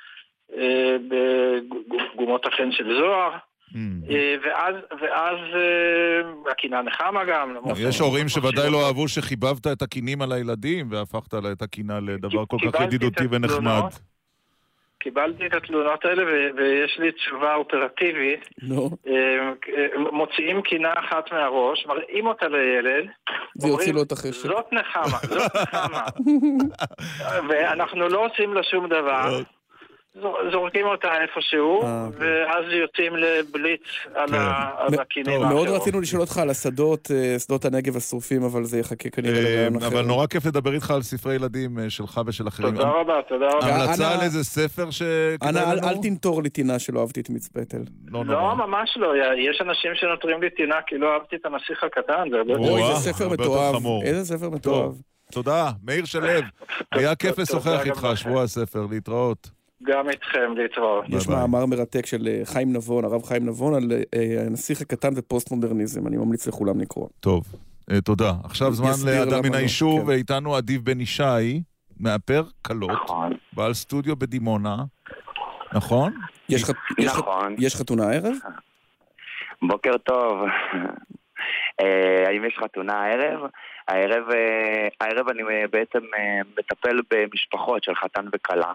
בגומות החן של זוהר, ואז הקינה נחמה גם. יש הורים שוודאי לא אהבו שחיבבת את הקינים על הילדים והפכת את הקינה לדבר כל כך ידידותי ונחמד. קיבלתי את התלונות האלה ויש לי תשובה אופרטיבית. מוציאים קינה אחת מהראש, מראים אותה לילד, אומרים, זאת נחמה, זאת נחמה. ואנחנו לא עושים לה שום דבר. זורקים אותה איפשהו, ואז יוצאים לבליץ על הקינים. מאוד רצינו לשאול אותך על שדות הנגב השרופים, אבל זה יחכה כנראה לרעיון אחר. אבל נורא כיף לדבר איתך על ספרי ילדים שלך ושל אחרים. תודה רבה, תודה רבה. המלצה על איזה ספר אנא, אל תנטור לי טינה שלא אהבתי את מצפתל. לא, ממש לא. יש אנשים שנותרים לי טינה כי לא אהבתי את הנסיך הקטן. אוי, זה ספר מתואב. איזה ספר מתואב. תודה, מאיר שלו. היה כיף לשוחח איתך, שבוע הספר, להתראות. גם איתכם, להתראות. יש מאמר מרתק של חיים נבון, הרב חיים נבון, על הנסיך הקטן ופוסט-מודרניזם. אני ממליץ לכולם לקרוא. טוב, תודה. עכשיו זמן לאדם מן היישוב, ואיתנו אדיב בן ישי, מאפר קלות, בעל סטודיו בדימונה. נכון? נכון. יש חתונה הערב? בוקר טוב. האם יש חתונה הערב? הערב אני בעצם מטפל במשפחות של חתן וכלה.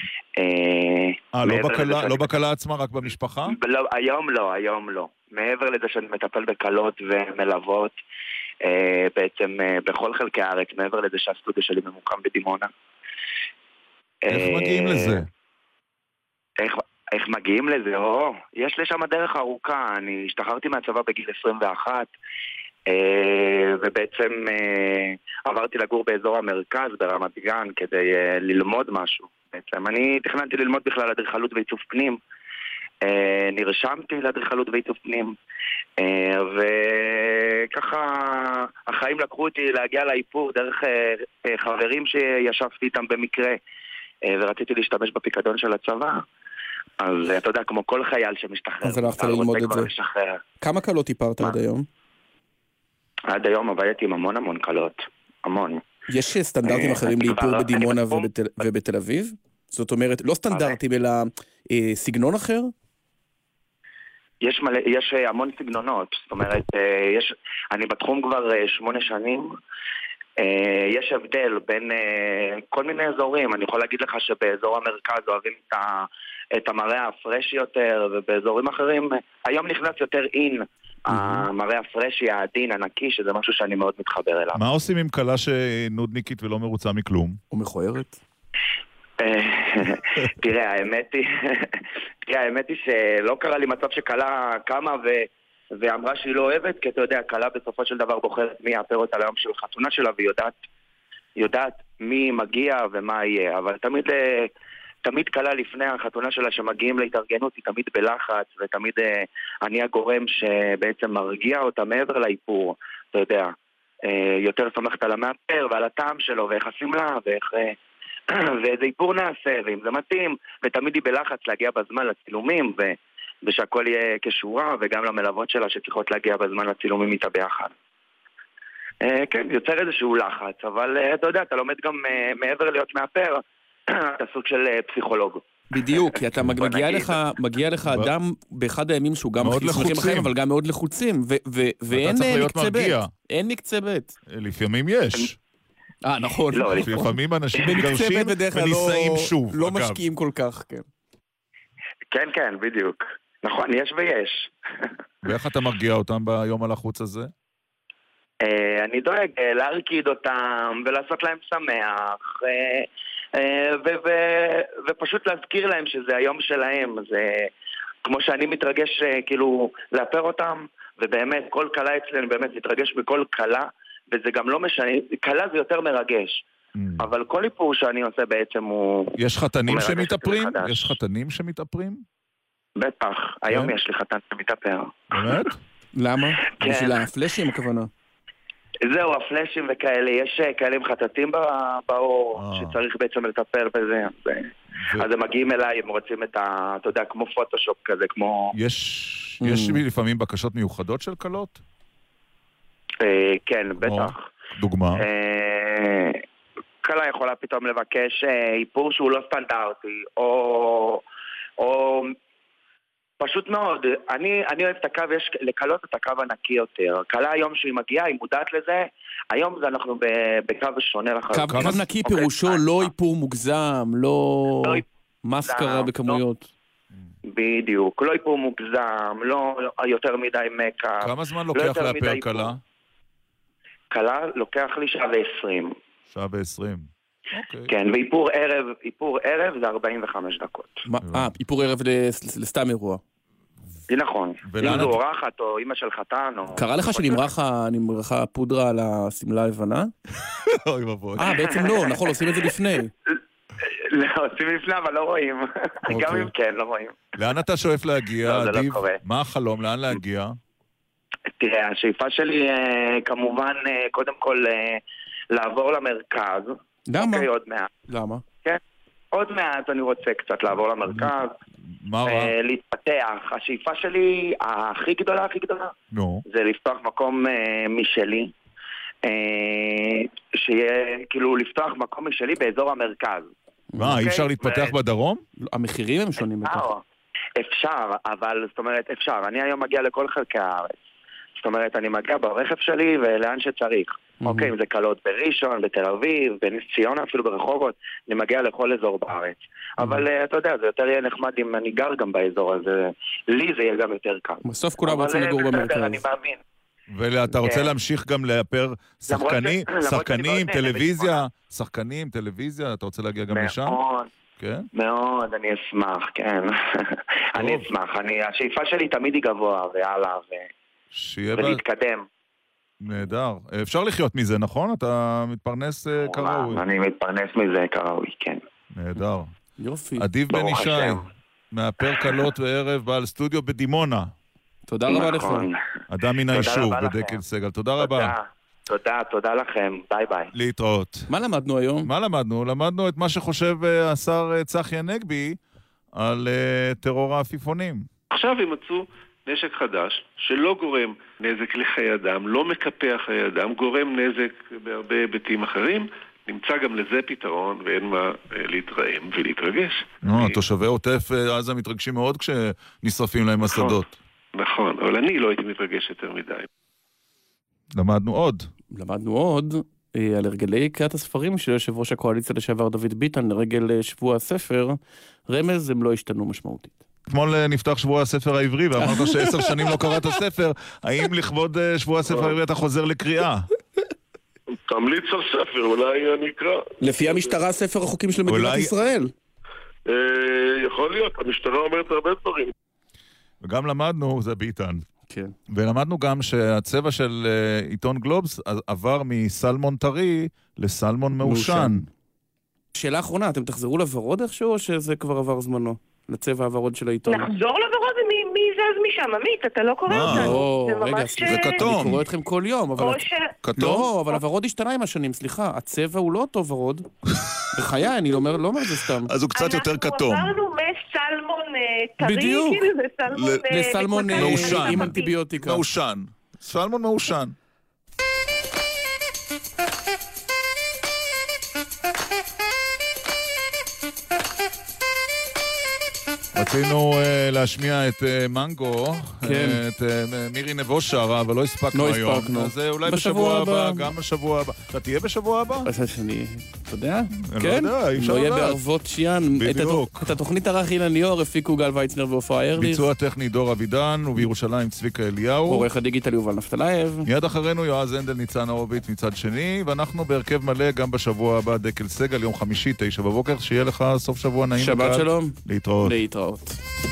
לא בקלה עצמה, רק במשפחה? היום לא. מעבר לזה שאני מטפל בקלות ומלוות בעצם בכל חלקי הארץ, מעבר לזה שהסטודיו שלי ממוקם בדימונה. איך מגיעים לזה? איך מגיעים לזה? יש לי שם דרך ארוכה. אני השתחררתי מהצבא בגיל 21, ובעצם עברתי לגור באזור המרכז ברמת גן כדי ללמוד משהו. בעצם אני תכננתי ללמוד בכלל אדריכלות ועיצוב פנים, נרשמתי לאדריכלות ועיצוב פנים, וככה החיים לקחו אותי להגיע לאיפור דרך חברים שישבתי איתם במקרה, ורציתי להשתמש בפיקדון של הצבא. אז אתה יודע, כמו כל חייל שמשתחרר, אז הלכת ללמוד את זה. כמה קלות טיפרת עד היום? עד היום עבדתי עם המון קלות, המון. יש סטנדרטים אחרים לאיפור בדימונה ובתל אביב? זאת אומרת, לא סטנדרטים, אלא סגנון אחר? יש המון סגנונות, זאת אומרת, אני בתחום כבר 8 שנים, יש הבדל בין כל מיני אזורים. אני יכול להגיד לך שבאזור המרכז אוהבים את המראה הפרשי יותר, ובאזורים אחרים היום נכנס יותר אין המראה הפרשי, העדין, הנקי, שזה משהו שאני מאוד מתחבר אליו. מה עושים עם קלה שנודניקית ולא מרוצה מכלום? או מכוערת? תראה, האמת היא שלא קרה לי מצב שקלה קמה ואמרה שהיא לא אוהבת, כי אתה יודע, קלה בסופו של דבר בוחרת מי יאפר אותה ליום של חתונה שלה, ויודעת מי מגיע ומה יהיה, אבל תמיד קלה לפני החתונה שלה שמגיעים להתארגנות, היא תמיד בלחץ, ותמיד אני הגורם שבעצם מרגיע אותה מעבר לאיפור, אתה יודע, יותר סומכת על המאפר ועל הטעם שלו, ואיך עושים לה, ואיזה איפור נעשה, ואם זה מתאים, ותמיד היא בלחץ להגיע בזמן לצילומים, ושהכל יהיה כשורה, וגם למלוות שלה שצריכות להגיע בזמן לצילומים איתה ביחד. כן, יוצר איזשהו לחץ, אבל אתה יודע, אתה לומד גם מעבר להיות מאפר, אתה סוג של פסיכולוג. בדיוק, כי אתה מגיע לך אדם באחד הימים שהוא גם הכי שמחים בחיים, אבל גם מאוד לחוצים, ואין מקצה ב'. אין מקצה ב'. לפעמים יש. נכון. לפעמים אנשים מתגרשים ונישאים שוב. לא משקיעים כל כך, כן. כן, בדיוק. נכון, יש ויש. ואיך אתה מרגיע אותם ביום הלחוץ הזה? אני דואג להרקיד אותם ולעשות להם שמח, ופשוט להזכיר להם שזה היום שלהם. כמו שאני מתרגש כאילו לאפר אותם, ובאמת כל קלה אצלי אני באמת מתרגש בכל קלה, וזה גם לא משנה, קלה זה יותר מרגש. אבל כל איפור שאני עושה בעצם הוא... יש חתנים שמתאפרים? יש חתנים שמתאפרים? בטח, היום יש לי חתן שמתאפר. באמת? למה? בשביל הפלאשים הכוונה. זהו, הפלאשים וכאלה, יש כאלה עם חטטים באור, שצריך בעצם לטפל בזה. אז הם מגיעים אליי, הם רוצים את ה... אתה יודע, כמו פוטושופ כזה, כמו... יש לפעמים בקשות מיוחדות של קלות? כן, בטח. דוגמה? קלה יכולה פתאום לבקש איפור שהוא לא סטנדרטי, או פשוט מאוד, אני אוהב את הקו, יש לקלות את הקו הנקי יותר. קלה היום שהיא מגיעה, היא מודעת לזה, היום אנחנו בקו שונה לחלוטין. קו נקי פירושו לא איפור מוגזם, לא מסקרה בכמויות. בדיוק, לא איפור מוגזם, לא יותר מדי מקה. כמה זמן לוקח לאפר קלה? קלה לוקח לי שעה ו-20. שעה ו-20. כן, ואיפור ערב זה 45 דקות. איפור ערב לסתם אירוע. נכון. אם זו אורחת או אמא של חתן או... קרה לך שנמרחה פודרה על הסמלה הלבנה? אוי מבוי. בעצם לא, נכון, עושים את זה לפני. לא, עושים לפני, אבל לא רואים. גם אם כן, לא רואים. לאן אתה שואף להגיע, אדיב? מה החלום? לאן להגיע? תראה, השאיפה שלי כמובן, קודם כל, לעבור למרכז. למה? עוד מעט. למה? כן, עוד מעט אני רוצה קצת לעבור למרכז. מה רע? להתפתח. השאיפה שלי, הכי גדולה, זה לפתוח מקום משלי. שיהיה, כאילו, לפתוח מקום משלי באזור המרכז. מה, אי אפשר להתפתח בדרום? המחירים הם שונים בטח. אפשר, אבל, זאת אומרת, אפשר. אני היום מגיע לכל חלקי הארץ. זאת אומרת, אני מגיע ברכב שלי ולאן שצריך. אוקיי, אם זה קלות בראשון, בתל אביב, בנס ציונה, אפילו ברחובות, אני מגיע לכל אזור בארץ. אבל אתה יודע, זה יותר יהיה נחמד אם אני גר גם באזור הזה. לי זה יהיה גם יותר קל. בסוף כולם רוצים לגור במרכז. אני מאמין. ואתה רוצה להמשיך גם לאפר שחקנים, טלוויזיה? שחקנים, טלוויזיה, אתה רוצה להגיע גם לשם? מאוד, אני אשמח, כן. אני אשמח. השאיפה שלי תמיד היא גבוה, והלאה, ולהתקדם. נהדר. אפשר לחיות מזה, נכון? אתה מתפרנס כראוי. אני מתפרנס מזה כראוי, כן. נהדר. יופי. אדיב בן ישי, מאפר קלות וערב, בעל סטודיו בדימונה. תודה רבה לך. אדם מן היישוב בדקל סגל. תודה רבה. תודה לכם. ביי ביי. להתראות. מה למדנו היום? מה למדנו? למדנו את מה שחושב השר צחי הנגבי על טרור העפיפונים. עכשיו הם מצאו נשק חדש שלא גורם נזק לחיי אדם, לא מקפח חיי אדם, גורם נזק בהרבה היבטים אחרים. נמצא גם לזה פתרון, ואין מה להתרעם ולהתרגש. תושבי עוטף עזה מתרגשים מאוד כשנשרפים להם השדות. נכון, אבל אני לא הייתי מתרגש יותר מדי. למדנו עוד על הרגלי קריאת הספרים של יושב ראש הקואליציה לשעבר דוד ביטן לרגל שבוע הספר. רמז, הם לא השתנו משמעותית. אתמול נפתח שבוע הספר העברי, ואמרת ש10 שנים לא קראת הספר. האם לכבוד שבוע הספר העברי אתה חוזר לקריאה? תמליץ על ספר, אולי אני אקרא. לפי המשטרה, ספר החוקים של מדינת ישראל. יכול להיות, המשטרה אומרת הרבה דברים. וגם למדנו, זה ביטן. כן. ולמדנו גם שהצבע של עיתון גלובס עבר מסלמון טרי לסלמון מעושן. שאלה אחרונה, אתם תחזרו לוורוד איכשהו, או שזה כבר עבר זמנו? לצבע הוורוד של העיתון? נחזור לוורוד, מי זז משם? עמית, אתה לא קורא אותנו. רגע, זה כתום. אני קורא אתכם כל יום, אבל... לא, אבל הוורוד השתנה עם השנים, סליחה. הצבע הוא לא אותו ורוד. בחיי, אני לא אומר את זה סתם. אז הוא קצת יותר כתום. אנחנו עברנו מסלמון טרי, בדיוק. לסלמון עם אנטיביוטיקה. מעושן. סלמון מעושן. רצינו להשמיע את מנגו, את מירי נבו שרה, אבל לא הספקנו היום. אז אולי בשבוע הבא, גם בשבוע הבא. אתה תהיה בשבוע הבא? אתה יודע? כן. לא יהיה בערבות שיאן. בדיוק. את התוכנית ערך אילן ליאור, הפיקו גל ויצנר ועופרה ארליך. ביצוע טכני דור אבידן, ובירושלים צביקה אליהו. עורך הדיגיטל יובל נפתלייב. מיד אחרינו יועז הנדל, ניצן הורוביץ מצד שני, ואנחנו בהרכב מלא גם בשבוע הבא, דקל סגל, יום חמישי, 9 בבוקר. שיהיה לך סוף שבוע נעים. שבת שלום. להתראות. להתראות.